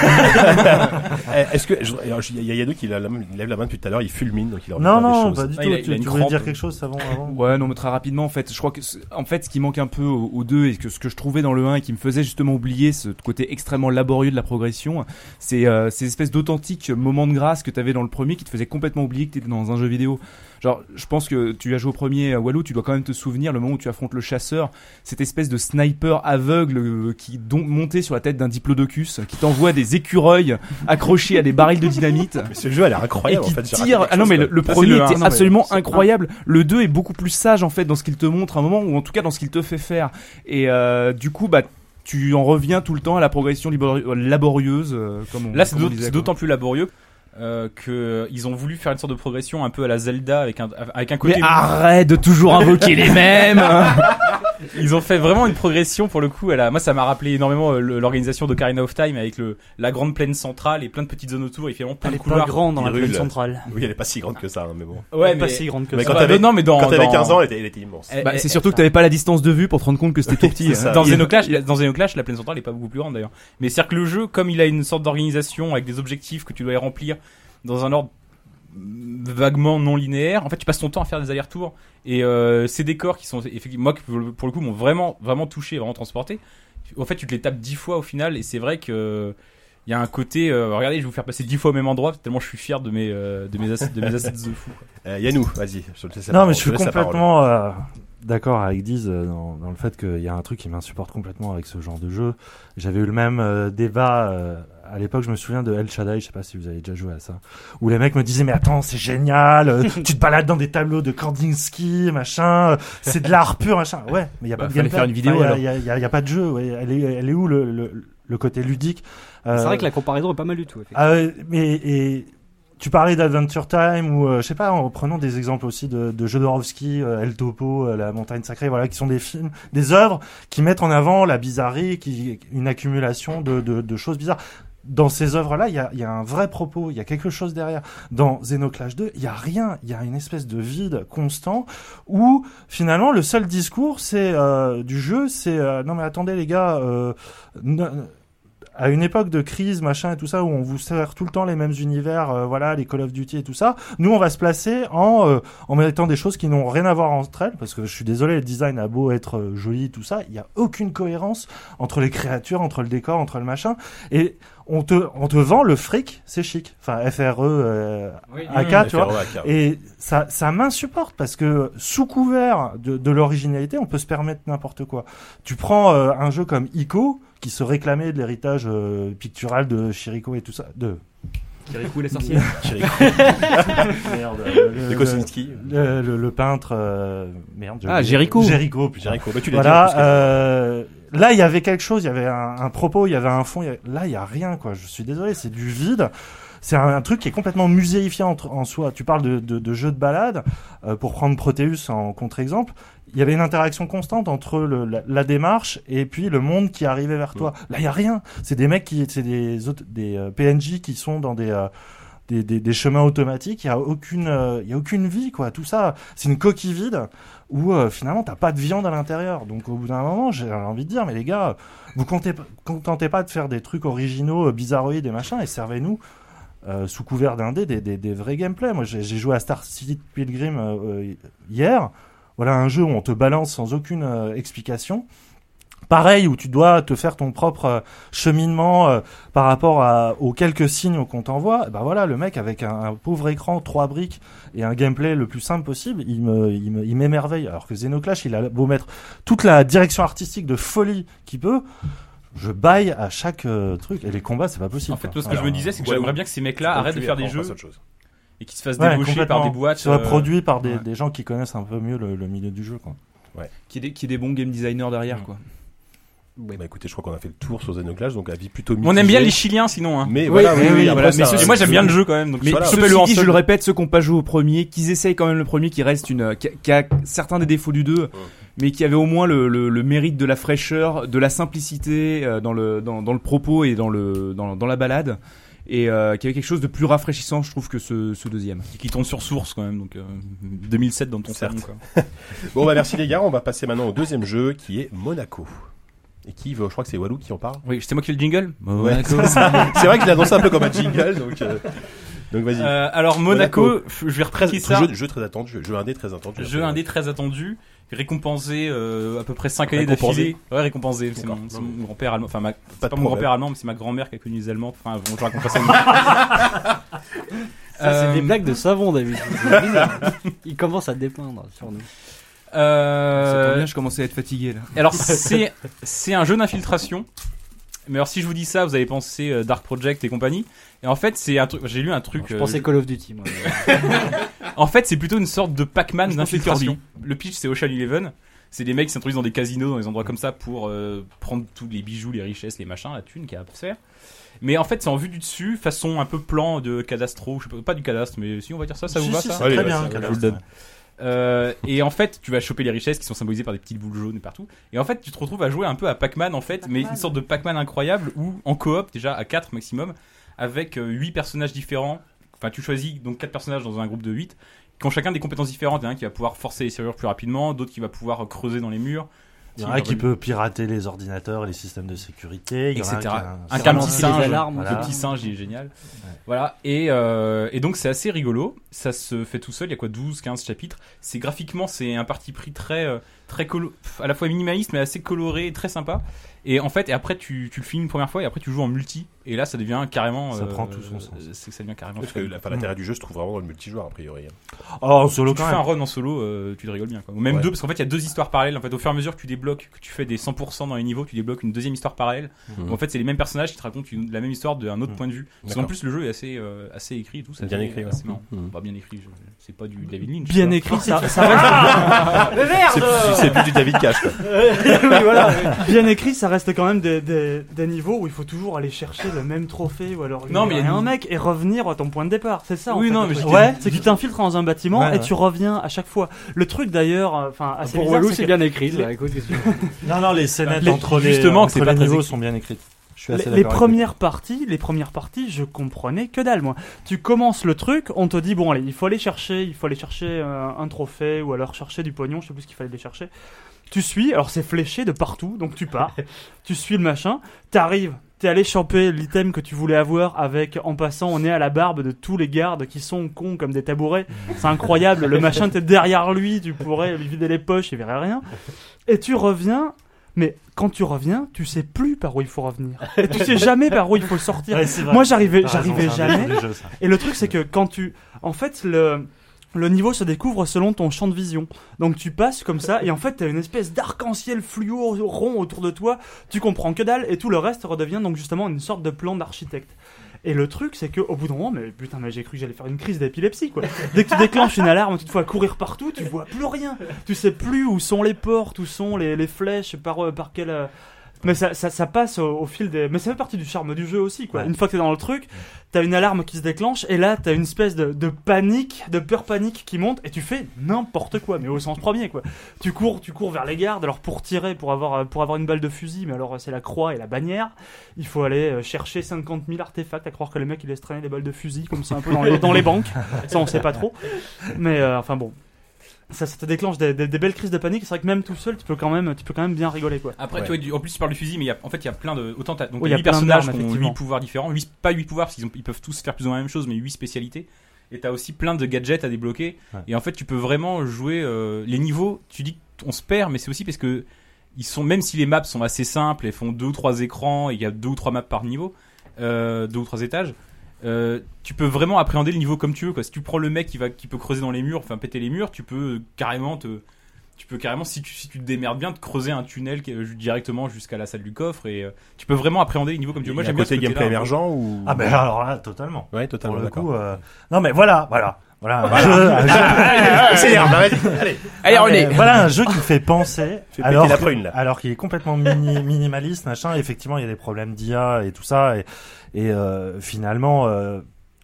Eh, Est-ce que je- alors, il y a Yannou qui l'a la main- il lève la main depuis tout à l'heure, il fulmine donc il a envie de Non, dire des non, choses. pas du Ah, tout. il a- il tu a une tu voulais crampe. dire quelque chose avant, avant Ouais, non, mais très rapidement, en fait, je crois que, c'est- en fait, ce qui manque un peu aux, aux deux et que ce que je trouvais dans le un et qui me faisait justement oublier ce côté extrêmement laborieux de la progression, c'est euh, ces espèces d'authentiques moments de grâce que t'avais dans le premier qui te faisaient complètement oublier que t'étais dans un jeu vidéo. Genre, je pense que tu as joué au premier euh, Walou, tu dois quand même te souvenir le moment où tu affrontes le chasseur, cette espèce de sniper aveugle euh, qui don- montait sur la tête d'un diplodocus, qui t'envoie des écureuils accrochés à des barils de dynamite. Mais ce jeu a l'air incroyable Et qui en fait. j'ai raté tire. quelque Ah non, chose, mais quoi. le, le Ça, c'est premier le un, était non, mais absolument c'est- incroyable. Le deux est beaucoup plus sage en fait dans ce qu'il te montre à un moment, ou en tout cas dans ce qu'il te fait faire. Et euh, du coup, bah, tu en reviens tout le temps à la progression libori- laborieuse. euh, comme on, Là, c'est comme on d'aut- disait, c'est quoi. d'autant plus laborieux euh, que ils ont voulu faire une sorte de progression un peu à la Zelda avec un avec un côté. Mais arrête de toujours invoquer les mêmes. Ils ont fait vraiment une progression pour le coup. À la... Moi, ça m'a rappelé énormément euh, le- l'organisation d'Ocarina of Time avec le la grande plaine centrale et plein de petites zones autour. Il fait vraiment plein Elle de est couloirs. pas grande dans la Il plaine rule. centrale. Oui, elle est pas si grande que ça, hein, mais bon. Ouais, Elle est mais pas si grande que Mais ça. quand Ouais, t'avais non, mais dans quand t'avais dans- quinze ans, elle était, elle était immense. Eh, Bah, eh, c'est surtout que t'avais pas la distance de vue pour te rendre compte que c'était tout petit. C'est ça. hein. Dans Il- Xenoclash, dans Xenoclash, la plaine centrale est pas beaucoup plus grande d'ailleurs. Mais c'est-à-dire que le jeu, comme il a une sorte d'organisation avec des objectifs que tu dois y remplir dans un ordre vaguement non linéaire, en fait, tu passes ton temps à faire des allers-retours et euh, ces décors qui sont effectivement, moi, pour le, pour le coup, m'ont vraiment, vraiment touché, vraiment transporté. En fait, tu te les tapes dix fois au final et c'est vrai que il y a un côté. Euh, regardez, je vais vous faire passer dix fois au même endroit tellement je suis fier de mes euh, de mes assets, de mes assets de fou. Quoi. Euh, Yannou, vas-y. Je te laisse la Non, parole, mais je suis te laisse la parole. complètement euh, d'accord avec Diz euh, dans, dans le fait qu'il y a un truc qui m'insupporte complètement avec ce genre de jeu. J'avais eu le même euh, débat euh, à l'époque, je me souviens de El Shaddai, je sais pas si vous avez déjà joué à ça, où les mecs me disaient mais attends, c'est génial, euh, tu te balades dans des tableaux de Kandinsky, machin, euh, c'est de l'art pur, machin. Ouais, mais il y a Bah, pas de fallait gameplay. faire une vidéo, Enfin, alors. il y a, il y a- il y a pas de jeu. Ouais. Elle est, elle est où le, le, le côté ludique? Euh, C'est vrai que la comparaison est pas mal du tout. effectivement. ah ouais, mais et tu parlais d'Adventure Time ou euh, je sais pas, en prenant des exemples aussi de, de Jodorowsky, euh, El Topo, euh, La Montagne Sacrée, voilà, qui sont des films, des œuvres qui mettent en avant la bizarrerie, qui une accumulation de, de, de choses bizarres. Dans ces œuvres-là, il y a, il y a un vrai propos, il y a quelque chose derrière. Dans Xenoclash deux, il y a rien, il y a une espèce de vide constant où finalement le seul discours c'est euh, du jeu, c'est euh, non mais attendez les gars. Euh, ne- à une époque de crise, machin et tout ça, où on vous sert tout le temps les mêmes univers, euh, voilà, les Call of Duty et tout ça, nous on va se placer en euh, en mettant des choses qui n'ont rien à voir entre elles, parce que je suis désolé, le design a beau être euh, joli, tout ça, il y a aucune cohérence entre les créatures, entre le décor, entre le machin, et on te on te vend le fric, c'est chic, enfin F R E euh, A K, Mmh, tu vois, F R E A K, ouais. et ça ça m'insupporte parce que sous couvert de, de l'originalité, on peut se permettre n'importe quoi. Tu prends euh, un jeu comme Ico, qui se réclamait de l'héritage euh, pictural de Chirico et tout ça, de Kirikou la sorcière. Chirico. merde, le, De Kosinski. le, le, le peintre, euh, merde. Ah, j'ai- Jéricho. Jéricho, putain. Jéricho. Bah, tu l'as dit en Voilà. plus que- Euh, là, il y avait quelque chose, il y avait un, un propos, il y avait un fond. il y avait- Là, il y a rien, quoi. Je suis désolé, c'est du vide. C'est un, un truc qui est complètement muséifié en, en soi. Tu parles de, de, de jeux de balade. Euh, pour prendre Proteus en contre-exemple, il y avait une interaction constante entre le, la, la démarche et puis le monde qui arrivait vers toi. Là, il y a rien. C'est des mecs qui, c'est des autres, des euh, P N J qui sont dans des euh, des, des, des chemins automatiques. Il y a aucune, euh, il y a aucune vie, quoi. Tout ça, c'est une coquille vide où euh, finalement t'as pas de viande à l'intérieur. Donc au bout d'un moment, j'ai envie de dire, mais les gars, vous comptez, contentez pas de faire des trucs originaux, euh, bizarroïdes et machin, et servez-nous. Euh, sous couvert d'indé des, des, des vrais gameplays. Moi, j'ai, j'ai joué à Star City Pilgrim euh, euh, hier. Voilà un jeu où on te balance sans aucune euh, explication. Pareil, où tu dois te faire ton propre euh, cheminement euh, par rapport à, aux quelques signes qu'on t'envoie. Ben voilà, le mec avec un, un pauvre écran, trois briques et un gameplay le plus simple possible, il me, il me, il m'émerveille. Alors que Xenoclash, il a beau mettre toute la direction artistique de folie qu'il peut. Je baille à chaque euh, truc et les combats c'est pas possible. En fait, quoi. moi, ce que Alors, je me disais, c'est que ouais, j'aimerais ouais. bien que ces mecs-là arrêtent de faire des jeux et qu'ils se fassent ouais, débaucher par complètement. des boîtes. Soit euh, produit par des, ouais. des gens qui connaissent un peu mieux le, le milieu du jeu, quoi. Ouais. Qu'il y ait des, qu'il y ait des bons game designers derrière, Mmh. quoi. Oui, bah écoutez, je crois qu'on a fait le tour sur Xenoblade, donc avis plutôt mitigé. On aime bien les Chiliens sinon. Hein. Mais Oui, voilà, oui, oui, oui, oui, après, voilà, ça- mais ça- ceci- moi j'aime bien le jeu quand même. Donc Mais voilà. ceci chopez-le en dit, je seul. le répète, ceux qui n'ont pas joué au premier, qu'ils essayent quand même le premier, qui reste une, qui a, qui a certains des défauts du deux, mais qui avait au moins le, le, le mérite de la fraîcheur, de la simplicité euh, dans le dans, dans le propos et dans le dans, dans la balade, et euh, qui avait quelque chose de plus rafraîchissant, je trouve, que ce, ce deuxième. Et qui tourne sur source quand même, donc euh, deux mille sept dans ton Certes. salon quoi. Bon, bah merci les gars, on va passer maintenant au deuxième jeu qui est Monaco. Et qui, je crois que c'est Walou qui en parle. Oui, c'était moi qui ai le jingle. Ouais, c'est c'est vrai que je l'ai annoncé un peu comme un jingle, donc, euh, donc vas-y. Euh, alors Monaco, je vais retracer ça. Jeu, jeu très attendu, jeu, jeu indé très attendu. Jeu indé très attendu, récompensé euh, à peu près cinq années d'affilée. Ouais, récompensé. C'est mon, c'est mon grand-père allemand. Enfin, ma, c'est pas, de mon problème. grand-père allemand, mais c'est ma grand-mère qui a connu les Allemands. Enfin, bon, je raconte pas ça. Ça, c'est Euh, des blagues de savon, David. C'est bizarre. Il commence à dépeindre sur nous. Ça Euh, tombe bien, je commençais à être fatigué là. alors c'est c'est un jeu d'infiltration. Mais alors si je vous dis ça, vous allez penser euh, Dark Project et compagnie. Et en fait, c'est un truc. J'ai lu un truc. Je euh, pensais Call of Duty, moi. En fait, c'est plutôt une sorte de Pac-Man Je pensais d'infiltration. Le pitch, c'est Ocean Eleven. C'est des mecs qui s'introduisent dans des casinos, dans des endroits comme ça, pour euh, prendre tous les bijoux, les richesses, les machins, la thune qu'il y a à faire. Mais en fait, c'est en vue du dessus, façon un peu plan de cadastro. Je sais pas, pas du cadastre, mais si on va dire ça, ça vous Si, va si, ça c'est Allez, très ouais, bien, ça, le je cadastre, vous le donne. ouais. Euh, et en fait, tu vas choper les richesses qui sont symbolisées par des petites boules jaunes partout. Et en fait, tu te retrouves à jouer un peu à Pac-Man en fait, mais une sorte de Pac-Man incroyable où en coop déjà à quatre maximum, avec huit personnages différents. Enfin, tu choisis donc quatre personnages dans un groupe de huit qui ont chacun des compétences différentes. Il y en a un qui va pouvoir forcer les serrures plus rapidement, d'autres qui va pouvoir creuser dans les murs. Il y en a un qui peut pirater les ordinateurs et les systèmes de sécurité, il y en a un et qui cetera. a Un, un petit les singe, alarmes, le voilà. petit singe, il est génial. Voilà, et, euh, et donc c'est assez rigolo. Ça se fait tout seul. Il y a quoi, douze, quinze chapitres. C'est graphiquement, c'est un parti pris très, euh, très colo- à la fois minimaliste mais assez coloré, très sympa. Et en fait, et après tu, tu le finis une première fois et après tu joues en multi. Et là, ça devient carrément. Ça euh, prend tout son sens. C'est que ça devient carrément. Parce que la- enfin, l'intérêt du jeu se trouve vraiment dans le multijoueur, a priori. Oh, en solo Tu quand fais un même. run en solo, euh, tu te rigoles bien quoi. Ou même Ouais. deux, parce qu'en fait il y a deux histoires parallèles. En fait, au fur et à mesure que tu débloques, que tu fais des cent pour cent dans les niveaux, tu débloques une deuxième histoire parallèle. Mhm. Donc, en fait, c'est les mêmes personnages qui te racontent une- la même histoire d'un autre Mhm. point de vue. Parce qu'en D'accord. plus le jeu est assez, euh, assez écrit et tout. Ça Bien fait- écrit, ouais. assez marrant. Mhm. Pas bien écrit, je- c'est pas du David Lynch. Bien ça. écrit, ça, ça reste. Mais merde C'est plus- c'est plus du David Cage, quoi. Oui, voilà. Bien écrit, ça reste quand même des, des, des niveaux où il faut toujours aller chercher le même trophée ou alors Non, mais il y a un une- mec et revenir à ton point de départ. C'est ça. en Oui, fait, non, le mais truc. je ouais, t'ai- c'est que tu t'infiltres dans un bâtiment Ouais, et ouais. tu reviens à chaque fois. Le truc d'ailleurs, euh, enfin assez Pour bizarre, Walou, c'est c'est que bien écrit. Là, écoute, qu'est-ce que tu veux. Non, non, les scénettes Les- entre les, justement, que entre c'est les pas très niveaux écrit. sont bien écrites. Je suis Les, assez les d'accord avec premières parties, les premières parties, je comprenais que dalle moi. Tu commences le truc, on te dit bon allez, il faut aller chercher, il faut aller chercher euh, un trophée ou alors chercher du pognon, je sais plus ce qu'il fallait aller chercher. Tu suis, alors c'est fléché de partout, donc tu pars, tu suis le machin, t'arrives, t'es allé choper l'item que tu voulais avoir avec, en passant, on est à la barbe de tous les gardes qui sont cons comme des tabourets. C'est incroyable, le machin t'es derrière lui, tu pourrais lui vider les poches, il verrait rien. Et tu reviens. Mais quand tu reviens, tu sais plus par où il faut revenir. Et tu sais jamais par où il faut sortir. Ouais, c'est vrai. Moi, j'arrivais, T'as raison, j'arrivais c'est un des jamais. jeux, ça. Et le truc, c'est que quand tu, en fait, le le niveau se découvre selon ton champ de vision. Donc tu passes comme ça, et en fait, t'as une espèce d'arc-en-ciel fluo rond autour de toi. Tu comprends que dalle, et tout le reste redevient donc justement une sorte de plan d'architecte. Et le truc, c'est que au bout d'un moment, mais putain, mais j'ai cru que j'allais faire une crise d'épilepsie, quoi. Dès que tu déclenches une alarme, tu te fais courir partout, tu vois plus rien. Tu sais plus où sont les portes, où sont les, les flèches, par, euh, par quelle. euh, Mais ça, ça, ça passe au, au fil des. Mais ça fait partie du charme du jeu aussi, quoi. Ouais. Une fois que t'es dans le truc, t'as une alarme qui se déclenche, et là, t'as une espèce de, de panique, de peur panique qui monte, et tu fais n'importe quoi, mais au sens premier, quoi. Tu cours, tu cours vers les gardes, alors pour tirer, pour avoir, pour avoir une balle de fusil, mais alors c'est la croix et la bannière. Il faut aller euh, chercher cinquante mille artefacts, à croire que les mecs ils laissent traîner des balles de fusil, comme c'est un peu dans les, dans les banques. Ça, on sait pas trop. Mais euh, enfin bon. Ça, ça te déclenche des, des, des belles crises de panique. C'est vrai que même tout seul, tu peux quand même, tu peux quand même bien rigoler, quoi. Après, Ouais. tu vois, du- en plus, tu parles du fusil, mais il y a, en fait, il y a plein de. Autant t'as donc Oui, il y a huit plein personnages d'armes, qui ont effectivement. huit pouvoirs différents. huit, pas huit pouvoirs, parce qu'ils ont- ils peuvent tous faire plus ou moins la même chose, mais huit spécialités. Et t'as aussi plein de gadgets à débloquer. Ouais. Et en fait, tu peux vraiment jouer euh, les niveaux. Tu dis qu'on se perd, mais c'est aussi parce que ils sont, même si les maps sont assez simples et font deux ou trois écrans, et il y a deux ou trois maps par niveau, euh, deux ou trois étages. Euh, tu peux vraiment appréhender le niveau comme tu veux, quoi. Si tu prends le mec qui va qui peut creuser dans les murs, enfin péter les murs, tu peux carrément te tu peux carrément si tu si tu te démerdes bien te creuser un tunnel qui est directement jusqu'à la salle du coffre, et euh, tu peux vraiment appréhender les niveaux comme tu veux. Moi Il y a j'aime un bien côté ce côté-là, gameplay un peu. émergent ou. Ah ben alors là, totalement. Ouais, Pour totalement. le D'accord. coup, euh, non mais voilà, voilà. Voilà, un jeu, un jeu... C'est allez, allez. Allez, on est. Voilà un jeu qui fait penser, Fais péter alors, la prune, là. alors qu'il est complètement mini, minimaliste, machin. Et effectivement, il y a des problèmes d'I A et tout ça, et, et euh, finalement, euh,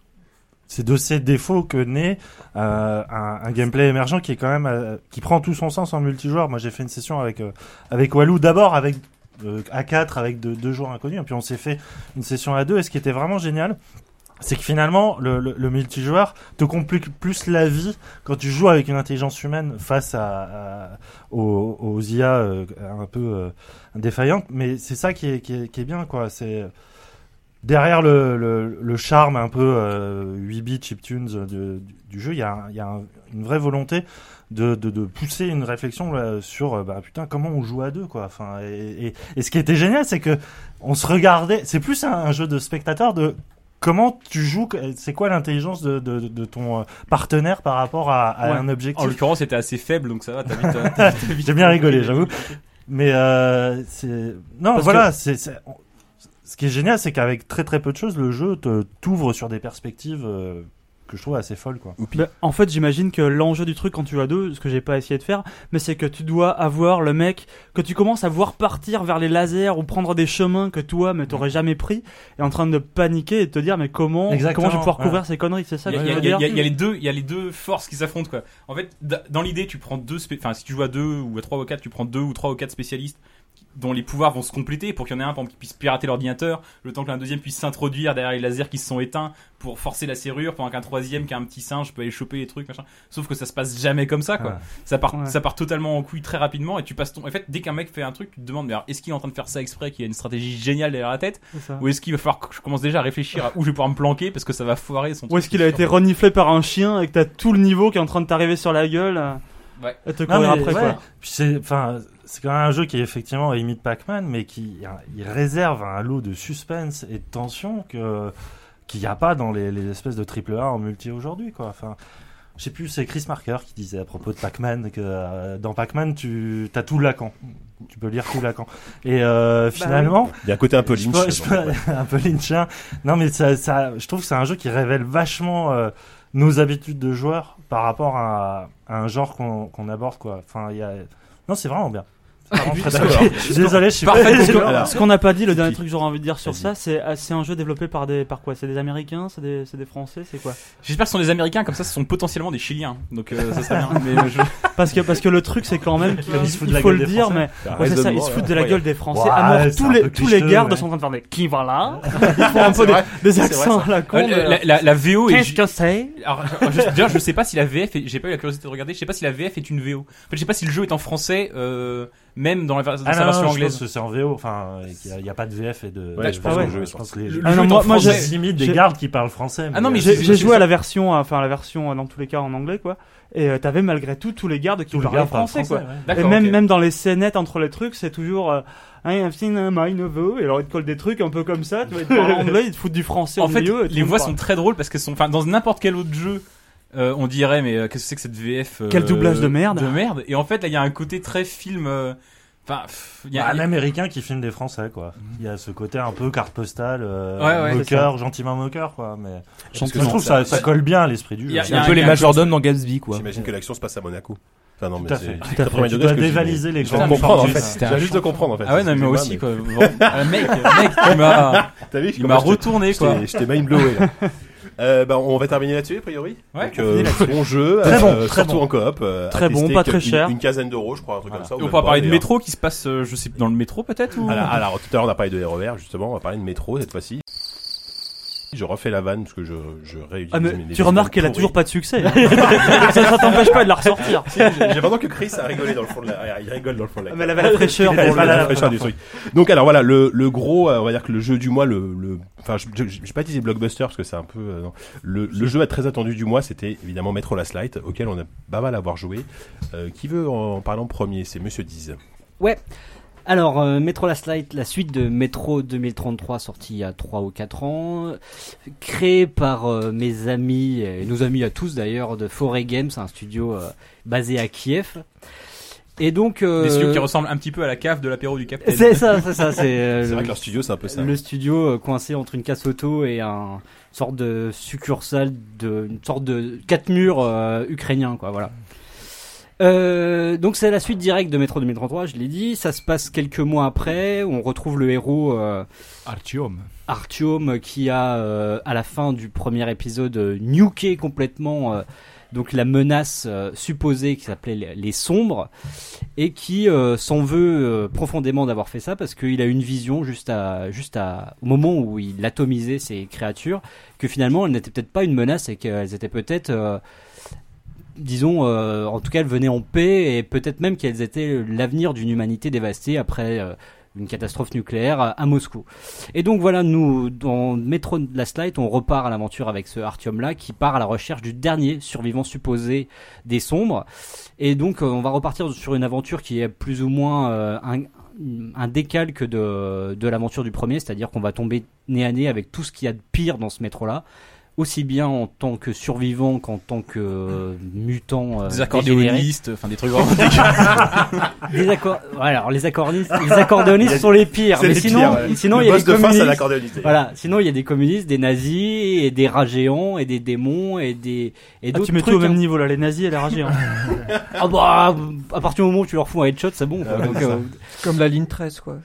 c'est de ces défauts que naît euh, un, un gameplay émergent qui est quand même euh, qui prend tout son sens en multijoueur. Moi, j'ai fait une session avec euh, avec Walou, d'abord avec euh, à quatre avec deux, deux joueurs inconnus, et puis on s'est fait une session à deux. Et ce qui était vraiment génial, c'est que finalement le, le, le multijoueur te complique plus la vie quand tu joues avec une intelligence humaine face à, à aux, aux I A euh, un peu euh, défaillantes. Mais c'est ça qui est, qui est qui est bien, quoi. C'est derrière le, le, le charme un peu euh, huit bits chiptunes de, du, du jeu, il y a, il y a un, une vraie volonté de, de, de pousser une réflexion là, sur bah putain comment on joue à deux, quoi. Enfin, et, et, et ce qui était génial, c'est que on se regardait. C'est plus un, un jeu de spectateur de comment tu joues, c'est quoi l'intelligence de, de, de ton partenaire par rapport à, à Ouais. un objectif. En l'occurrence, c'était assez faible, donc ça va. T'as vite, t'as vite J'ai bien rigolé, j'avoue. Mais euh, c'est non, Parce voilà, que- c'est, c'est ce qui est génial, c'est qu'avec très très peu de choses, le jeu te t'ouvre sur des perspectives euh, que je trouve assez folles, quoi. Bah, en fait, j'imagine que l'enjeu du truc quand tu joues à deux, ce que j'ai pas essayé de faire, mais c'est que tu dois avoir le mec que tu commences à voir partir vers les lasers ou prendre des chemins que toi, mais t'aurais jamais pris, et en train de paniquer et de te dire mais comment, Exactement, comment je vais pouvoir voilà. couvrir ces conneries, c'est ça Il y, que a- tu il y a- veux il y a- dire il y a les deux, il y a les deux forces qui s'affrontent, quoi. En fait, d- dans l'idée, tu prends deux, spé- enfin si tu joues à deux ou à trois ou à quatre, tu prends deux ou trois ou quatre spécialistes dont les pouvoirs vont se compléter pour qu'il y en ait un par exemple, qui puisse pirater l'ordinateur, le temps qu'un deuxième puisse s'introduire derrière les lasers qui se sont éteints pour forcer la serrure, pendant qu'un troisième qui a un petit singe peut aller choper les trucs, machin. Sauf que ça se passe jamais comme ça, quoi. Ouais. Ça part, Ouais. ça part totalement en couille très rapidement et tu passes ton. En fait, dès qu'un mec fait un truc, tu te demandes mais alors, est-ce qu'il est en train de faire ça exprès, qu'il a une stratégie géniale derrière la tête, C'est ça. ou est-ce qu'il va falloir que je commence déjà à réfléchir à où je vais pouvoir me planquer parce que ça va foirer son. Ou est-ce qu'il a été reniflé par un chien et que t'as tout le niveau qui est en train de t'arriver sur la gueule euh, Ouais. et te Non, courir mais après, ouais. quoi. Puis c'est, enfin, c'est quand même un jeu qui est effectivement imite Pac-Man, mais qui il réserve un lot de suspense et de tension que qu'il n'y a pas dans les, les espèces de triple A en multi aujourd'hui, quoi. Enfin, je sais plus, c'est Chris Marker qui disait à propos de Pac-Man que euh, dans Pac-Man tu as tout Lacan, tu peux lire tout Lacan. Et euh, finalement, Il y a un côté un peu je Lynch. peux- je donc, peux- ouais. un peu lynchien. Non, mais ça, ça, je trouve que c'est un jeu qui révèle vachement euh, nos habitudes de joueurs par rapport à, à un genre qu'on qu'on aborde, quoi. Enfin, il y a, non, c'est vraiment bien. C'est vraiment très D'accord. bien. Je suis désolé, je suis Parfait, pas. parce que- Alors, Ce qu'on n'a pas dit, le dernier Qui- truc que j'aurais envie de dire sur Vas-y. ça, c'est euh, c'est un jeu développé par des par quoi? C'est des Américains, c'est des c'est des Français, c'est quoi? J'espère que ce sont des Américains, comme ça, ce sont potentiellement des Chiliens. Donc euh, ça serait bien. Mais euh, je... Parce que parce que le truc c'est quand même qu'il Ils se foutent de il la faut gueule le des dire, Français. mais un ouais, c'est ça, ils raisonnement, se foutent là, de la gueule incroyable. des Français. Ouais, à mort, c'est tous un les peu tous les clichés, gardes ouais. sont en train de faire des qui va là. Ils font un peu C'est des, vrai. des C'est vrai, accents à la con. Euh, de- la, la, la V O est. Qu'est-ce que c'est? Alors, je- d'ailleurs, je sais pas si la V F, est... j'ai pas eu la curiosité de regarder, je sais pas si la V F est une V O. En fait, je sais pas si le jeu est en français, euh, même dans, la, ver- dans Ah sa non, version non, je anglaise. pense que c'est en V O. Enfin, il n'y a, a pas de V F et de. Ouais, je pense que le ouais, jeu est je pense que les Le jeux. Ah jeu non, est en moi- moi, français. j'ai- Limite des j'ai- gardes qui parlent français. Ah non, mais J'ai c'est- j'ai c'est- joué à c'est- la version, euh, enfin la version euh, dans tous les cas en anglais quoi. Et euh, t'avais malgré tout tous les gardes qui Tous les parlaient gardes parlent français, quoi. ouais. Et D'accord, même ok. même dans les scénettes entre les trucs, c'est toujours euh, I have seen uh, my novel. Et alors ils te collent des trucs un peu comme ça. Tu vas te parler anglais, ils te foutent du français En au fait, milieu. et tout les le voix monde sont parle. très drôles parce qu'elles sont, enfin, dans n'importe quel autre jeu, euh, on dirait, mais euh, qu'est-ce que c'est que cette V F euh, Quel doublage de merde. De merde. Et en fait, là, il y a un côté très film. euh, Enfin, pff, il y a. Bah, un américain qui filme des français, quoi. Il y a ce côté un peu carte postale, euh, Ouais, ouais, moqueur, gentiment moqueur, quoi. Mais je Gentiment. trouve que ça, ça colle bien à l'esprit du Il jeu. y a- C'est un peu il y les a un majordomes dans Gatsby, quoi. J'imagine que l'action se passe à Monaco. Enfin, non, mais Tout à c'est fait. c'est Tout à fait. quatre-vingts Tu degrés dois ce que je dis, dévaliser mais les Je viens de grands comprendre, en fait. fortunes. C'était Je un viens juste de comprendre, en fait. Ah ouais, non, mais moi aussi, Excusez-moi, quoi. Bon, un mec, un mec qui m'a, T'as vu il comment m'a je t'ai- retourné, je quoi. t'ai- Je t'ai mind-blowé, là. Euh, bah, on va terminer là-dessus, a priori. Ouais, Donc, on euh, finit bon jeu, Très bon, euh, très surtout bon. en coop. euh, à Très bon, tester pas que- très une- cher. Une quinzaine d'euros, je crois, un truc comme ça. ou On même pourra pas, parler de d'ailleurs. métro qui se passe, euh, je sais, dans le métro peut-être ou... Alors, alors, tout à l'heure, on a parlé de R E R, justement. On va parler de métro cette fois-ci. Je refais la vanne parce que je, je réutilise Ah mais mes- mes tu remarques visuels qu'elle a pourris. toujours pas de succès. hein. ça ça t'empêche pas de la ressortir. Si, j'ai j'ai vraiment que Chris a rigolé dans le fond de la, il rigole dans le fond de la. Mais elle avait la fraîcheur Il avait pour pas le- la fraîcheur du truc. Donc alors voilà, le, le gros, euh, on va dire que le jeu du mois, le, le, enfin, je, je, je vais pas utiliser blockbuster parce que c'est un peu, euh, non. Le, le jeu très attendu du mois, c'était évidemment Metro Last Light, auquel on a pas mal à avoir joué. Euh, qui veut en parler en premier? C'est Monsieur Diz. Ouais. Alors, euh, Metro Last Light, la suite de Metro deux mille trente-trois, sortie il y a trois ou quatre ans, créée par euh, mes amis, et nos amis à tous d'ailleurs, de Foray Games, un studio euh, basé à Kiev. Et donc, euh, des studios qui ressemblent un petit peu à la cave de l'apéro du Capitaine. C'est ça, c'est ça. C'est, euh, c'est le, vrai que leur studio, c'est un peu ça. Le studio euh, coincé entre une casse auto et un une sorte de succursale de une sorte de quatre murs euh, ukrainien, quoi. Voilà. Euh, donc c'est la suite directe de Metro deux mille trente-trois, je l'ai dit. Ça se passe quelques mois après. Où on retrouve le héros euh, Artyom. Artyom qui a euh, à la fin du premier épisode euh, nuké complètement. Euh, donc la menace euh, supposée qui s'appelait les, les Sombres et qui euh, s'en veut euh, profondément d'avoir fait ça parce qu'il a une vision juste à juste à au moment où il atomisait ces créatures que finalement elles n'étaient peut-être pas une menace et qu'elles étaient peut-être euh, disons euh, en tout cas elles venaient en paix et peut-être même qu'elles étaient l'avenir d'une humanité dévastée après euh, une catastrophe nucléaire à Moscou. Et donc voilà, nous, dans Metro Last Light, on repart à l'aventure avec ce Artyom-là qui part à la recherche du dernier survivant supposé des Sombres. Et donc on va repartir sur une aventure qui est plus ou moins euh, un, un décalque de, de l'aventure du premier, c'est-à-dire qu'on va tomber nez à nez avec tout ce qu'il y a de pire dans ce métro-là. Aussi bien en tant que survivant qu'en tant que euh, mutant. Euh, des accordéonistes, enfin des trucs vraiment dégueux. Des accords. Ouais, alors les accordéonistes, les accordéonistes sont les pires. C'est mais les sinon, pires, ouais. sinon le il y a boss des de fin, communistes. c'est l'accordéoniste. Voilà. Sinon il y a des communistes, des nazis et des rats géants et des démons et des et Ah, d'autres tu mets trucs. tout au même hein. niveau là, les nazis et les rats géants. Ah bah à partir du moment où tu leur fous un headshot, c'est bon. Quoi. Donc, euh, Comme la ligne treize, quoi.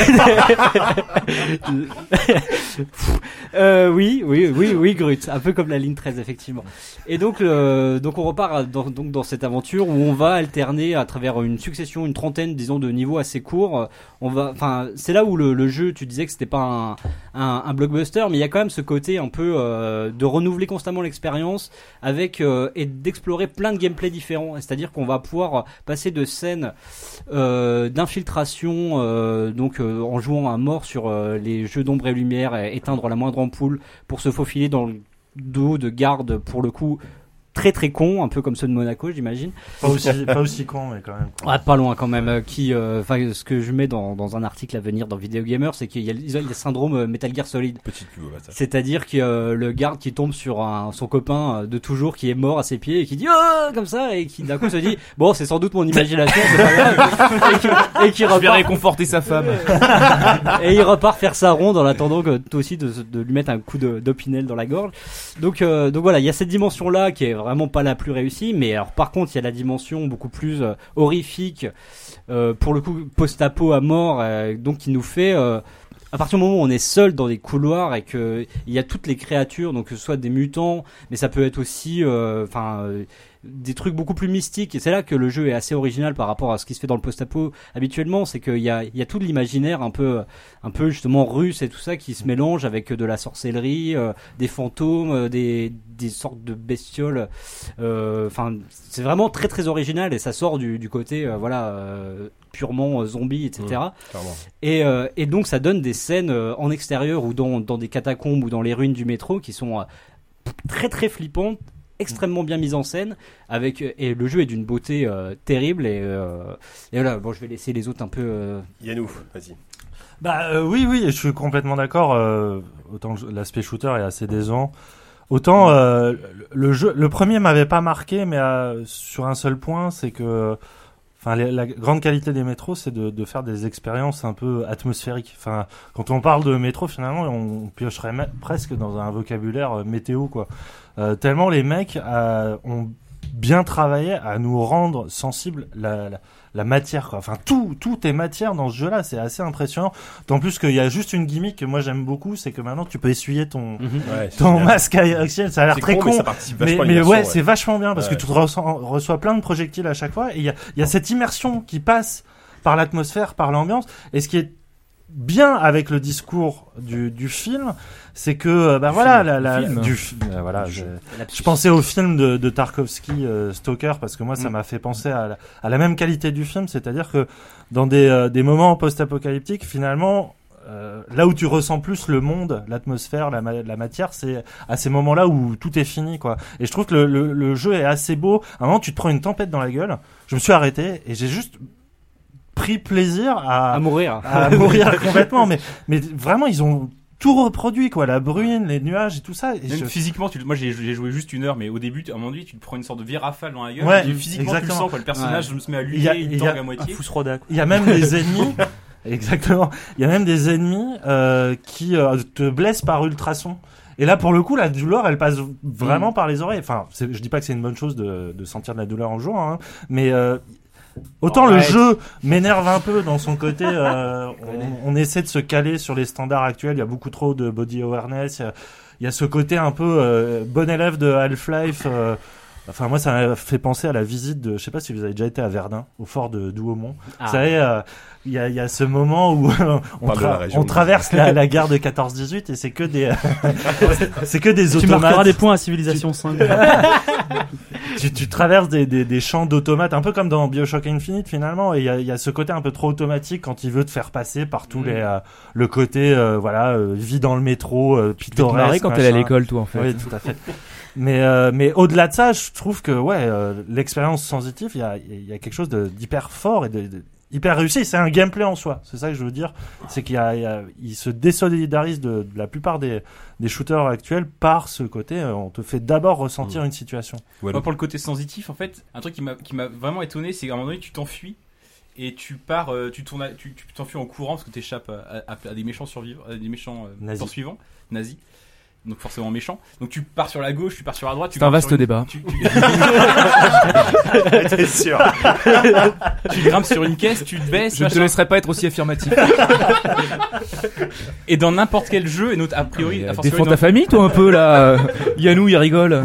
euh, oui, oui, oui, oui, Grut, un peu comme la ligne treize, effectivement. Et donc, euh, donc on repart dans, donc dans cette aventure où on va alterner à travers une succession, une trentaine, disons, de niveaux assez courts. On va, enfin, c'est là où le, le jeu, tu disais que c'était pas un, un, un blockbuster, mais il y a quand même ce côté un peu euh, de renouveler constamment l'expérience avec euh, et d'explorer plein de gameplay différents. C'est-à-dire qu'on va pouvoir passer de scènes euh, d'infiltration, euh, donc euh, en jouant à mort sur euh, les jeux d'ombre et lumière, et éteindre la moindre ampoule pour se faufiler dans le dos de garde, pour le coup très très con, un peu comme ceux de Monaco, j'imagine. Pas aussi, pas aussi con, mais quand même. Ouais, pas loin quand même. Euh, qui, enfin, euh, ce que je mets dans, dans un article à venir dans Video Gamer, c'est qu'il y a, il y a le syndrome Metal Gear Solid. Petite pub, ouais, ça. C'est-à-dire que euh, le garde qui tombe sur un, son copain euh, de toujours qui est mort à ses pieds et qui dit oh comme ça et qui d'un coup se dit bon c'est sans doute mon imagination, c'est pas grave. et qui, et qui repart. Je vais réconforter sa femme. Et il repart faire sa ronde en attendant que toi aussi de, de lui mettre un coup de d'opinel dans la gorge. Donc euh, donc voilà, il y a cette dimension là qui est vraiment pas la plus réussie, mais alors par contre il y a la dimension beaucoup plus euh, horrifique, euh, pour le coup post-apo à mort, euh, donc qui nous fait euh, à partir du moment où on est seul dans des couloirs et que il y a toutes les créatures, donc que ce soit des mutants, mais ça peut être aussi enfin euh, des trucs beaucoup plus mystiques, et c'est là que le jeu est assez original par rapport à ce qui se fait dans le post-apo habituellement, c'est qu'il y a, il y a tout de l'imaginaire un peu, un peu justement russe et tout ça qui se mélange avec de la sorcellerie, euh, des fantômes, euh, des, des sortes de bestioles, enfin euh, c'est vraiment très très original et ça sort du, du côté euh, voilà euh, purement euh, zombie, et cetera. Mmh, et, euh, et donc ça donne des scènes euh, en extérieur ou dans, dans des catacombes ou dans les ruines du métro qui sont euh, très très flippantes, extrêmement bien mise en scène, avec et le jeu est d'une beauté euh, terrible, et, euh, et voilà. Bon, je vais laisser les autres un peu. Euh... Yannou, vas-y. Bah euh, oui, oui, je suis complètement d'accord. Euh, autant que l'aspect shooter est assez décevant. Autant euh, le jeu, le premier m'avait pas marqué, mais euh, sur un seul point, c'est que, enfin, la grande qualité des métros, c'est de, de faire des expériences un peu atmosphériques. Enfin, quand on parle de métro, finalement, on piocherait m- presque dans un vocabulaire euh, météo, quoi. Euh, tellement les mecs euh, ont bien travaillé à nous rendre sensibles la, la, la matière, quoi. Enfin, tout, tout est matière dans ce jeu-là, c'est assez impressionnant. D'autant plus qu'il y a juste une gimmick que moi j'aime beaucoup, c'est que maintenant tu peux essuyer ton, mmh. ouais, ton masque axial. Ça a l'air c'est très con, con, mais, ça participe vachement mais, mais ouais, ouais, c'est vachement bien parce ouais. que tu reçois, reçois plein de projectiles à chaque fois, et il y a, il y a cette immersion qui passe par l'atmosphère, par l'ambiance, et ce qui est bien avec le discours du, du film, c'est que bah voilà film, la, la film. du euh, voilà je, je pensais au film de, de Tarkovsky, euh, Stalker, parce que moi ça m'a fait penser à la, à la même qualité du film, c'est-à-dire que dans des euh, des moments post-apocalyptiques, finalement euh, là où tu ressens plus le monde, l'atmosphère, la, la matière, c'est à ces moments-là où tout est fini, quoi. Et je trouve que le, le, le jeu est assez beau. À un moment tu te prends une tempête dans la gueule, je me suis arrêté et j'ai juste pris plaisir à, à mourir à mourir complètement, mais mais vraiment ils ont tout reproduit, quoi, la bruine, les nuages et tout ça. Et Même je... physiquement, tu, moi j'ai, j'ai joué juste une heure, mais au début, à un moment donné, tu te prends une sorte de vie rafale dans la gueule. Ouais, et physiquement, exactement. tu le sens, quoi. Le personnage Ouais. se met à Il lutter, y a- il, il y tangue a- à moitié. Fusroda, quoi. Il y a même des ennemis. Exactement. Il y a même des ennemis euh, qui euh, te blessent par ultrason. Et là, pour le coup, la douleur, elle passe vraiment Mm. par les oreilles. Enfin, c'est, je dis pas que c'est une bonne chose de, de sentir de la douleur en jouant, hein, mais euh, autant Arrête. le jeu m'énerve un peu dans son côté. Euh, on, on essaie de se caler sur les standards actuels. Il y a beaucoup trop de body awareness. Il y a, il y a ce côté un peu euh, bon élève de Half-Life. Euh, Enfin, moi, ça m'a fait penser à la visite de, je sais pas si vous avez déjà été à Verdun, au fort de Douaumont. Ah. Vous savez, euh, il y a, il y a ce moment où on, parle de la tra- région on de- traverse la, la gare de quatorze dix-huit et c'est que des, c'est que des Tu automates. marqueras des points à Civilisation cinq. tu, tu traverses des, des, des champs d'automates, un peu comme dans Bioshock Infinite finalement, et il y a, il y a ce côté un peu trop automatique quand il veut te faire passer par tous Mmh. les, euh, le côté, euh, voilà, euh, vie dans le métro, euh, Tu te pittoresque. marrais quand t'allais à machin. l'école, toi, en fait. Oui, tout à fait. Mais euh, mais au-delà de ça, je trouve que ouais, euh, l'expérience sensitive, il y a il y a quelque chose de, d'hyper fort et de, de hyper réussi. C'est un gameplay en soi. C'est ça que je veux dire. C'est qu'il y a, il, y a, il se désolidarise de, de la plupart des des shooters actuels par ce côté. euh, On te fait d'abord ressentir Mmh. une situation. Ouais, Moi, pour le côté sensitif, en fait, un truc qui m'a, qui m'a vraiment étonné, c'est qu'à un moment donné, tu t'enfuis et tu pars, euh, tu tournes, à- tu, tu t'enfuis en courant parce que t'échappes à, à, à des méchants survivants, à des méchants euh, Nazis. poursuivants, nazis. Donc forcément méchants. Donc tu pars sur la gauche, tu pars sur la droite. Tu C'est un pars vaste sur une- débat. Tu, tu... T'es sûr? tu grimpes sur une caisse, tu te baisses. Je ne te machin. laisserai pas être aussi affirmatif. Et dans n'importe quel jeu, et notre, a priori, a fortiori Défends dans- ta famille, toi, un peu, là. Yannou, il rigole.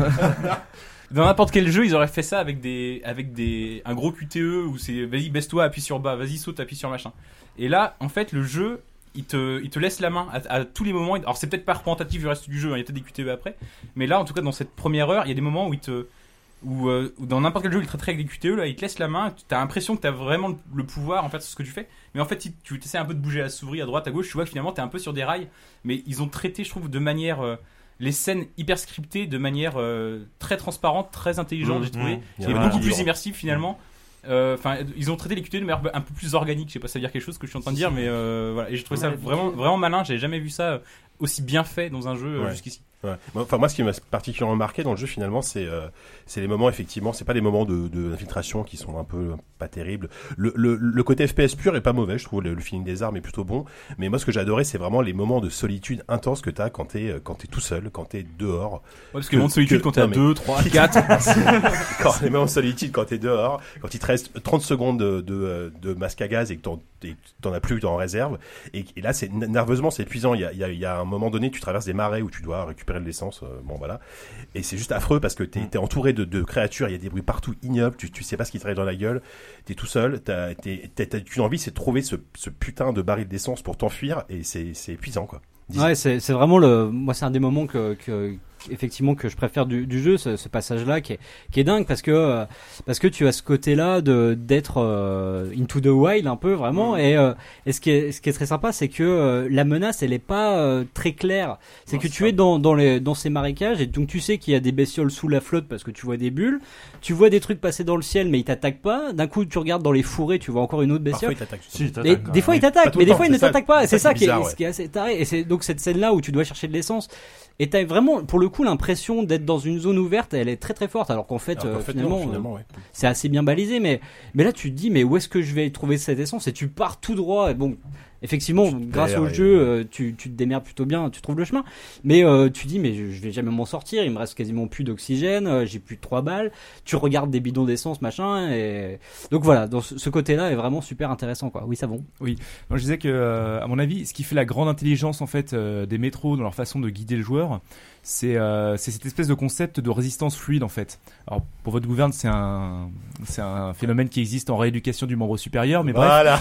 Dans n'importe quel jeu, ils auraient fait ça avec des, avec des, un gros Q T E où c'est vas-y baisse-toi, appuie sur bas, vas-y saute, appuie sur machin. Et là, en fait, le jeu, il te, il te laisse la main à, à tous les moments. Alors c'est peut-être pas représentatif du reste du jeu, hein, il y a peut-être des Q T E après, mais là, en tout cas, dans cette première heure, il y a des moments où il te, où, euh, où dans n'importe quel jeu, il traiterait avec des Q T E, là, il te laisse la main. T'as l'impression que t'as vraiment le, le pouvoir en fait sur ce que tu fais, mais en fait, si tu essaies un peu de bouger la souris à droite, à gauche, tu vois que finalement, t'es un peu sur des rails. Mais ils ont traité, je trouve, de manière euh, les scènes hyper scriptées de manière euh, très transparente, très intelligente, Mmh, j'ai trouvé. mmh. Et Ouais. beaucoup Ouais. plus immersif finalement. Enfin, euh, ils ont traité les Q T E de manière un peu plus organique. Je sais pas si ça veut dire quelque chose que je suis en train de dire, mais euh, voilà. Et j'ai trouvé On ça a vraiment, l'habitude. vraiment malin. J'avais jamais vu ça aussi bien fait dans un jeu euh, Ouais. jusqu'ici. Ouais. Enfin, moi, ce qui m'a particulièrement marqué dans le jeu, finalement, c'est euh, c'est les moments, effectivement, c'est pas les moments de de- d'infiltration qui sont un peu pas terribles. Le, le, le côté F P S pur est pas mauvais, je trouve. Le, le feeling des armes est plutôt bon. Mais moi, ce que j'ai adoré, c'est vraiment les moments de solitude intense que t'as quand t'es euh, quand t'es tout seul, quand t'es dehors. Ouais, parce que les moments de solitude, quand t'es à non, mais- deux, trois, quatre. quand les moments de solitude, quand t'es dehors, quand il te reste trente secondes de de, de masque à gaz et que t'en et que t'en as plus, t'es en réserve. Et, et là, c'est nerveusement, c'est épuisant. Il y a il y a il y a un moment donné, tu traverses des marais où tu dois récupérer de l'essence. Euh, bon voilà, et c'est juste affreux parce que t'es t'es entouré de, de créatures, il y a des bruits partout ignobles, tu, tu sais pas ce qui te reste dans la gueule, t'es tout seul, t'as t'es- t'as- t'as une envie, c'est de trouver ce, ce putain de baril d'essence pour t'enfuir, et c'est c'est épuisant quoi. Dis- Ouais, c'est c'est vraiment le. Moi, c'est un des moments que, que effectivement que je préfère du, du jeu, ce, ce passage-là qui est qui est dingue parce que euh, parce que tu as ce côté-là de d'être euh, into the wild un peu vraiment, et euh, et ce qui est ce qui est très sympa, c'est que euh, la menace elle est pas euh, très claire. C'est Non, que c'est tu ça. es dans dans les dans ces marécages, et donc tu sais qu'il y a des bestioles sous la flotte parce que tu vois des bulles, tu vois des trucs passer dans le ciel mais ils t'attaquent pas. D'un coup, tu regardes dans les fourrés, tu vois encore une autre bestiole. Parfois, il t'attaque. Si, il t'attaque, Et quand des même. fois, oui. ils Pas t'attaquent, tout mais le des temps, fois, ils c'est ne ça. t'attaquent pas. C'est C'est ça ça qui qui est est, bizarre, ce qui est assez taré. Et c'est donc cette scène-là où tu dois chercher de l'essence. Et t'as vraiment, pour le coup, l'impression d'être dans une zone ouverte. Elle est très très forte. Alors qu'en fait, Alors qu'en euh, fait, finalement, non, euh, finalement, ouais. c'est assez bien balisé. Mais mais là, tu te dis, mais où est-ce que je vais trouver cette essence? Et tu pars tout droit. Et bon. Effectivement, Tu te grâce perds au et- jeu, euh, tu, tu te démerdes plutôt bien, tu trouves le chemin. Mais euh, tu dis, mais je, je vais jamais m'en sortir, il me reste quasiment plus d'oxygène, euh, j'ai plus de trois balles. Tu regardes des bidons d'essence, machin. Et donc voilà, dans ce, ce côté-là est vraiment super intéressant, quoi. Oui, ça va. Oui, moi je disais que, euh, à mon avis, ce qui fait la grande intelligence en fait euh, des métros dans leur façon de guider le joueur, c'est euh, c'est cette espèce de concept de résistance fluide en fait. Alors pour votre gouverne, c'est un c'est un phénomène qui existe en rééducation du membre supérieur, mais bref. Voilà.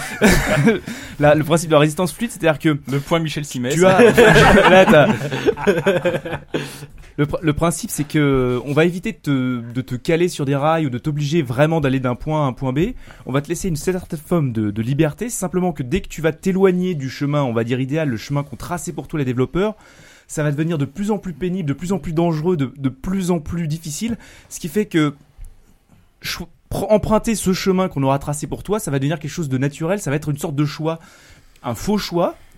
Là, le principe de la résistance fluide, c'est-à-dire que Le point Michel Simès. tu as là, t'as- le, pr- le principe, c'est que on va éviter de te, de te caler sur des rails ou de t'obliger vraiment d'aller d'un point à un point B. On va te laisser une certaine forme de, de liberté. C'est simplement que dès que tu vas t'éloigner du chemin, on va dire idéal, le chemin qu'ont tracé pour toi les développeurs, ça va devenir de plus en plus pénible, de plus en plus dangereux, de, de plus en plus difficile. Ce qui fait que cho- pr- emprunter ce chemin qu'on aura tracé pour toi, ça va devenir quelque chose de naturel. Ça va être une sorte de choix, un faux choix,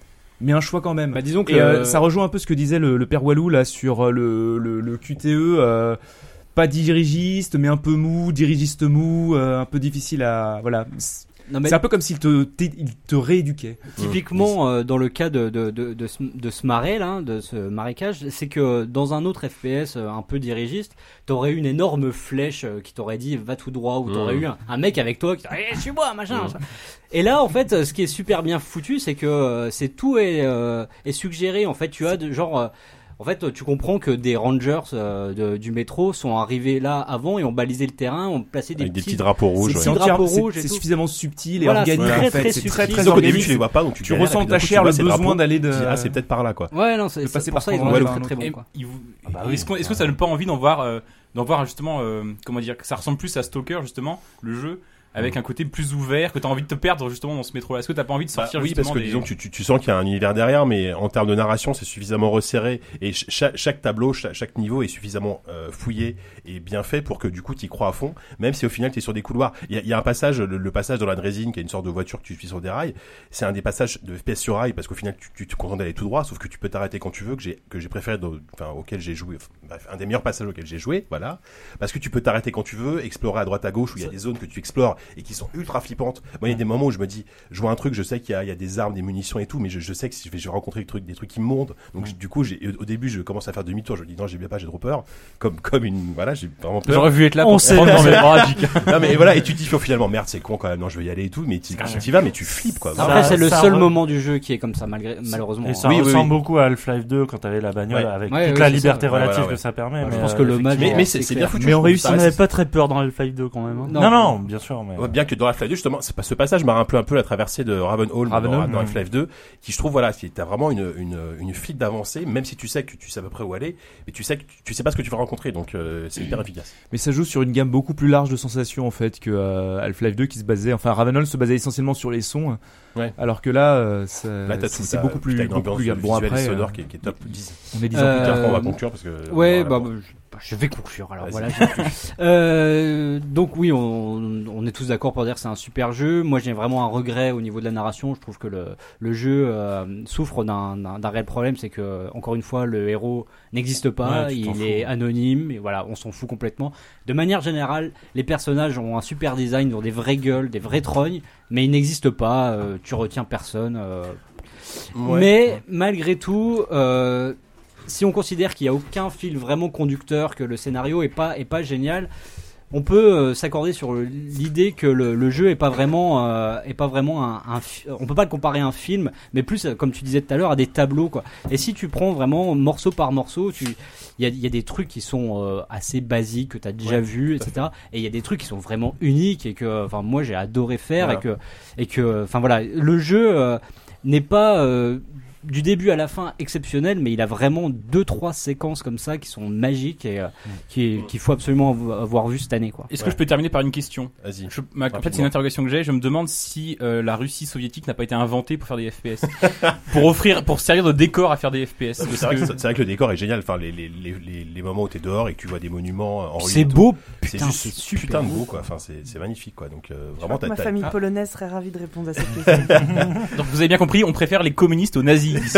mais un choix quand même. Bah, disons que Et, euh, le- ça rejoint un peu ce que disait le, le père Walou là sur euh, le, le, le Q T E, euh, pas dirigiste, mais un peu mou, dirigiste mou, euh, un peu difficile à voilà. C'est, Non, mais- c'est un peu comme s'il te, t'é- il te rééduquait. Typiquement, euh, dans le cas de, de, de, de, ce, de ce marais là, de ce marécage, c'est que dans un autre F P S euh, un peu dirigiste, t'aurais eu une énorme flèche euh, qui t'aurait dit va tout droit, ou t'aurais Mmh. eu un, un mec avec toi qui t'aurait dit eh, suis-moi, machin. Mmh. machin. Et là, en fait, euh, ce qui est super bien foutu, c'est que euh, c'est tout est, euh, est suggéré. En fait, tu as de, genre. Euh, En fait, tu comprends que des rangers euh, de, du métro sont arrivés là avant et ont balisé le terrain, ont placé des, Avec des petits, petits drapeaux rouges, des ouais. petits drapeaux C'est- rouges et c'est tout. suffisamment subtil et Voilà, organique, c'est en très, fait. très C'est subtil. très, très Donc, au organique. début, tu les vois pas, donc tu Tu galères, ressens et puis ta d'un coup, tu chair vois le ces besoin drapeaux, d'aller de. tu dis, ah, c'est peut-être par là, quoi. Ouais, non, c'est de c'est- passer pour par ça cet ils ont endroit-là. été très très bon. Et Quoi. il vous- Ah bah oui. Est-ce, qu'on- est-ce que ça donne pas envie d'en voir, euh, d'en voir justement, euh, comment dire, que ça ressemble plus à Stalker justement, le jeu, avec un côté plus ouvert, que t'as envie de te perdre justement dans ce métro-là. Est-ce que t'as pas envie de Bah, sortir oui, parce justement que des... disons que tu, tu, tu sens qu'il y a un univers derrière, mais en termes de narration, c'est suffisamment resserré et ch- chaque, chaque tableau, chaque, chaque niveau est suffisamment euh, fouillé et bien fait pour que du coup tu y crois à fond, même si au final tu es sur des couloirs. Il y a, il y a un passage, le, le passage dans la Drésine, qui est une sorte de voiture que tu suis sur des rails. C'est un des passages de F P S sur rail parce qu'au final tu, tu te contentes d'aller tout droit, sauf que tu peux t'arrêter quand tu veux, que j'ai que j'ai préféré, dans, enfin auquel j'ai joué, enfin, bref, un des meilleurs passages auquel j'ai joué, voilà, parce que tu peux t'arrêter quand tu veux, explorer à droite à gauche où il y a des zones que tu explores et qui sont ultra flippantes. Moi, il y a des moments où je me dis, je vois un truc, je sais qu'il y a, il y a des armes, des munitions et tout, mais je, je sais que si je vais, je vais rencontrer des trucs, des trucs immondes. Donc, je- du coup, j'ai, au début, je commence à faire demi-tour. Je me dis, non, j'ai bien pas, j'ai trop peur. Comme, comme une, voilà, j'ai vraiment peur. J'aurais vu être là On pour sait. prendre dans mes bras, J K. Non, mais voilà, et tu te dis finalement, merde, c'est con quand même, non, je vais y aller et tout, mais tu y vas, mais tu flippes, quoi. Après, Ça- c'est le ça seul re- moment du jeu qui est comme ça, malgré, malheureusement. Et ça Oui, oui, ressemble oui. beaucoup à Half-Life deux quand t'avais la bagnole Ouais. avec Ouais, toute ouais, la c'est liberté ça. relative Ouais, voilà, ouais. que ça permet. Ouais, je mais, pense euh, que le match- Mais, Ouais, mais c'est c'est, c'est clair. bien foutu. Mais je on trouve. réussit, Ça on reste- n'avait pas très peur dans Half-Life deux quand même. hein. Non, non, bien sûr. Mais... Ouais, bien que dans Half-Life deux, justement, c'est pas ce passage m'a rappelé un peu la traversée de Ravenholm dans, Ravenholm, dans ouais. Half-Life deux, qui je trouve, voilà, qui t'as vraiment une, une, une fuite d'avancée, même si tu sais que tu sais à peu près où aller, mais tu sais que tu, tu sais pas ce que tu vas rencontrer, donc euh, c'est hyper efficace. Mais ça joue sur une gamme beaucoup plus large de sensations en fait que euh, Half-Life deux qui se basait, enfin Ravenholm se basait essentiellement sur les sons, Ouais. alors que là, euh, ça- Là, t'as c'est, tout, c'est t'as- beaucoup plus, t'as une beaucoup ambiance plus gamme. Bon visuelle et après, sonore euh, qui est, qui est top. dix. on est dix ans Euh, plus tard. Tiens, on va conclure parce que. Ouais, voilà, bah, bon. bah, je, bah, je vais conclure. Alors Vas-y. voilà. je- euh, donc oui, on, on est tous d'accord pour dire que c'est un super jeu. Moi, j'ai vraiment un regret au niveau de la narration. Je trouve que le, le jeu euh, souffre d'un, d'un, d'un réel problème, c'est que encore une fois, le héros n'existe pas. Ouais, tu t'en il fous. est anonyme. Et voilà, on s'en fout complètement. De manière générale, les personnages ont un super design, ils ont des vraies gueules, des vraies trognes, mais ils n'existent pas. Euh, tu retiens personne. Euh, Ouais. mais malgré tout, euh, si on considère qu'il n'y a aucun fil vraiment conducteur, que le scénario est pas est pas génial, on peut euh, s'accorder sur le- l'idée que le, le jeu est pas vraiment euh, est pas vraiment un, un fi- on peut pas le comparer à un film, mais plus euh, comme tu disais tout à l'heure à des tableaux quoi. Et si tu prends vraiment morceau par morceau, tu il y a, il y a des trucs qui sont euh, assez basiques que tu as déjà Ouais, vu, tout à et cetera. Et il y a des trucs qui sont vraiment uniques et que enfin moi j'ai adoré faire Voilà. et que et que enfin voilà le jeu euh, n'est pas euh, du début à la fin exceptionnel, mais il a vraiment deux trois séquences comme ça qui sont magiques et euh, qui qu'il faut absolument avo- avoir vu cette année quoi. Est-ce Ouais. que je peux terminer par une question? Vas-y. Je- ma- en fait, Rapidement. c'est une interrogation que j'ai. Je me demande si euh, la Russie soviétique n'a pas été inventée pour faire des F P S, pour offrir, pour servir de décor à faire des F P S. C'est Parce vrai, que- que, c'est vrai que le décor est génial. Enfin, les, les, les, les, les moments où t'es dehors et que tu vois des monuments en ruine C'est et tout, beau, c'est putain, juste c'est super putain de beau. beau, quoi. Enfin, c'est, c'est magnifique, quoi. Donc, euh, Je vraiment, crois que t'as, ma t'as- famille ah. polonaise serait ravie de répondre à cette question. Donc vous avez bien compris, on préfère les communistes aux nazis. Ici.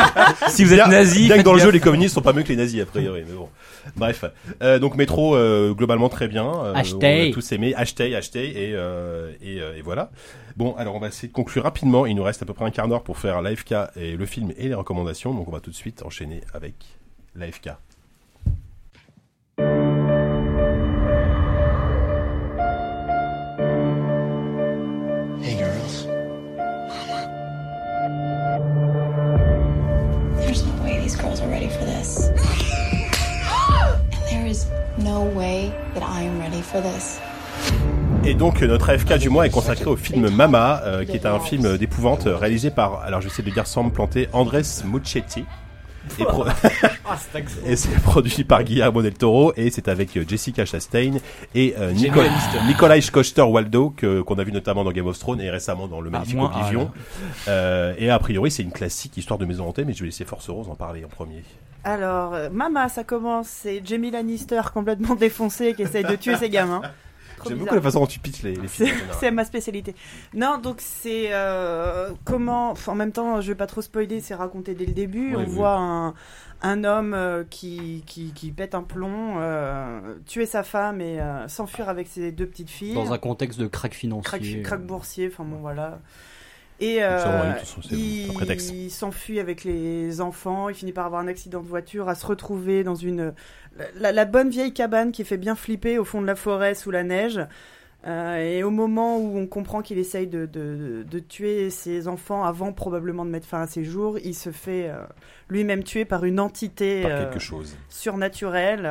Si vous êtes Bien- nazi, bien que faites dans le gaffe. jeu, les communistes sont pas mieux que les nazis, a priori, mais bon. Bref. Euh, donc, Métro, euh, globalement, très bien. Euh, Achetez. On a tous aimé. Achetez, achetez, et, euh, et, euh, et voilà. Bon, alors, on va essayer de conclure rapidement. Il nous reste à peu près un quart d'heure pour faire l'A F K et le film et les recommandations. Donc, on va tout de suite enchaîner avec l'A F K. Hey, girls. There's no way these girls are ready for this. And there is no way that I am ready for this. Et donc, notre A F K du mois est consacré au film Mama, euh, qui est un film d'épouvante euh, réalisé par, alors je vais essayer de dire sans me planter, Andrés Muschietti. Et, pro- et c'est produit par Guillermo del Toro et c'est avec euh, Jessica Chastain et euh, Nico- Jenny Aniston. Nikolai Coster-Waldau que qu'on a vu notamment dans Game of Thrones et récemment dans le Ah, magnifique moi, Oblivion. Euh, et a priori c'est une classique histoire de maison hantée, mais je vais laisser Force Rose en parler en premier. Alors, euh, Mama, ça commence, c'est Jamie Lannister complètement défoncé qui essaye de tuer ses gamins. Trop J'aime bizarre. beaucoup la façon dont tu pitches les, les films. C'est, c'est ma spécialité. Non, donc c'est euh, comment. En même temps, je vais pas trop spoiler, c'est raconté dès le début. Oui, On oui. voit un, un homme euh, qui, qui, qui pète un plomb, euh, tuer sa femme et euh, s'enfuir avec ses deux petites filles. Dans un contexte de crack financier. Crack, crack boursier, enfin bon, voilà. Et euh, C'est vraiment, de toute façon, c'est un prétexte. il s'enfuit avec les enfants, il finit par avoir un accident de voiture, à se retrouver dans une la, la bonne vieille cabane qui fait bien flipper au fond de la forêt sous la neige. Euh, et au moment où on comprend qu'il essaye de, de, de tuer ses enfants avant probablement de mettre fin à ses jours, il se fait euh, lui-même tuer par une entité Par euh, quelque chose. surnaturelle.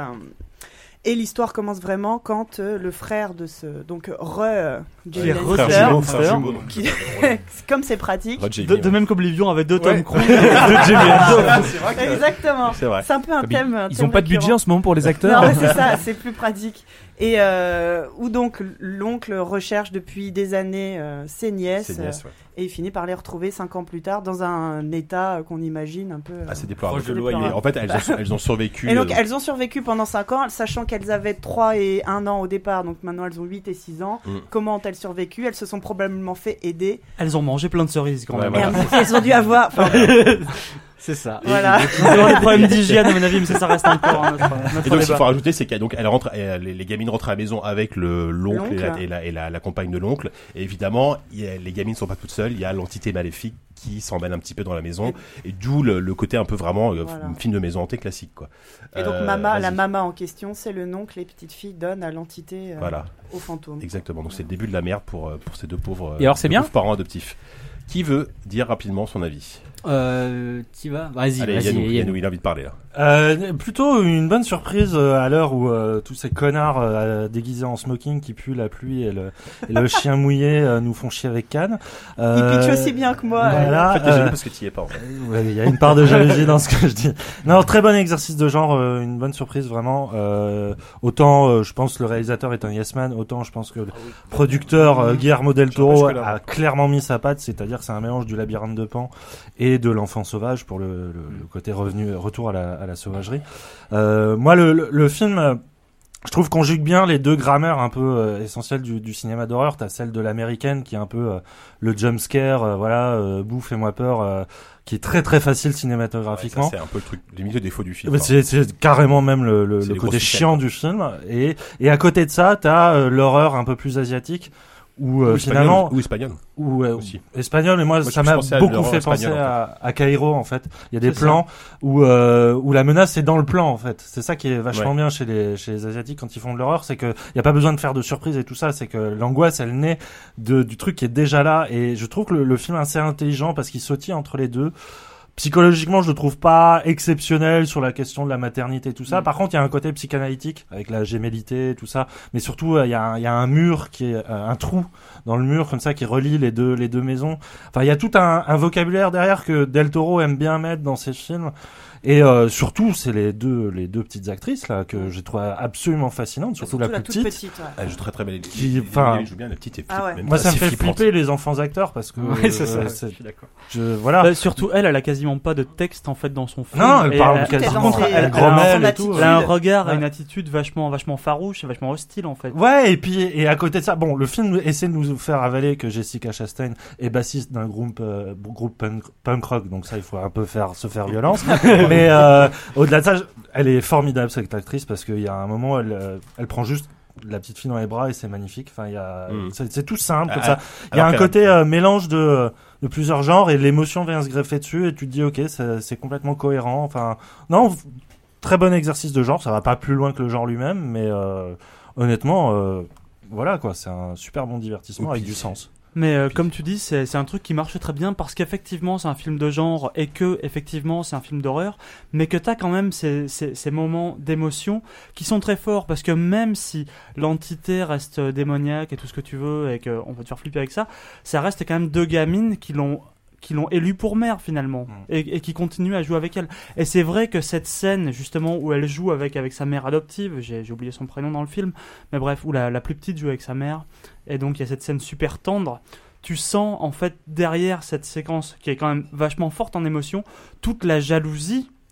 Et l'histoire commence vraiment quand euh, le frère de ce donc Re euh, Jamie Frère Lannister, jumeau, frère jumeau, donc, qui- comme c'est pratique. Red Jamie, De, de ouais. même qu'Oblivion avait deux Tom Ouais. Cruise et deux Jamie Lannister. C'est vrai que- Exactement. C'est vrai. C'est un peu un Comme thème. un Ils thème ont pas de budget récurrent. en ce moment pour les acteurs. Non, mais c'est ça, c'est plus pratique. Et euh, où donc l'oncle recherche depuis des années euh, ses nièces, Ses nièces, ouais. euh, et il finit par les retrouver cinq ans plus tard dans un état qu'on imagine un peu. euh, Assez déplorable. Proche de Et loyer. en fait, elles ont, elles ont survécu. Et donc euh, elles ont survécu pendant cinq ans, sachant qu'elles avaient trois et un an au départ, donc maintenant elles ont huit et six ans. Mm. Comment ont-elles survécu? Elles se sont probablement fait aider. Elles ont mangé plein de cerises quand Ouais, même. voilà. Et elles ont dû avoir... enfin, C'est ça. voilà. Ils ont des problèmes d'hygiène à mon avis, mais ça, ça reste encore un autre, notre Et donc, ce qu'il débat. faut rajouter, c'est qu'elle donc elle rentre, elle- les, les gamines rentrent à la maison avec le l'oncle et, la, L'oncle. et, la, et la, la compagne de l'oncle. Et évidemment, il y a- les gamines ne sont pas toutes seules. Il y a l'entité maléfique qui s'emmène un petit peu dans la maison, et d'où le, le côté un peu vraiment euh, Voilà. film de maison hantée classique, quoi. Et donc Euh, Mama, vas-y. la Mama en question, c'est le nom que les petites filles donnent à l'entité, euh, Voilà. au fantôme. Exactement. Donc c'est le début de la merde pour euh, pour ces deux pauvres. Et alors, c'est deux bien pauvres parents adoptifs. Qui veut dire rapidement son avis? Euh, tu vas Vas-y, Allez, vas-y. Yannou, Yannou. Yannou, il a envie de parler là. Euh, plutôt une bonne surprise euh, à l'heure où euh, tous ces connards euh, déguisés en smoking qui puent la pluie et le, et le chien mouillé euh, nous font chier avec Cannes. Il pitch aussi bien que moi. Voilà, En fait, t'es jaloux euh, parce que tu y es pas. En fait. ouais, il y a une part de jalousie dans ce que je dis. Non, très bon exercice de genre, euh, une bonne surprise vraiment. Euh, autant euh, je pense le réalisateur est un yes man, autant je pense que le producteur euh, Guillermo del Toro jusque-là. a clairement mis sa patte, c'est-à-dire que c'est un mélange du Labyrinthe de Pan et de l'Enfant sauvage pour le, le, le côté revenu retour à la, à la sauvagerie. Euh, moi le, le, le film euh, je trouve qu'on conjugue bien les deux grammaires un peu euh, essentielles du, du cinéma d'horreur. T'as celle de l'américaine qui est un peu euh, le jump scare, euh, voilà, euh, bouffe et moi peur, euh, qui est très très facile Ouais, ça, cinématographiquement. c'est un peu le truc, limite le défaut du film. Mais hein. c'est, c'est carrément même le, le, C'est le les côté grosses chiant du film. Et, et à côté de ça, t'as euh, l'horreur un peu plus asiatique, où euh, Ou espagnol, finalement, ou espagnol. ou euh, aussi. espagnol. Et moi, Moi, ça je m'a pensais à beaucoup l'horreur fait penser espagnole, en à, à Cairo en fait. Il y a des C'est plans où euh, où la menace est dans le plan en fait. C'est ça qui est vachement Ouais. bien chez les chez les asiatiques quand ils font de l'horreur, c'est que il y a pas besoin de faire de surprise et tout ça. C'est que l'angoisse, elle naît de du truc qui est déjà là. Et je trouve que le, le film est assez intelligent parce qu'il sautille entre les deux. Psychologiquement, je le trouve pas exceptionnel sur la question de la maternité et tout ça. Mm. Par contre, il y a un côté psychanalytique avec la gémellité et tout ça. Mais surtout, euh, il y a un, il y a un mur qui est euh, un trou dans le mur comme ça qui relie les deux les deux maisons. Enfin, il y a tout un, un vocabulaire derrière que Del Toro aime bien mettre dans ses films. Et euh, surtout, c'est les deux les deux petites actrices là que j'ai trouvé absolument fascinantes, surtout, la plus toute petite. petite, ouais. Elle joue très très bien. Qui, enfin, enfin, elle joue bien la petite et Ah ouais. moi, ça me assez fait flippante. flipper les enfants acteurs parce que Ouais, c'est ça, euh, je c'est- suis d'accord. je voilà. Bah, surtout elle, elle a quasiment pas de texte en fait dans son film. Non, elle Et parle elle- quasiment. par contre, Elle elle, elle a un- grommelle et attitude. tout. elle a un regard et Ouais. une attitude vachement, vachement farouche et vachement hostile en fait. Ouais, et puis et à côté de ça, bon, le film essaie de nous faire avaler que Jessica Chastain est bassiste d'un groupe euh, groupe punk, punk rock, donc ça il faut un peu faire se faire violence. Mais euh, au-delà de ça, je- elle est formidable cette actrice parce qu'il y a un moment, elle euh, elle prend juste la petite fille dans les bras et c'est magnifique. Enfin, il y a Mm. c'est, c'est tout simple comme Ah, ça. Il y a alors un qu'elle- côté euh, mélange de de plusieurs genres et l'émotion vient se greffer dessus et tu te dis ok, c'est, c'est complètement cohérent. Enfin, non. Très bon exercice de genre, ça va pas plus loin que le genre lui-même, mais euh, honnêtement, euh, voilà quoi, c'est un super bon divertissement avec du sens. Mais euh, comme tu dis, c'est c'est un truc qui marche très bien parce qu'effectivement c'est un film de genre et que effectivement c'est un film d'horreur, mais que t'as quand même ces, ces, ces moments d'émotion qui sont très forts parce que même si l'entité reste démoniaque et tout ce que tu veux et qu'on va te faire flipper avec ça, ça reste quand même deux gamines qui l'ont qui l'ont élue pour mère finalement Mm. et, et qui continuent à jouer avec elle. Et c'est vrai que cette scène justement où elle joue avec avec sa mère adoptive, j'ai j'ai oublié son prénom dans le film, mais bref, où la, la plus petite joue avec sa mère, et donc il y a cette scène super tendre. Tu sens en fait derrière cette séquence qui est quand même vachement forte en émotion toute la jalousie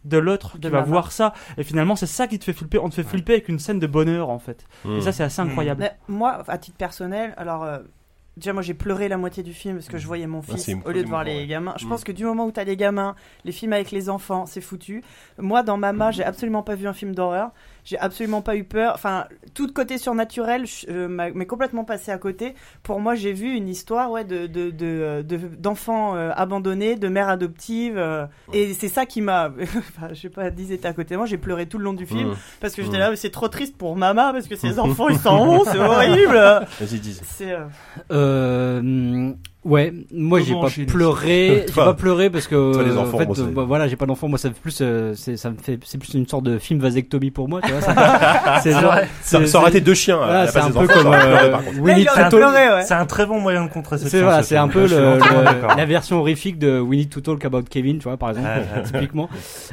de l'autre De qui va maman. voir ça. Et finalement, c'est ça qui te fait flipper. On te fait flipper avec une scène de bonheur, en fait. Mmh. Et ça, c'est assez incroyable. Mais moi, à titre personnel, alors euh, déjà moi j'ai pleuré la moitié du film parce que je voyais mon Ah, fils c'est au lieu de voir émouvant, les ouais. gamins. Je Mm. pense que du moment où t'as les gamins, les films avec les enfants, c'est foutu. Moi, dans Mama, j'ai absolument pas vu un film d'horreur. J'ai absolument pas eu peur. Enfin, tout côté surnaturel je, euh, m'a- m'est complètement passé à côté. Pour moi, j'ai vu une histoire ouais, de, de, de, de- d'enfants euh, abandonnés, de mères adoptives. euh, et c'est ça qui m'a... enfin, je sais pas, Diz était à côté de moi, j'ai pleuré tout le long du film. Mm. Parce que Mm. j'étais là, mais c'est trop triste pour Mama, parce que ces enfants, ils s'en vont, c'est horrible. Vas-y, dis. C'est... euh, Euh, ouais, moi j'ai Comment pas enchaîner pleuré, j'ai Toi. pas pleuré parce que Toi, les enfants, en fait, moi, c'est- euh, bah, voilà, j'ai pas d'enfants, moi ça fait plus, euh, c'est, ça me fait, c'est plus une sorte de film vasectomie pour moi, tu vois. Ça, c'est genre, Ça, c'est- ça aurait c'est- été deux chiens. voilà, à la c'est place un des peu enfants, comme ça aurait pleuré, euh, par contre. We Là, Need il to aurait Talk. pleuré, ouais. C'est un très bon moyen de contraception. C'est voilà, ce c'est film. un peu Je suis le, entièrement le- d'accord. la version horrifique de We Need to Talk About Kevin, tu vois, par exemple, Ouais, ouais. typiquement.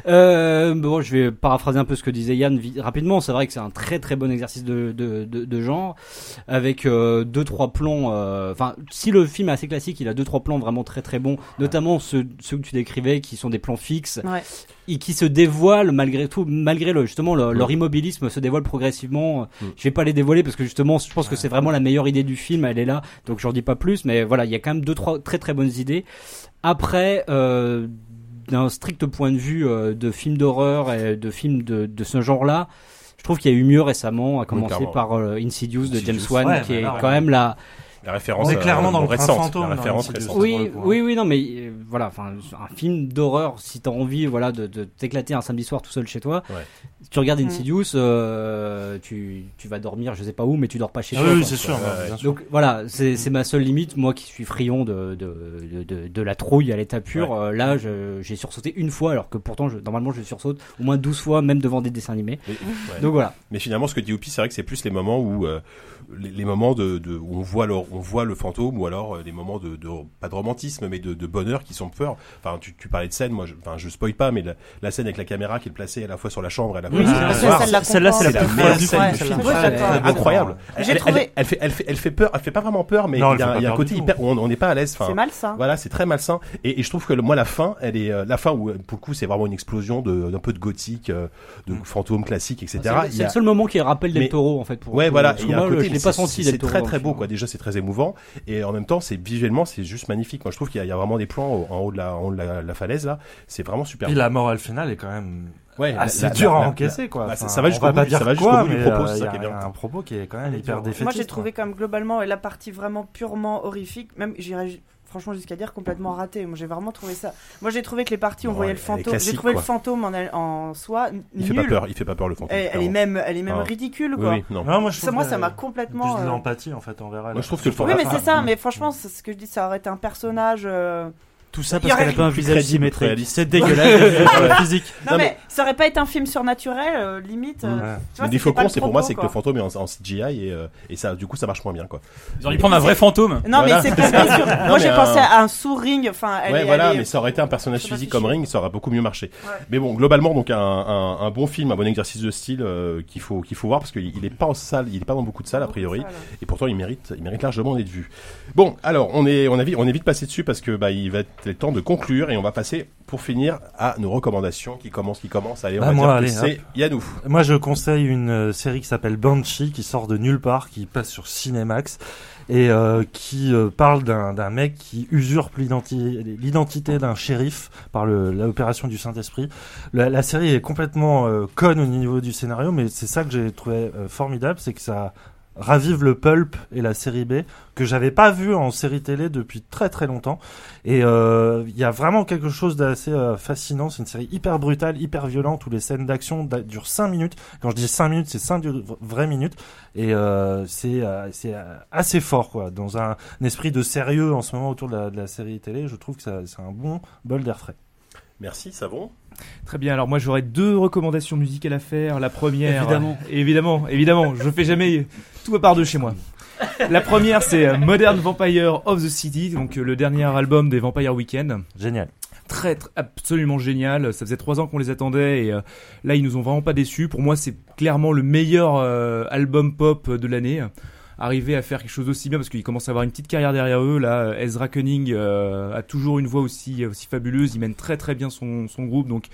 Euh, bon, je vais paraphraser un peu ce que disait Yann vi- rapidement. C'est vrai que c'est un très très bon exercice de de de, de genre, avec euh, deux trois plans. euh, Enfin, si le film est assez classique, il a deux trois plans vraiment très très bons, notamment ceux ceux que tu décrivais, qui sont des plans fixes. Ouais. Et qui se dévoilent malgré tout, malgré le justement le- leur immobilisme se dévoile progressivement. Mm. Je vais pas les dévoiler parce que justement, je pense que c'est vraiment la meilleure idée du film. Elle est là, donc j'en dis pas plus. Mais voilà, il y a quand même deux trois très très bonnes idées. Après, euh, d'un strict point de vue euh, de film d'horreur et de films de, de ce genre-là, je trouve qu'il y a eu mieux récemment, à commencer clairement. par euh, Insidious de Insidious, James Wan, ouais, qui bah est là, quand ouais. même la La référence On est clairement euh, dans le prince récente, fantôme, la dans référence Insidious. récente. oui, pour le coup, hein. oui, oui, non, mais euh, voilà, enfin, un film d'horreur, si t'as envie, voilà, de, de t'éclater un samedi soir tout seul chez toi, Ouais. si tu regardes Mm. Insidious, euh, tu, tu vas dormir, je sais pas où, mais tu dors pas chez Ah toi. oui, quoi. c'est sûr. Ouais, ouais. bien sûr. Donc voilà, c'est c'est ma seule limite, moi qui suis friand de de de, de, de la trouille à l'état pur. Ouais. euh, là, je- j'ai sursauté une fois, alors que pourtant, je, normalement, je sursaute au moins douze fois, même devant des dessins animés. Mais, ouais. Donc voilà. Mais finalement, ce que dit Oupi, c'est vrai que c'est plus les moments où euh, les, les moments de, de où on voit le on voit le fantôme, ou alors euh, des moments de, de pas de romantisme, mais de, de bonheur qui sont peur. Enfin, tu, tu parlais de scène, moi, je, enfin, je spoil pas, mais la, la scène avec la caméra qui est placée à la fois sur la chambre et à la fois Oui, sur c'est le vrai, soir, celle-là, celle-là, c'est la c'est plus la folle meilleure du scène ouais, du je film. suis d'accord. C'est incroyable. J'ai Elle, trouvé- elle, elle fait, elle fait, elle fait peur. Elle fait pas vraiment peur, mais Non, il y elle a, fait il y a pas un peur côté du tout. hyper. On on n'est pas à l'aise. Enfin, C'est malsain. voilà, c'est très malsain. Et, et je trouve que le, moi, la fin, elle est euh, la fin où, euh, pour le coup, c'est vraiment une explosion de d'un peu de gothique, euh, de fantômes classiques, et cetera. C'est Il y c'est a- le seul moment qui rappelle Del Mais- Toro, en fait. Pour Ouais, pour- voilà. parce Il que y a un moi, côté, je mais l'ai pas c'est- senti c'est Del Toro. très dans très le beau, film. quoi. Déjà, c'est très émouvant, et en même temps, c'est visuellement, c'est juste magnifique. Moi, je trouve qu'il y, a- il y a vraiment des plans au- en haut de la, en haut de la, la falaise là. C'est vraiment super. Puis la morale finale est quand même Ouais, assez la- la- dur la- à la- encaisser, quoi. bah, ça- Enfin, ça va on jusqu'au va bout pas du- dire ça va jusqu'au quoi, bout du mais, propos, euh, c'est il ça y qui est a bien. un propos qui est quand même Elle est hyper dure. défaitiste. Moi, j'ai quoi. trouvé comme globalement et la partie vraiment purement horrifique, même j'irais ju- franchement jusqu'à dire complètement raté. Moi, j'ai vraiment trouvé ça. Moi, j'ai trouvé que les parties où on Non, voyait elle- le elle est fantôme, classique, j'ai trouvé quoi. le fantôme en, elle- en soi n- Il fait nul. pas peur. Il fait pas peur le fantôme. Elle, elle est clairement. même, elle est même Ah. ridicule, Oui, quoi. oui, non. Non, moi, je Ça, trouve moi, que- ça m'a complètement. plus de euh, l'empathie en fait envers elle. Moi, je trouve que le Oui, mais fantôme- c'est ça. Mais franchement, c'est ce que je dis, ça aurait été un personnage. euh, Tout ça Il y parce qu'elle a aurait pas un plus visage crédible, symétrique. réaliste. C'est dégueulasse, le physique. Non, Non, mais, mais- ça aurait pas été un film surnaturel, euh, limite. euh, Ouais. tu vois, Le c'était défaut pas con, le c'est pour moi, propos, c'est que le quoi. fantôme est en, en C G I et, euh, et ça, du coup, ça marche moins bien, quoi. Ils auraient dû prendre un vrai fantôme. Non, Voilà. mais c'est pas bien sûr. Moi, j'ai mais, pensé euh, à un sous-ring. Enfin, elle Ouais, est- voilà, elle est- mais ça aurait été un personnage Ça m'a physique fait comme chier. Ring, ça aurait beaucoup mieux marché. Ouais. Mais bon, globalement, donc un, un, un bon film, un bon exercice de style euh, qu'il faut qu'il faut voir parce qu'il il est pas en salle, il est pas dans beaucoup de salles a priori, Beaucoup de salles. et pourtant il mérite, il mérite largement d'être vu. Bon, alors on est on a vite, on est vite passé dessus parce que bah il va être le temps de conclure et on va passer pour finir à nos recommandations qui commencent qui commencent. Allez, on Bah, va moi, dire allez, que c'est hop. Yannou. Moi, je conseille une euh, série qui s'appelle Banshee, qui sort de nulle part, qui passe sur Cinemax, et euh, qui euh, parle d'un d'un mec qui usurpe l'identi- l'identité d'un shérif par le- l'opération du Saint-Esprit. La, la série est complètement euh, conne au niveau du scénario, mais c'est ça que j'ai trouvé euh, formidable, c'est que ça ravive le pulp et la série B que j'avais pas vu en série télé depuis très très longtemps, et euh, il y a vraiment quelque chose d'assez euh, fascinant. C'est une série hyper brutale, hyper violente, où les scènes d'action da- durent cinq minutes. Quand je dis cinq minutes, c'est cinq du- vraies minutes, et euh, c'est euh, c'est euh, assez fort, quoi. Dans un, un esprit de sérieux en ce moment autour de la, de la série télé, je trouve que ça, c'est un bon bol d'air frais. Merci, Savon. Très bien, alors moi j'aurais deux recommandations musicales à faire. La première, Évidemment. euh, évidemment, évidemment, je fais jamais tout à part de chez moi. La première, c'est euh, Modern Vampire of the City, donc euh, le dernier album des Vampire Weekend. Génial. Très, très absolument génial. Ça faisait trois ans qu'on les attendait, et euh, là ils nous ont vraiment pas déçus. Pour moi, c'est clairement le meilleur euh, album pop de l'année. Arriver à faire quelque chose d'aussi bien, parce qu'ils commencent à avoir une petite carrière derrière eux. Là, Ezra Koenig euh, a toujours une voix aussi aussi fabuleuse. Il mène très très bien son son groupe, donc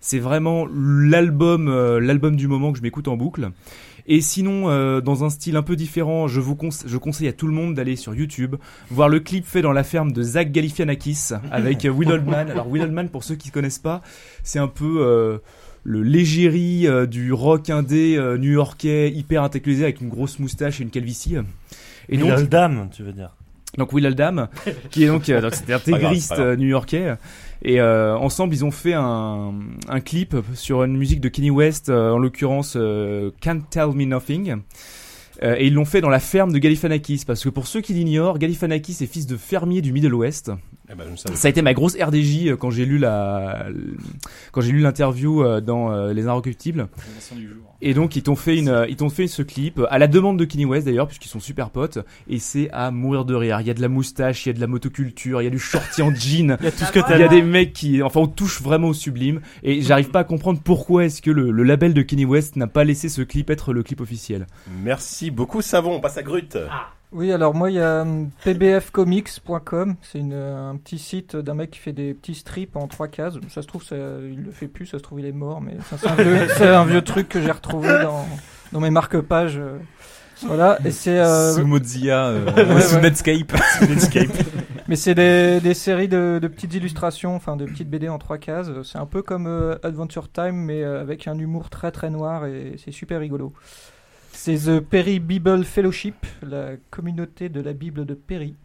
c'est vraiment l'album, euh, l'album du moment que je m'écoute en boucle. Et sinon, euh, dans un style un peu différent, je vous conse- je conseille à tout le monde d'aller sur YouTube, voir le clip fait dans la ferme de Zach Galifianakis avec euh, Will Oldman. Alors Will Oldman, pour ceux qui ne connaissent pas, c'est un peu euh, le légérie euh, du rock indé euh, new-yorkais, hyper intellectualisé avec une grosse moustache et une calvitie. Et Will donc, Oldham, tu veux dire. Donc Will Oldham, qui est donc, euh, donc c'était intégriste Pas grave, pas grave. new-yorkais, et euh, ensemble ils ont fait un, un clip sur une musique de Kanye West, euh, en l'occurrence euh, Can't Tell Me Nothing. Euh, et ils l'ont fait dans la ferme de Galifianakis, parce que pour ceux qui l'ignorent, Galifianakis est fils de fermier du Middle West. Eh ben, je ne savais Ça a été ma grosse R D J euh, quand j'ai lu la, quand j'ai lu l'interview euh, dans euh, Les Inrecuptibles. Et donc ils t'ont fait une, euh, ils t'ont fait ce clip à la demande de Kanye West d'ailleurs, puisqu'ils sont super potes. Et c'est à mourir de rire. Il y a de la moustache, il y a de la motoculture, il y a du shorty en jean. Il y a tout ce que Il t'aimes. y a des mecs qui, enfin, on touche vraiment au sublime. Et j'arrive pas à comprendre pourquoi est-ce que le, le label de Kanye West n'a pas laissé ce clip être le clip officiel. Merci beaucoup, Savon. On passe à Grut. Oui, alors moi, il y a hum, p b f comics point com. C'est une, euh, un petit site d'un mec qui fait des petits strips en trois cases. Ça se trouve, ça, il le fait plus, ça se trouve, il est mort. Mais ça, c'est, un vieux, c'est un vieux truc que j'ai retrouvé dans, dans mes marque-pages. euh, Voilà, et c'est... Euh... Sous Mozilla, euh, ouais, sous ouais. Netscape. Netscape. Mais c'est des, des séries de, de petites illustrations, enfin de petites B D en trois cases. C'est un peu comme euh, Adventure Time, mais euh, avec un humour très très noir, et c'est super rigolo. C'est The Perry Bible Fellowship, la communauté de la Bible de Perry.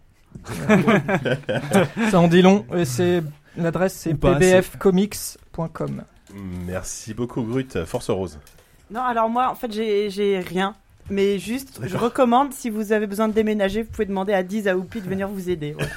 Ça en dit long, et c'est, l'adresse c'est Ou pas, p b f comics point com. Merci beaucoup, Grut. Force Rose. Non, alors moi, en fait, j'ai, j'ai rien. Mais juste, je recommande, si vous avez besoin de déménager, vous pouvez demander à Diz, à Oupi de venir vous aider. Ouais.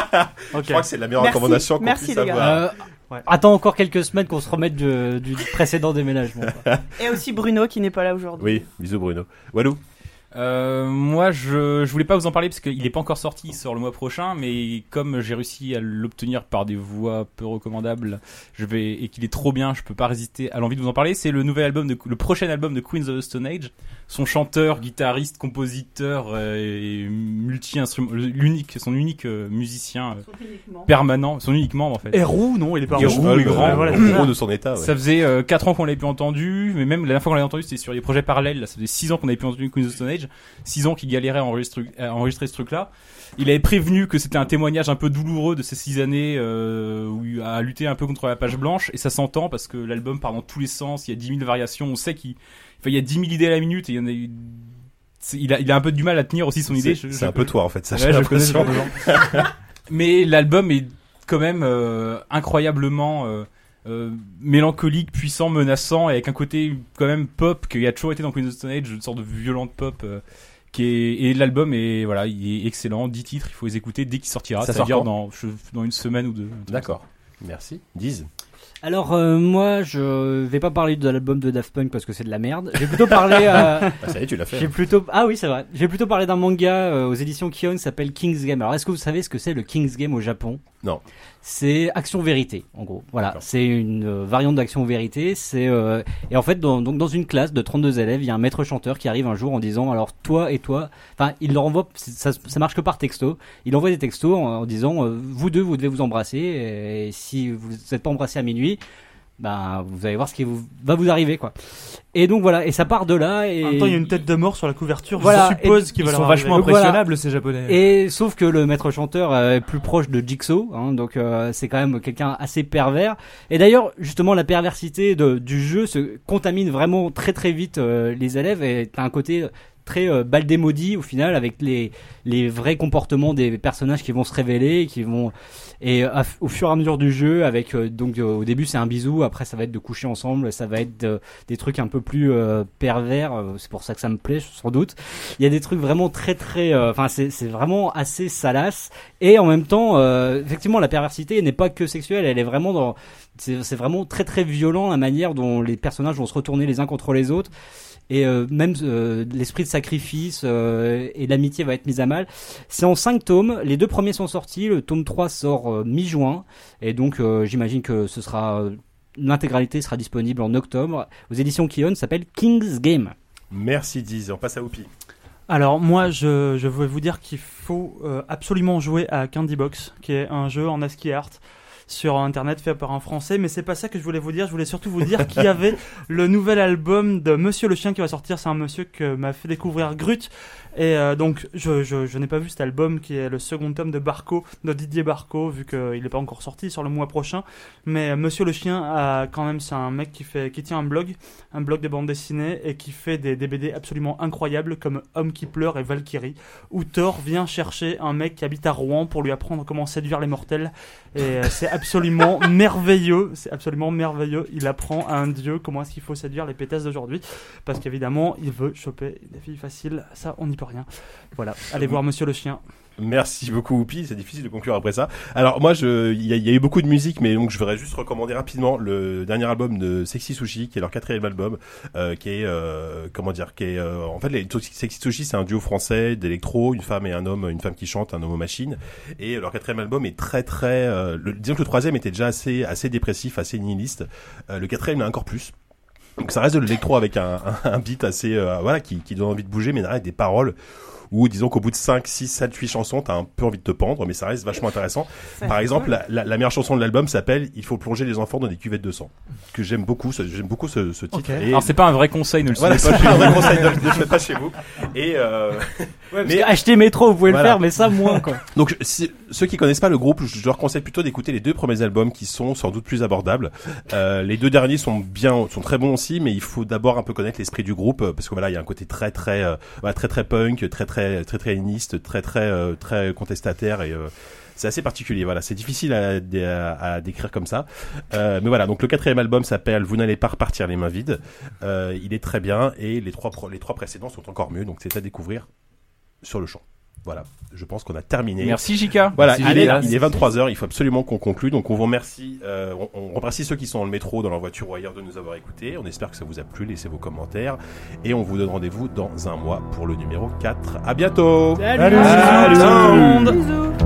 Je crois que c'est la meilleure Merci. recommandation qu'on Merci, puisse les gars. avoir. Euh, ouais. Attends encore quelques semaines qu'on se remette du, du précédent déménagement. quoi. Et aussi Bruno qui n'est pas là aujourd'hui. Oui, bisous Bruno. Walou. Euh, moi, je, je voulais pas vous en parler parce qu'il est pas encore sorti, il sort le mois prochain, mais comme j'ai réussi à l'obtenir par des voies peu recommandables, je vais, et qu'il est trop bien, je peux pas résister à l'envie de vous en parler. C'est le nouvel album de, le prochain album de Queens of the Stone Age. Son chanteur, guitariste, compositeur euh, et multi-instrument, l'unique, son unique euh, musicien euh, permanent, son unique membre en fait. Héroux, non, il est pas Héroux, Héroux, le le grand, grand, voilà, le c'est gros ça. de son état. Ouais. Ça faisait euh, quatre ans qu'on l'avait plus entendu, mais même la dernière fois qu'on l'avait entendu, c'était sur des projets parallèles. Là, ça faisait six ans qu'on avait plus entendu Queens of the Stone Age, six ans qu'il galérait à enregistrer, à enregistrer ce truc-là. Il avait prévenu que c'était un témoignage un peu douloureux de ces six années euh, où il a lutté un peu contre la page blanche, et ça s'entend parce que l'album part dans tous les sens. Il y a dix mille variations. On sait qu'il, enfin, il y a dix mille idées à la minute, et il y en a eu. C'est, il a, il a un peu du mal à tenir aussi son idée. C'est, Je- c'est je- un peu toi en fait, ça. Ouais, j'ai je connais ce l'impression. genre de gens. Mais l'album est quand même euh, incroyablement euh, euh, mélancolique, puissant, menaçant, et avec un côté quand même pop qui a toujours été dans Queens of the Stone Age, une sorte de violente pop. Euh, qui est, et l'album est voilà, il est excellent. dix titres, il faut les écouter dès qu'il sortira. Ça C'est-à-dire sort quand dans, je- dans une semaine ou deux. D'accord. Merci. Diz. Alors euh, moi je vais pas parler de l'album de Daft Punk parce que c'est de la merde. J'ai plutôt parlé. Euh, Ah, ça y est, tu l'as fait. J'ai plutôt ah oui c'est vrai. J'ai plutôt parlé d'un manga euh, aux éditions Kion qui s'appelle King's Game. Alors est-ce que vous savez ce que c'est le King's Game au Japon? Non. C'est action vérité en gros. Voilà, c'est une euh, variante d'action vérité. C'est euh, et en fait dans, donc dans une classe de trente-deux élèves, il y a un maître chanteur qui arrive un jour en disant alors toi et toi. Enfin il leur envoie ça, ça marche que par texto. Il envoie des textos en, en disant euh, vous deux vous devez vous embrasser et si vous n'êtes pas embrassés à minuit. Ben, vous allez voir ce qui vous, va vous arriver, quoi. Et donc voilà, et ça part de là. Et En même temps, il y a une tête de mort sur la couverture. Voilà, je suppose et- qu'ils Ils va sont leur vachement arriver. Donc voilà. impressionnables ces japonais. Et sauf que le maître chanteur euh, est plus proche de Jigsaw, hein, donc euh, c'est quand même quelqu'un assez pervers. Et d'ailleurs, justement, la perversité de, du jeu se contamine vraiment très très vite euh, les élèves, et t'as un côté très euh, baldémodie au final avec les les vrais comportements des personnages qui vont se révéler, qui vont et à, au fur et à mesure du jeu avec euh, donc euh, au début c'est un bisou, après ça va être de coucher ensemble, ça va être de, des trucs un peu plus euh, pervers, euh, c'est pour ça que ça me plaît sans doute. Il y a des trucs vraiment très très enfin euh, c'est c'est vraiment assez salace, et en même temps euh, effectivement la perversité n'est pas que sexuelle, elle est vraiment dans c'est c'est vraiment très très violent la manière dont les personnages vont se retourner les uns contre les autres. Et euh, même euh, l'esprit de sacrifice euh, et l'amitié va être mise à mal. C'est en cinq tomes, les deux premiers sont sortis, le tome trois sort euh, mi-juin, et donc euh, j'imagine que ce sera euh, l'intégralité sera disponible en octobre aux éditions Kion, s'appelle King's Game. Merci Diz. On passe à Oupi. Alors moi je, je veux vous dire qu'il faut euh, absolument jouer à Candy Box, qui est un jeu en ASCII art. sur internet fait par un Français, mais c'est pas ça que je voulais vous dire. Je voulais surtout vous dire qu'il y avait le nouvel album de Monsieur le Chien qui va sortir. C'est un monsieur que m'a fait découvrir Grut. Et euh, donc je, je, je n'ai pas vu cet album qui est le second tome de Barco, de Didier Barco, vu qu'il n'est pas encore sorti sur le mois prochain. Mais euh, Monsieur le Chien a quand même, c'est un mec qui fait, qui tient un blog, un blog de bande dessinée et qui fait des, des B D absolument incroyables comme Homme qui pleure et Valkyrie, où Thor vient chercher un mec qui habite à Rouen pour lui apprendre comment séduire les mortels. Et euh, c'est absolument merveilleux, c'est absolument merveilleux. Il apprend à un dieu comment est-ce qu'il faut séduire les pétasses d'aujourd'hui, parce qu'évidemment il veut choper des filles faciles. Ça, on n'y peut rien. Voilà, allez voir Monsieur le Chien. Merci beaucoup Whoopi, c'est difficile de conclure après ça. Alors moi, je, il y, a, y a eu beaucoup de musique, mais donc je voudrais juste recommander rapidement le dernier album de Sexy Sushi, qui est leur quatrième album, euh, qui est euh, comment dire, qui est euh, en fait les Sexy Sushi, c'est un duo français d'électro, une femme et un homme, une femme qui chante, un homme machine, et leur quatrième album est très très, euh, le, disons que le troisième était déjà assez assez dépressif, assez nihiliste, euh, le quatrième l'a encore plus. Donc ça reste de l'électro avec un, un, un beat assez euh, voilà qui, qui donne envie de bouger, mais avec des paroles où disons qu'au bout de cinq, six, sept, huit chansons t'as un peu envie de te pendre, mais ça reste vachement intéressant. Par exemple, la, la, la meilleure chanson de l'album s'appelle Il faut plonger les enfants dans des cuvettes de sang, que j'aime beaucoup, ce, j'aime beaucoup ce, ce titre. Okay. Et... Alors c'est pas un vrai conseil, ne le voilà, savez pas. C'est pas un vrai conseil, ne, ne le faites pas chez vous. Et euh... ouais, mais acheter métro, vous pouvez voilà. le faire, mais ça moins quoi. Donc si, ceux qui connaissent pas le groupe, je leur conseille plutôt d'écouter les deux premiers albums qui sont sans doute plus abordables. Euh, les deux derniers sont bien, sont très bons aussi, mais il faut d'abord un peu connaître l'esprit du groupe, parce que voilà, il y a un côté très très, euh, voilà, très très punk, très très très très iniste, très très euh, très contestataire et euh, c'est assez particulier. Voilà, c'est difficile à, à, à décrire comme ça. Euh, mais voilà, donc le quatrième album s'appelle Vous n'allez pas repartir les mains vides. Euh, il est très bien et les trois les trois précédents sont encore mieux. Donc c'est à découvrir sur le champ. Voilà, je pense qu'on a terminé. Merci Jika. Voilà, Merci il, Jika. est, il est vingt-trois heures, il faut absolument qu'on conclue. Donc on vous remercie, euh, on, on remercie ceux qui sont dans le métro, dans leur voiture ou ailleurs de nous avoir écoutés. On espère que ça vous a plu, laissez vos commentaires. Et on vous donne rendez-vous dans un mois pour le numéro quatre. À bientôt. Salut, Salut. Salut. Salut. Bisous.